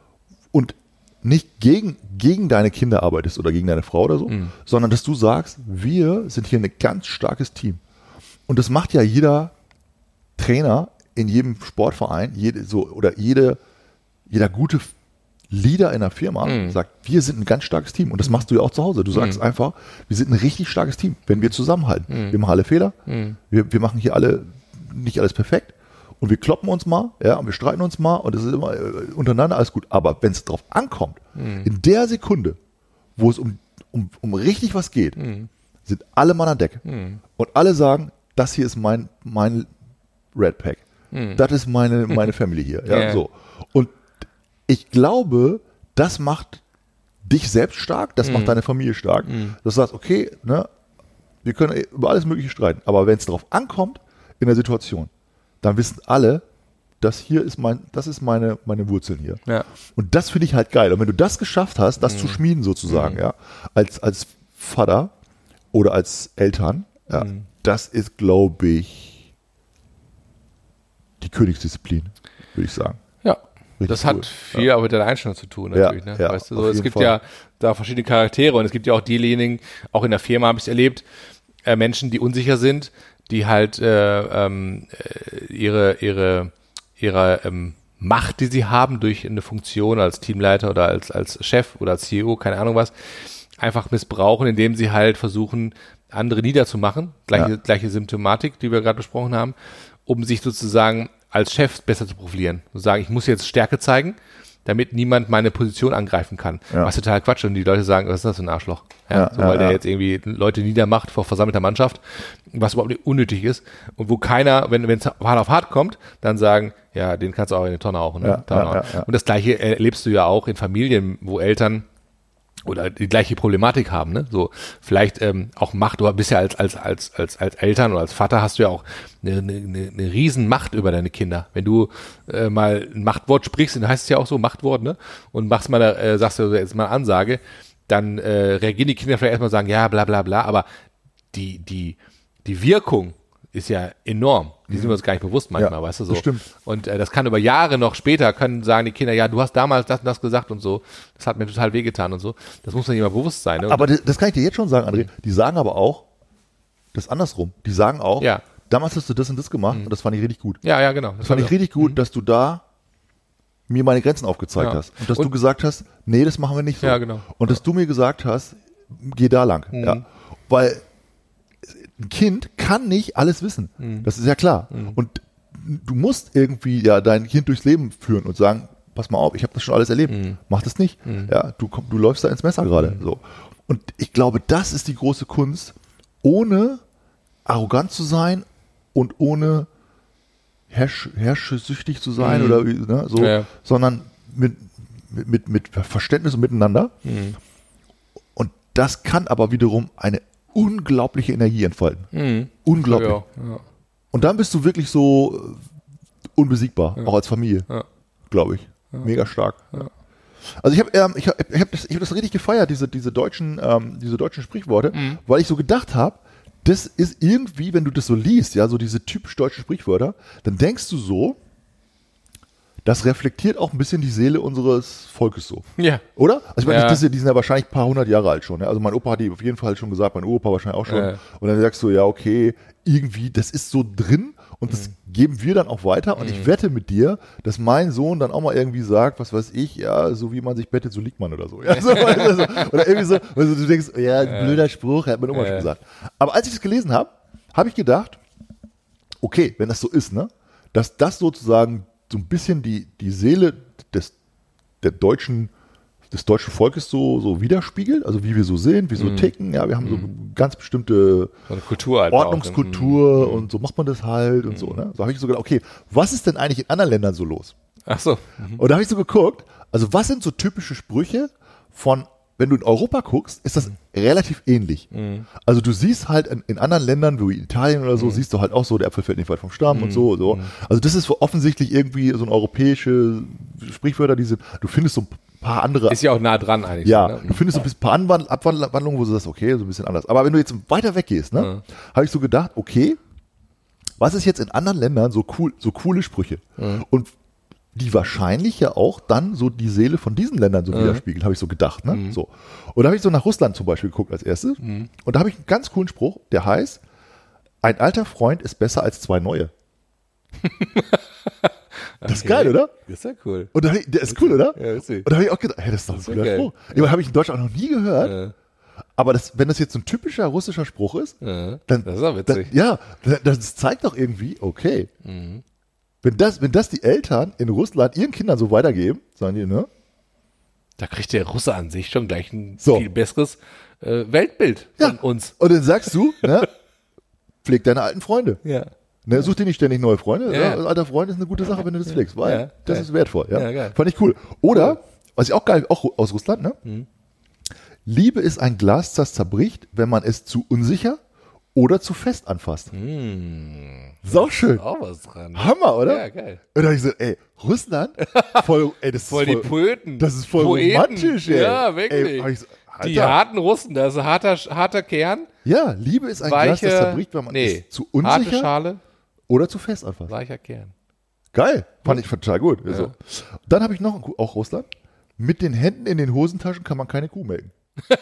und nicht gegen, gegen deine Kinder arbeitest oder gegen deine Frau oder so, Mhm. sondern dass du sagst, wir sind hier ein ganz starkes Team. Und das macht ja jeder Trainer in jedem Sportverein, jede, so, oder jede, jeder gute Leader in der Firma Mhm. sagt, wir sind ein ganz starkes Team. Und das machst du ja auch zu Hause. Du sagst Mhm. einfach, wir sind ein richtig starkes Team, wenn wir zusammenhalten. Wir machen alle Fehler, Mhm. wir, wir machen hier alle nicht alles perfekt und wir kloppen uns mal, ja, und wir streiten uns mal und es ist immer äh, untereinander alles gut. Aber wenn es drauf ankommt, in der Sekunde, wo es um, um, um richtig was geht, sind alle Mann an Deck. Und alle sagen, das hier ist mein, mein Red Pack. Das ist meine, meine Family hier. Ja, Ja. so. Und ich glaube, das macht dich selbst stark, das macht deine Familie stark. Dass du sagst, okay, ne, wir können über alles Mögliche streiten, aber wenn es darauf ankommt, in der Situation, dann wissen alle, das hier ist mein, das ist meine, meine Wurzeln hier. Ja. Und das finde ich halt geil. Und wenn du das geschafft hast, das Mhm. zu schmieden sozusagen, Mhm. ja, als, als Vater oder als Eltern, ja, Mhm. das ist, glaube ich, die Königsdisziplin, würde ich sagen. Ja. Richtig Das cool. hat viel Ja. auch mit der Einstellung zu tun, natürlich. Ja, ne? ja, Weißt du, auf so, es jeden gibt Fall. ja da verschiedene Charaktere und es gibt ja auch diejenigen, auch in der Firma habe ich es erlebt, äh, Menschen, die unsicher sind, die halt äh, ähm, äh, ihre, ihre, ihre ähm, Macht, die sie haben durch eine Funktion als Teamleiter oder als, als Chef oder als C E O, keine Ahnung was, einfach missbrauchen, indem sie halt versuchen, andere niederzumachen, gleiche, Ja. gleiche Symptomatik, die wir gerade besprochen haben, um sich sozusagen als Chef besser zu profilieren. Sozusagen, ich muss jetzt Stärke zeigen, damit niemand meine Position angreifen kann. Ja. Was total Quatsch und die Leute sagen, was ist das für ein Arschloch? Ja, Ja, so, ja, weil der ja. jetzt irgendwie Leute niedermacht vor versammelter Mannschaft, was überhaupt nicht unnötig ist und wo keiner, wenn es hart auf hart kommt, dann sagen, ja, den kannst du auch in die Tonne hauen. Ne? Ja, Tonne ja, hauen. ja, ja. Und das Gleiche erlebst du ja auch in Familien, wo Eltern oder die gleiche Problematik haben, ne? So vielleicht ähm, auch Macht. Du bist ja als als als als als Eltern oder als Vater hast du ja auch eine eine, eine, eine riesen Macht über deine Kinder. Wenn du äh, mal ein Machtwort sprichst, dann heißt es ja auch so Machtwort, ne? Und machst mal, äh, sagst du jetzt mal Ansage, dann äh, reagieren die Kinder vielleicht erstmal und sagen, ja, bla bla bla. Aber die die die Wirkung ist ja enorm. Die sind wir uns gar nicht bewusst manchmal, Ja, weißt du so. das stimmt. Und äh, das kann über Jahre noch später, können sagen die Kinder, ja, du hast damals das und das gesagt und so. Das hat mir total wehgetan und so. Das muss man immer bewusst sein. Ne? Aber das, das kann ich dir jetzt schon sagen, André. Die sagen aber auch, das ist andersrum. Die sagen auch, Ja. damals hast du das und das gemacht und das fand ich richtig gut. Ja, ja, genau. Das fand ich richtig gut, dass du da mir meine Grenzen aufgezeigt Ja. hast. Und dass Und- du gesagt hast, nee, das machen wir nicht so. Ja, genau. Und dass du mir gesagt hast, geh da lang. Mhm. Ja. Weil ein Kind kann nicht alles wissen. Mhm. Das ist ja klar. Und du musst irgendwie ja dein Kind durchs Leben führen und sagen, pass mal auf, ich habe das schon alles erlebt. Mhm. Mach das nicht. Ja, du, komm, du läufst da ins Messer gerade. So. Und ich glaube, das ist die große Kunst, ohne arrogant zu sein und ohne herrsch, herrschsüchtig zu sein Mhm. oder wie, ne, so, Ja. sondern mit, mit, mit, mit Verständnis und Miteinander. Mhm. Und das kann aber wiederum eine unglaubliche Energie entfalten. Mhm. Unglaublich. Ja, ja. Und dann bist du wirklich so äh, unbesiegbar, auch als Familie, Ja. glaube ich. Mega stark. Also ich habe ähm, ich hab, ich hab das, ich hab das richtig gefeiert, diese, diese, deutschen, ähm, diese deutschen Sprichworte, Mhm. weil ich so gedacht habe, das ist irgendwie, wenn du das so liest, ja, so diese typisch deutschen Sprichwörter, dann denkst du so, das reflektiert auch ein bisschen die Seele unseres Volkes so. Ja. Oder? Also ich meine, Ja. das, die sind ja wahrscheinlich ein paar hundert Jahre alt schon. Ja? Also mein Opa hat die auf jeden Fall schon gesagt, mein Opa wahrscheinlich auch schon. Ja. Und dann sagst du, ja, okay, irgendwie, das ist so drin und das geben wir dann auch weiter. Und ich wette mit dir, dass mein Sohn dann auch mal irgendwie sagt, was weiß ich, ja, so wie man sich bettet, so liegt man oder so. Ja, so, also, oder irgendwie so, also du denkst, ja, ein blöder Spruch, hat meine Oma Ja. schon gesagt. Aber als ich das gelesen habe, habe ich gedacht, okay, wenn das so ist, ne, dass das sozusagen so ein bisschen die, die Seele des, der deutschen, des deutschen Volkes so, so widerspiegelt, also wie wir so sind, wie wir so ticken, ja, wir haben so ganz bestimmte So eine Kultur halt Ordnungskultur auch. Mhm. und so macht man das halt und so, ne? So habe ich so gedacht, okay, was ist denn eigentlich in anderen Ländern so los? Ach so. Und da habe ich so geguckt, also was sind so typische Sprüche von, wenn du in Europa guckst, ist das relativ ähnlich. Also du siehst halt in, in anderen Ländern, wie Italien oder so, siehst du halt auch so, der Apfel fällt nicht weit vom Stamm und so, so. Also das ist offensichtlich irgendwie so ein europäische Sprichwörter, die sind, du findest so ein paar andere. Ist ja auch nah dran eigentlich. Ja, so, ne? du findest so ein paar Anwand- Abwandlungen, wo du sagst, okay, so ein bisschen anders. Aber wenn du jetzt weiter weggehst, ne, Ja. habe ich so gedacht, okay, was ist jetzt in anderen Ländern so cool, so coole Sprüche? Und die wahrscheinlich ja auch dann so die Seele von diesen Ländern so widerspiegeln, habe ich so gedacht. Ne? So. Und da habe ich so nach Russland zum Beispiel geguckt als erstes. Und da habe ich einen ganz coolen Spruch, der heißt, ein alter Freund ist besser als zwei neue. Das ist Okay. geil, oder? Das ist ja cool. Und da hab ich, der ist cool, oder? Ja, witzig. Und da habe ich auch gedacht, hey, das ist doch ein ist ja cooler geil. Spruch. Ich meine, habe ich in Deutschland auch noch nie gehört. Äh, Aber das, wenn das jetzt so ein typischer russischer Spruch ist, äh, dann, das ist auch witzig. dann ja, dann- das zeigt doch irgendwie, okay, wenn, das, wenn das die Eltern in Russland ihren Kindern so weitergeben, sagen die, ne? Da kriegt der Russe an sich schon gleich ein So. viel besseres äh, Weltbild von uns. Und dann sagst du, ne, pfleg deine alten Freunde. Ja. Ne, such dir nicht ständig neue Freunde. Ja. Ja, ein alter Freund ist eine gute Sache, wenn du das pflegst, weil Ja, das geil. ist wertvoll. Ja. Ja, geil. Fand ich cool. Oder, was ich auch geil, auch aus Russland, ne? Liebe ist ein Glas, das zerbricht, wenn man es zu unsicher oder zu fest anfasst. Hm. Sau schön. Auch was dran. Hammer, oder? Ja, geil. Und da hab ich so, ey, Russland? Voll, ey, das Voll ist die voll, Poeten. das ist voll Poeten. romantisch, ey. Ja, wirklich. Ey, hab ich so, Die Alter. harten Russen, das ist ein harter, harter Kern. Ja, Liebe ist ein Weiche, Glas, das zerbricht, wenn man nee, ist zu harte unsicher Schale, oder zu fest anfasst. weicher Kern. Geil, fand ich total gut. So. Dann habe ich noch, auch Russland, mit den Händen in den Hosentaschen kann man keine Kuh melken.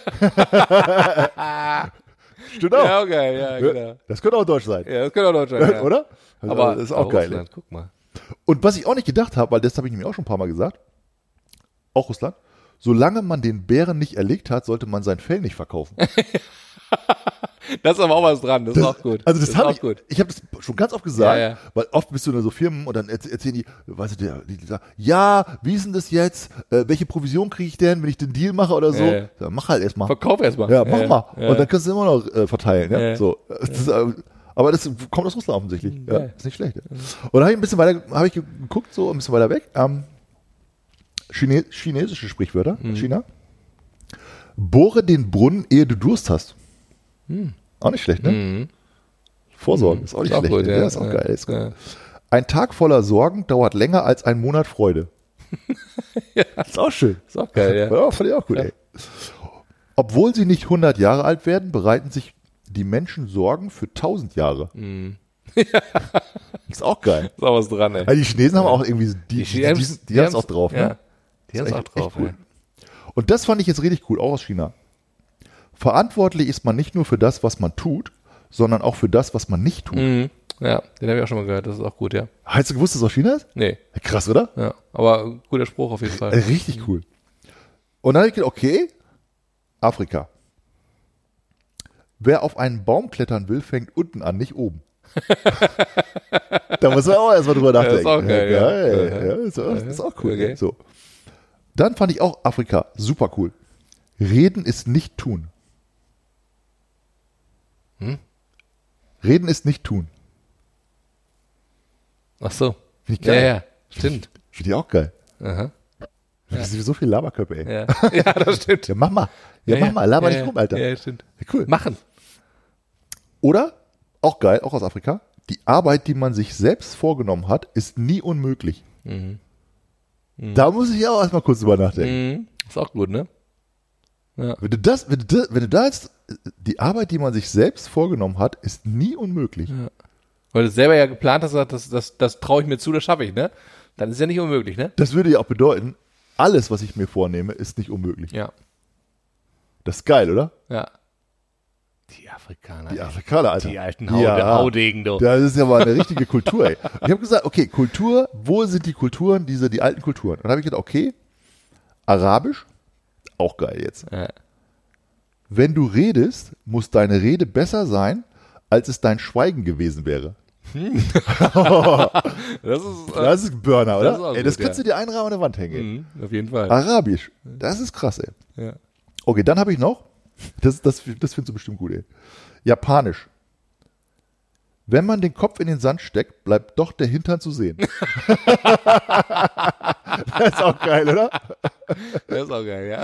Stimmt auch. Ja, geil, ja, genau. Das könnte auch Deutsch sein, Ja, das könnte auch Deutschland sein. Ja. oder? Also, Aber das ist auch geil. Russland, guck mal. Und was ich auch nicht gedacht habe, weil das habe ich nämlich auch schon ein paar Mal gesagt, auch Russland, solange man den Bären nicht erlegt hat, sollte man sein Fell nicht verkaufen. Da ist aber auch was dran, das, ist auch gut. Also das, ist habe auch ich, gut. ich habe das schon ganz oft gesagt, Ja, ja. weil oft bist du in so Firmen und dann erz- erzählen die, weißt du, der, die, die sagen, ja, wie ist denn das jetzt, äh, welche Provision kriege ich denn, wenn ich den Deal mache oder so? Ja, ja. Ja, mach halt erstmal. Verkauf erstmal. Ja, mach mal. Ja. Und dann kannst du immer noch äh, verteilen. Ja? Ja. So. Das ist, äh, aber das kommt aus Russland offensichtlich. Ja, Geil. ist nicht schlecht. Ja. Und dann habe ich ein bisschen weiter, habe ich geguckt, so ein bisschen weiter weg. Ähm, Chine chinesische Sprichwörter, Mhm. China. Bohre den Brunnen, ehe du Durst hast. Auch nicht schlecht, ne? Mhm. Vorsorgen ist auch nicht Ist auch schlecht. gut, ne? ja. Ja, ist auch Ja. geil. Ist gut. Ja. Ein Tag voller Sorgen dauert länger als ein Monat Freude. Ja. Ist auch schön. Ist auch geil, ja. Ja, fand ich auch gut, Ja. ey. Obwohl sie nicht hundert Jahre alt werden, bereiten sich die Menschen Sorgen für tausend Jahre. Mhm. Ist auch geil. Ist auch was dran, ey. Also die Chinesen haben auch irgendwie, so- die, die, die, die, die, die haben es auch haben's- drauf. Ja. Ne? Die haben Ist es auch echt- drauf, echt cool. ey. Und das fand ich jetzt richtig cool, auch aus China. Verantwortlich ist man nicht nur für das, was man tut, sondern auch für das, was man nicht tut. Mhm. Ja, den habe ich auch schon mal gehört, das ist auch gut, ja. Hast du gewusst, dass es aus China ist? Nee, Krass, oder? ja. Aber guter Spruch auf jeden Äh, Fall. Richtig cool. Und dann habe ich gedacht, okay, Afrika. Wer auf einen Baum klettern will, fängt unten an, nicht oben. Da muss man auch erstmal drüber nachdenken. ist auch geil, ja. geil. Ja. Ja, ist, auch, ist auch cool. Okay. So. Dann fand ich auch Afrika super cool. Reden ist nicht tun. Hm? Reden ist nicht tun. Ach so. Finde ich Ja, geil. ja, stimmt. Finde ich auch geil. Aha. Das ist so viel Laberköpfe, ey. Ja, Ja, ja das stimmt. mach mal. Ja, mach mal. Laber ja, nicht rum, Alter. Ja, stimmt. Ja, cool. Machen. Oder, auch geil, auch aus Afrika, die Arbeit, die man sich selbst vorgenommen hat, ist nie unmöglich. Mhm. Da muss ich auch erstmal kurz drüber nachdenken. Mhm. Ist auch gut, ne? Ja. Wenn, du das, wenn, du da, wenn du da jetzt, die Arbeit, die man sich selbst vorgenommen hat, ist nie unmöglich. Weil du selber ja geplant hast, das, das, das traue ich mir zu, das schaffe ich, ne? Dann ist ja nicht unmöglich, ne? Das würde ja auch bedeuten, alles, was ich mir vornehme, ist nicht unmöglich. Ja. Das ist geil, oder? Ja. Die Afrikaner. Die ey. Afrikaner, Alter. Die alten Haude, Haudegen, du. Das ist ja mal eine richtige Kultur, ey. Ich habe gesagt, okay, Kultur, wo sind die Kulturen, diese, die alten Kulturen? Und dann habe ich gedacht, okay, Arabisch, auch geil jetzt. Ja. Wenn du redest, muss deine Rede besser sein, als es dein Schweigen gewesen wäre. Das ist, äh, Das ist ein Burner, oder? Das ist auch ey, das gut, kannst ja. du dir einrahmen an der Wand hängen. mhm, auf jeden Fall. Arabisch, das ist krass, ey. Ja. Okay, dann habe ich noch, das, das, das findest du bestimmt gut, ey. Japanisch. Wenn man den Kopf in den Sand steckt, bleibt doch der Hintern zu sehen. Das ist auch geil, oder? Das ist auch geil, ja.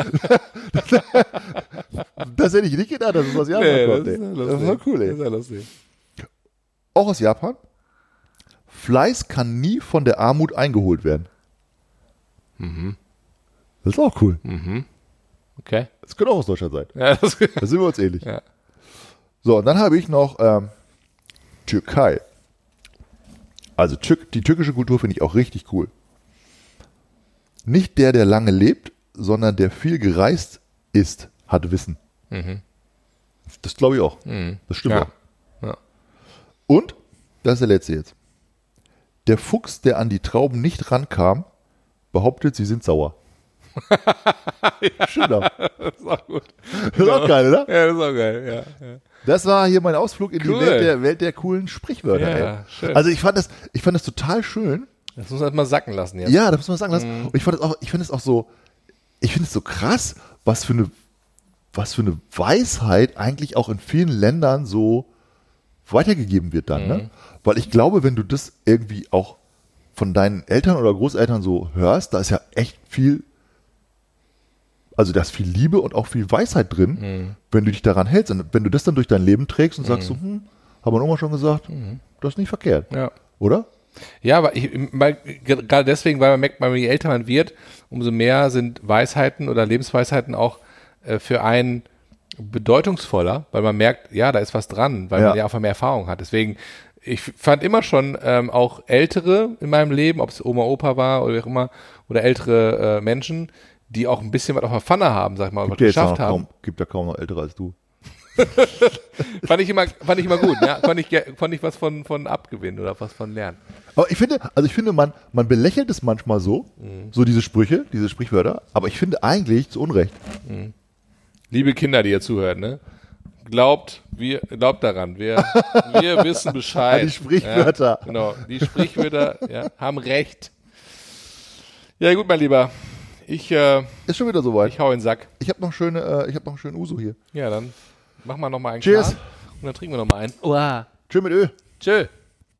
Das hätte ich nicht gedacht, dass es aus Japan Nee, kommt, das ey. ist ja Das lustig. ist voll cool, Das ey. ist ja lustig. Auch aus Japan. Fleiß kann nie von der Armut eingeholt werden. Mhm. Das ist auch cool. Mhm. Okay. Das könnte auch aus Deutschland sein. Ja, das, Da sind wir uns ähnlich. ja. So, und dann habe ich noch ähm, Türkei. Also Tür die türkische Kultur finde ich auch richtig cool. Nicht der, der lange lebt, sondern der viel gereist ist, hat Wissen. Mhm. Das glaube ich auch. Mhm. Das stimmt Ja. auch. Ja. Und, das ist der letzte jetzt. Der Fuchs, der an die Trauben nicht rankam, behauptet, sie sind sauer. Ja. Stimmt auch. Das ist auch gut. Das ist auch geil, oder? Ja, das ist auch geil, ja. ja. Das war hier mein Ausflug in Cool. die Welt der, Welt der coolen Sprichwörter. Ja, ey. schön. Also ich fand das, ich fand das total schön. Das muss man halt mal sacken lassen jetzt. Ja, das muss man sagen lassen. Mhm. Und ich fand es auch, ich finde es auch so, ich finde es so krass, was für eine, was für eine Weisheit eigentlich auch in vielen Ländern so weitergegeben wird dann, Mhm. ne? Weil ich glaube, wenn du das irgendwie auch von deinen Eltern oder Großeltern so hörst, da ist ja echt viel Also da ist viel Liebe und auch viel Weisheit drin, Mhm. wenn du dich daran hältst. Und wenn du das dann durch dein Leben trägst und sagst so, hm, haben wir Oma schon gesagt, das ist nicht verkehrt, Ja. oder? Ja, aber ich, weil, gerade deswegen, weil man merkt, je älter man wird, umso mehr sind Weisheiten oder Lebensweisheiten auch äh, für einen bedeutungsvoller, weil man merkt, ja, da ist was dran, weil Ja. man ja einfach mehr Erfahrung hat. Deswegen, ich fand immer schon ähm, auch Ältere in meinem Leben, ob es Oma, Opa war oder wie auch immer, oder ältere äh, Menschen, die auch ein bisschen was auf der Pfanne haben, sag ich mal, was Gibt ja jetzt geschafft noch haben. kaum, gibt ja kaum noch Ältere als du. Fand ich immer, fand ich immer gut, ja. Konnte ich, ge- konnte ich was von, von abgewinnen oder was von lernen. Aber ich finde, also ich finde, man, man belächelt es manchmal so, so diese Sprüche, diese Sprichwörter, aber ich finde eigentlich zu Unrecht. Liebe Kinder, die ihr zuhört, ne? Glaubt, wir, glaubt daran, wir, wir wissen Bescheid. Ja, die Sprichwörter. Ja, genau, die Sprichwörter ja, haben recht. Ja gut, mein Lieber, ich, äh, Ist schon wieder soweit. ich hau in den Sack. Ich habe noch schöne, äh, ich habe noch einen schönen Uso hier. Ja, dann machen wir noch mal einen Cheers. Klar und dann trinken wir noch mal einen. Wow. Tschö mit Ö. Tschö.